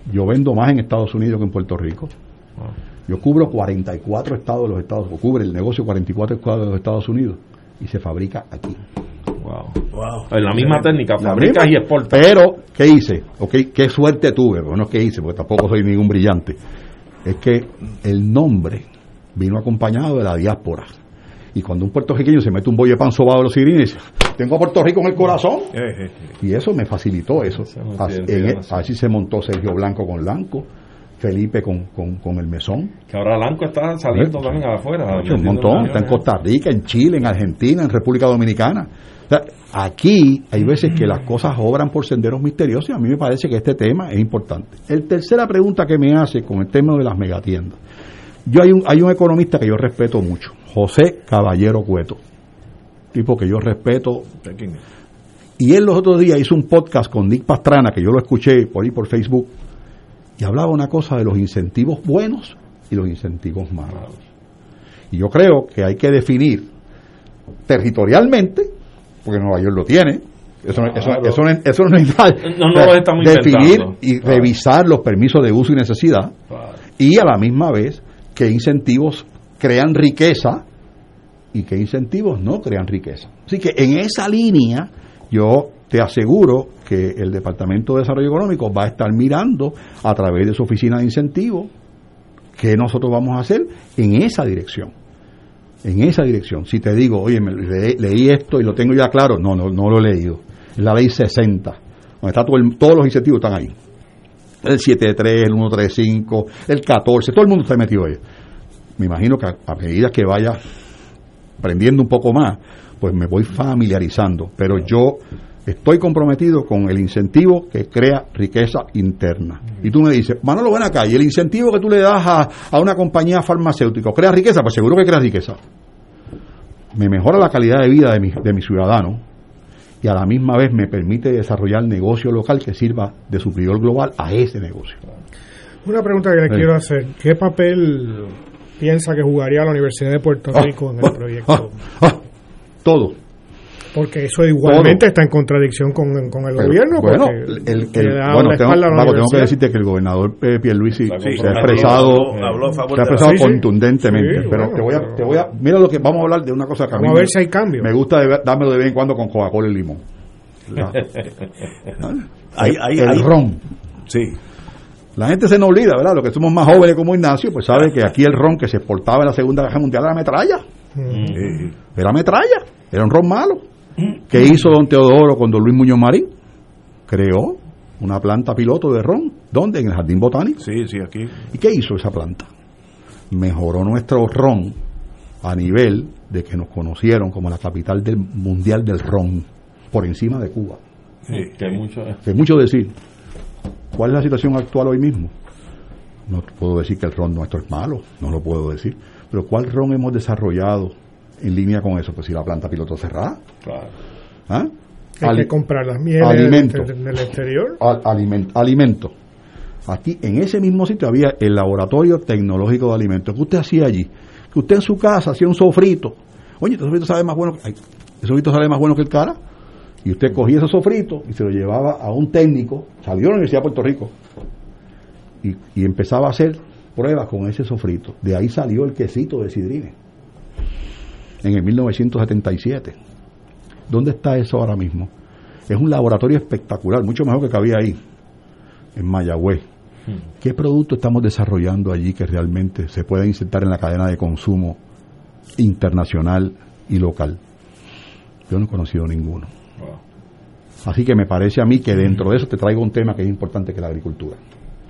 yo vendo más en Estados Unidos que en Puerto Rico. Yo cubro 44 estados de los Estados Unidos, cubre el negocio 44 estados de los Estados Unidos y se fabrica aquí. Wow. En la misma técnica, fabricas y exportas. Pero, ¿qué hice? ¿Qué suerte tuve? Bueno, no es que hice, porque tampoco soy ningún brillante. Es que el nombre vino acompañado de la diáspora. Y cuando un puertorriqueño se mete un bollo de pan sobado de los sigrines, tengo a Puerto Rico en el corazón. Y eso me facilitó eso. Así se montó Sergio Blanco con Lanco, Felipe con el Mesón. Que ahora Lanco está saliendo también afuera. Un montón. Está en Costa Rica, en Chile, en Argentina, en República Dominicana. O sea, aquí hay veces que las cosas obran por senderos misteriosos y a mí me parece que este tema es importante. Tercera pregunta que me hace con el tema de las megatiendas. Hay un economista que yo respeto mucho, José Caballero Cueto, tipo que yo respeto. Y él los otros días hizo un podcast con Nick Pastrana, que yo lo escuché por ahí por Facebook, y hablaba una cosa de los incentivos buenos y los incentivos malos. Y yo creo que hay que definir territorialmente, porque Nueva York lo tiene, eso no es nada, definir y revisar los permisos de uso y necesidad, y a la misma vez qué incentivos crean riqueza y qué incentivos no crean riqueza. Así que en esa línea yo te aseguro que el Departamento de Desarrollo Económico va a estar mirando a través de su oficina de incentivos qué nosotros vamos a hacer en esa dirección. En esa dirección. Si te digo, oye, leí esto y lo tengo ya claro, no lo he leído. Es la ley 60, donde está todos los incentivos están ahí. El 7.3, el 1.35, el 14, todo el mundo está metido ahí. Me imagino que a medida que vaya aprendiendo un poco más, pues me voy familiarizando, pero yo estoy comprometido con el incentivo que crea riqueza interna. Y tú me dices, Manolo, ven acá, y el incentivo que tú le das a una compañía farmacéutica, ¿crea riqueza? Pues seguro que crea riqueza. Me mejora la calidad de vida de mi ciudadano y a la misma vez me permite desarrollar negocio local que sirva de superior global a ese negocio. Una pregunta que le quiero hacer, ¿qué papel piensa que jugaría la Universidad de Puerto Rico en el proyecto? Todo. Porque eso igualmente está en contradicción con el gobierno. Bueno, tengo que decirte que el gobernador Pierluisi se ha expresado contundentemente. Sí, pero te voy a mira lo que vamos a hablar de una cosa que vamos a ver si hay cambio. Me gusta dármelo de vez en cuando con Coca-Cola y limón. El ron. Sí. La gente se nos olvida, ¿verdad? Los que somos más jóvenes como Ignacio, pues sabe que aquí el ron que se exportaba en la Segunda Guerra Mundial era metralla. Era metralla, era un ron malo. ¿Qué hizo don Teodoro con don Luis Muñoz Marín? Creó una planta piloto de ron. ¿Dónde? En el Jardín Botánico. Sí, aquí. ¿Y qué hizo esa planta? Mejoró nuestro ron a nivel de que nos conocieron como la capital del mundial del ron, por encima de Cuba. Sí, que hay mucho decir. ¿Cuál es la situación actual hoy mismo? No puedo decir que el ron nuestro es malo, no lo puedo decir. Pero ¿cuál ron hemos desarrollado en línea con eso? Pues si la planta piloto cerrada. Claro. ¿Ah? Hay que comprar las mieles del exterior. Alimento. Aquí, en ese mismo sitio, había el laboratorio tecnológico de alimentos. ¿Qué usted hacía allí? Que usted en su casa hacía un sofrito. Oye, ¿este sofrito sabe más bueno que el cara? Y usted cogía ese sofrito y se lo llevaba a un técnico, salió a la Universidad de Puerto Rico, y empezaba a hacer pruebas con ese sofrito. De ahí salió el quesito de sidrines en el 1977. ¿Dónde está eso ahora mismo? Es un laboratorio espectacular, mucho mejor que había ahí, en Mayagüez. ¿Qué producto estamos desarrollando allí que realmente se pueda insertar en la cadena de consumo internacional y local? Yo no he conocido ninguno. Así que me parece a mí que dentro de eso te traigo un tema que es importante, que es la agricultura.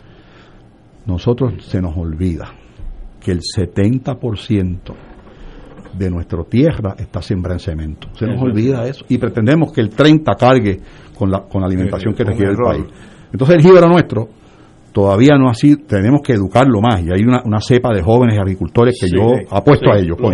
Nosotros se nos olvida que el 70% de nuestra tierra está sembrada en cemento. Se nos olvida eso. Y pretendemos que el 30% cargue con la alimentación que requiere el país. Entonces el jíbaro nuestro todavía no así, tenemos que educarlo más. Y hay una cepa de jóvenes agricultores que yo apuesto a ellos,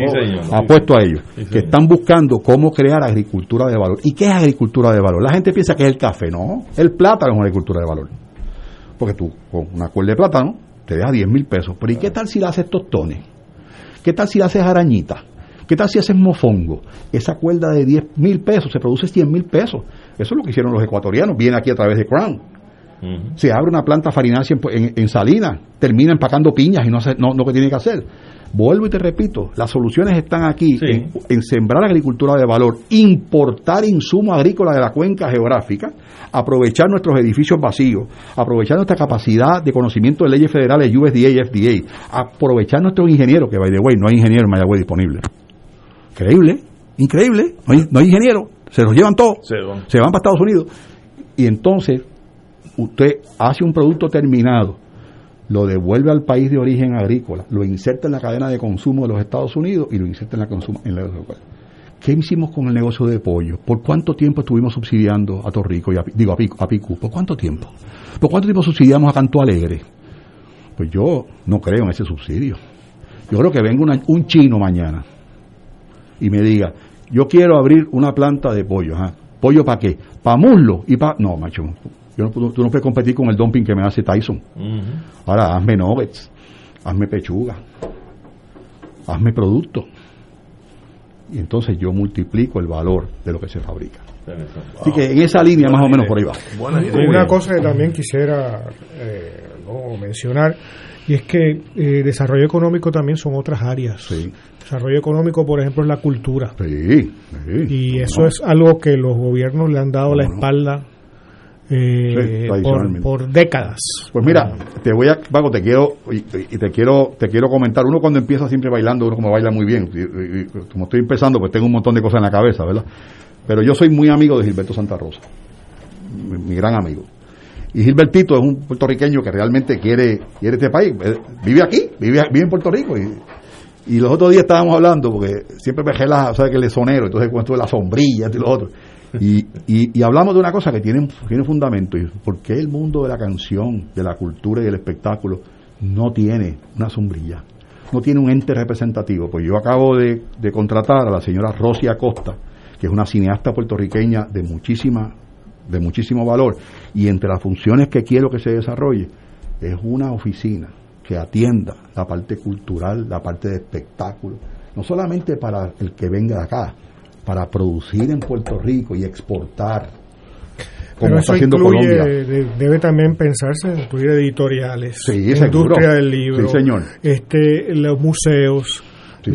que están buscando cómo crear agricultura de valor. ¿Y qué es agricultura de valor? La gente piensa que es el café, no. El plátano es una agricultura de valor. Porque tú, con una cuerda de plátano, te deja 10,000 pesos. Pero ¿y qué tal si le haces tostones? ¿Qué tal si le haces arañitas? ¿Qué tal si haces mofongo? Esa cuerda de 10,000 pesos se produce 100,000 pesos. Eso es lo que hicieron los ecuatorianos. Viene aquí a través de Crown. Se abre una planta farinacia en Salinas, termina empacando piñas y no lo que tiene que hacer. Vuelvo y te repito, las soluciones están aquí en sembrar agricultura de valor, importar insumos agrícolas de la cuenca geográfica, aprovechar nuestros edificios vacíos, aprovechar nuestra capacidad de conocimiento de leyes federales USDA y FDA, aprovechar nuestros ingenieros, que by the way, no hay ingenieros en Mayagüez disponibles. Increíble, no hay ingenieros, se los llevan todos, se van para Estados Unidos. Y entonces usted hace un producto terminado, lo devuelve al país de origen agrícola, lo inserta en la cadena de consumo de los Estados Unidos y lo inserta en la local. ¿Qué hicimos con el negocio de pollo? ¿Por cuánto tiempo estuvimos subsidiando a Torrico y a Picu? ¿Por cuánto tiempo? ¿Por cuánto tiempo subsidiamos a Canto Alegre? Pues yo no creo en ese subsidio. Yo creo que venga un chino mañana y me diga, yo quiero abrir una planta de pollo. ¿Pollo para qué? ¿Para muslo? No, macho. Tú no puedes competir con el dumping que me hace Tyson. Ahora, hazme nuggets, hazme pechuga, hazme producto. Y entonces yo multiplico el valor de lo que se fabrica. Así que en esa línea más o menos por ahí va. Una cosa que también quisiera mencionar, y es que desarrollo económico también son otras áreas. Desarrollo económico, por ejemplo, es la cultura. Y eso es algo que los gobiernos le han dado la espalda por décadas. Pues mira, te quiero comentar. Uno cuando empieza siempre bailando, uno como baila muy bien, y como estoy empezando, pues tengo un montón de cosas en la cabeza, ¿verdad? Pero yo soy muy amigo de Gilberto Santa Rosa, mi gran amigo. Y Gilbertito es un puertorriqueño que realmente quiere este país, vive aquí, vive en Puerto Rico, y los otros días estábamos hablando, porque siempre me relaja, ¿sabes? Que el sonero, entonces cuento de la sombrilla y lo otro. Y hablamos de una cosa que tiene fundamento, y por qué el mundo de la canción, de la cultura y del espectáculo no tiene una sombrilla, no tiene un ente representativo. Pues yo acabo de contratar a la señora Rosy Acosta, que es una cineasta puertorriqueña de muchísimo valor, y entre las funciones que quiero que se desarrolle es una oficina que atienda la parte cultural, la parte de espectáculo, no solamente para el que venga de acá, para producir en Puerto Rico y exportar, como está haciendo Colombia. Debe también pensarse en incluir editoriales, industria del libro, los museos.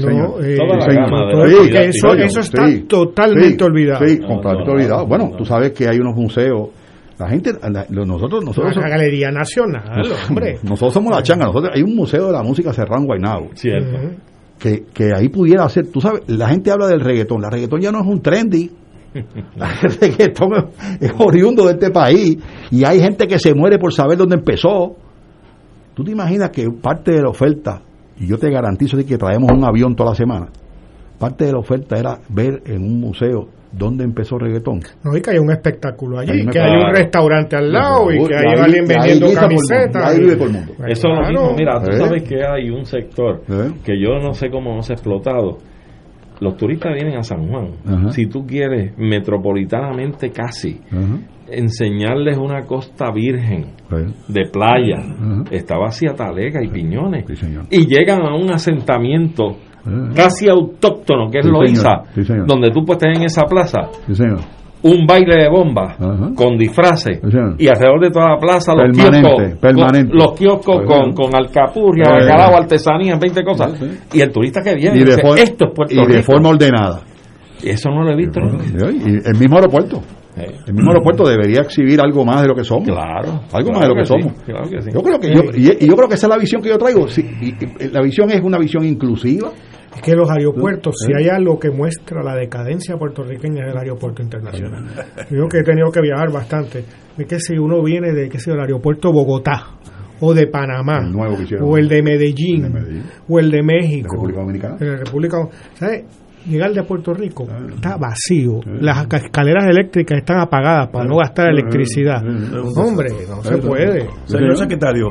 Eso está totalmente olvidado. Completamente olvidado. Bueno, tú sabes que hay unos museos. La gente, nosotros la Galería Nacional, hombre. Nosotros somos la changa. Hay un museo de la música Serrán Guaynabo. Cierto. Que ahí pudiera hacer, tú sabes, la gente habla del reggaetón. La reggaetón ya no es un trendy. El reggaetón es oriundo de este país. Y hay gente que se muere por saber dónde empezó. ¿Tú te imaginas que parte de la oferta, y yo te garantizo que traemos un avión toda la semana, parte de la oferta era ver en un museo dónde empezó el reggaetón? No, y que hay un espectáculo allí, que hay un restaurante al lado, y que hay alguien vendiendo camisetas. Ahí vive por el mundo. Eso es lo mismo. Mira, tú sabes que hay un sector que yo no sé cómo no se ha explotado. Los turistas vienen a San Juan. Si tú quieres, metropolitanamente casi, enseñarles una costa virgen de playa, está vacía Talega y Piñones, y llegan a un asentamiento casi autóctono que es Loíza, donde tú puedes tener en esa plaza un baile de bomba con disfraces, y alrededor de toda la plaza los kioscos con alcapurria, bacalao, artesanías, 20 cosas, y el turista que viene dice, esto es Puerto Rico, de forma ordenada. Y eso no lo he visto. Y el mismo aeropuerto debería exhibir algo más de lo que somos. Algo más de lo que somos. Claro que sí. Yo creo que yo creo que esa es la visión que yo traigo. La visión es una visión inclusiva. Es que los aeropuertos, si hay algo que muestra la decadencia puertorriqueña, es el aeropuerto internacional. Yo que he tenido que viajar bastante, es que si uno viene del aeropuerto Bogotá, o de Panamá, o el de Medellín, o el de México, la República Dominicana, ¿sabes? Llegar de Puerto Rico está vacío, las escaleras eléctricas están apagadas para no gastar electricidad. Hombre, no se puede. Señor secretario,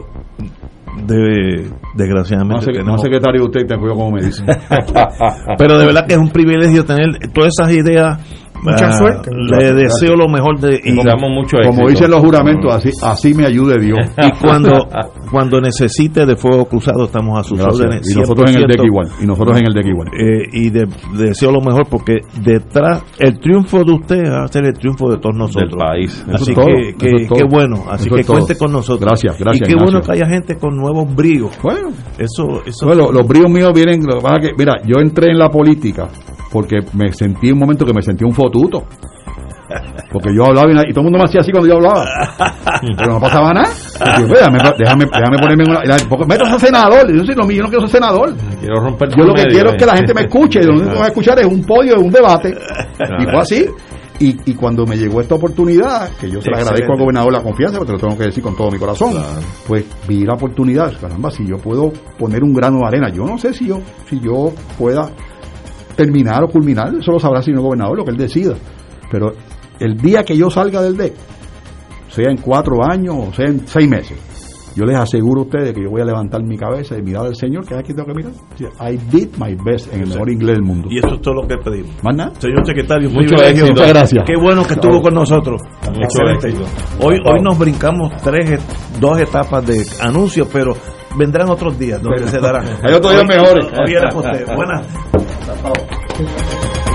desgraciadamente no secretario, usted te acuerdo como me dice. Pero de verdad que es un privilegio tener todas esas ideas Mucha suerte. Le deseo lo mejor como dicen los juramentos, así me ayude Dios. Y cuando necesite de Fuego Cruzado estamos a sus órdenes. Y nosotros en el DEC igual. Y deseo lo mejor porque detrás el triunfo de usted va a ser el triunfo de todos nosotros. Del país. Así que qué bueno. Así que cuente con nosotros. Gracias. Y qué bueno que haya gente con nuevos bríos. Bueno, eso los bríos míos vienen. Mira, yo entré en la política porque me sentí un momento que me sentí un fotuto. Porque yo hablaba y todo el mundo me hacía así cuando yo hablaba. Pero no pasaba nada. Déjame ponerme en una. Métase a senador. Yo no quiero ser senador. Quiero romper yo lo que quiero es que la gente me escuche. Lo único que voy a escuchar es un podio, es un debate. Y fue así. Y cuando me llegó esta oportunidad, que yo se la agradezco al gobernador la confianza, porque te lo tengo que decir con todo mi corazón, pues vi la oportunidad. Caramba, si yo puedo poner un grano de arena, yo no sé si yo pueda terminar o culminar, eso lo sabrá el señor gobernador, lo que él decida. Pero el día que yo salga del DEC, sea en 4 años o sea en 6 meses, yo les aseguro a ustedes que yo voy a levantar mi cabeza y mirar al Señor, que es aquí tengo que mirar. I did my best en el mejor inglés del mundo. Y eso es todo lo que pedimos. ¿Más nada? Señor secretario, mucho éxito. Muchas gracias. Qué bueno que estuvo con nosotros. Mucho éxito. Hoy nos brincamos 2 etapas de anuncios, pero vendrán otros días donde se darán. Hay otros días mejores. Buenas.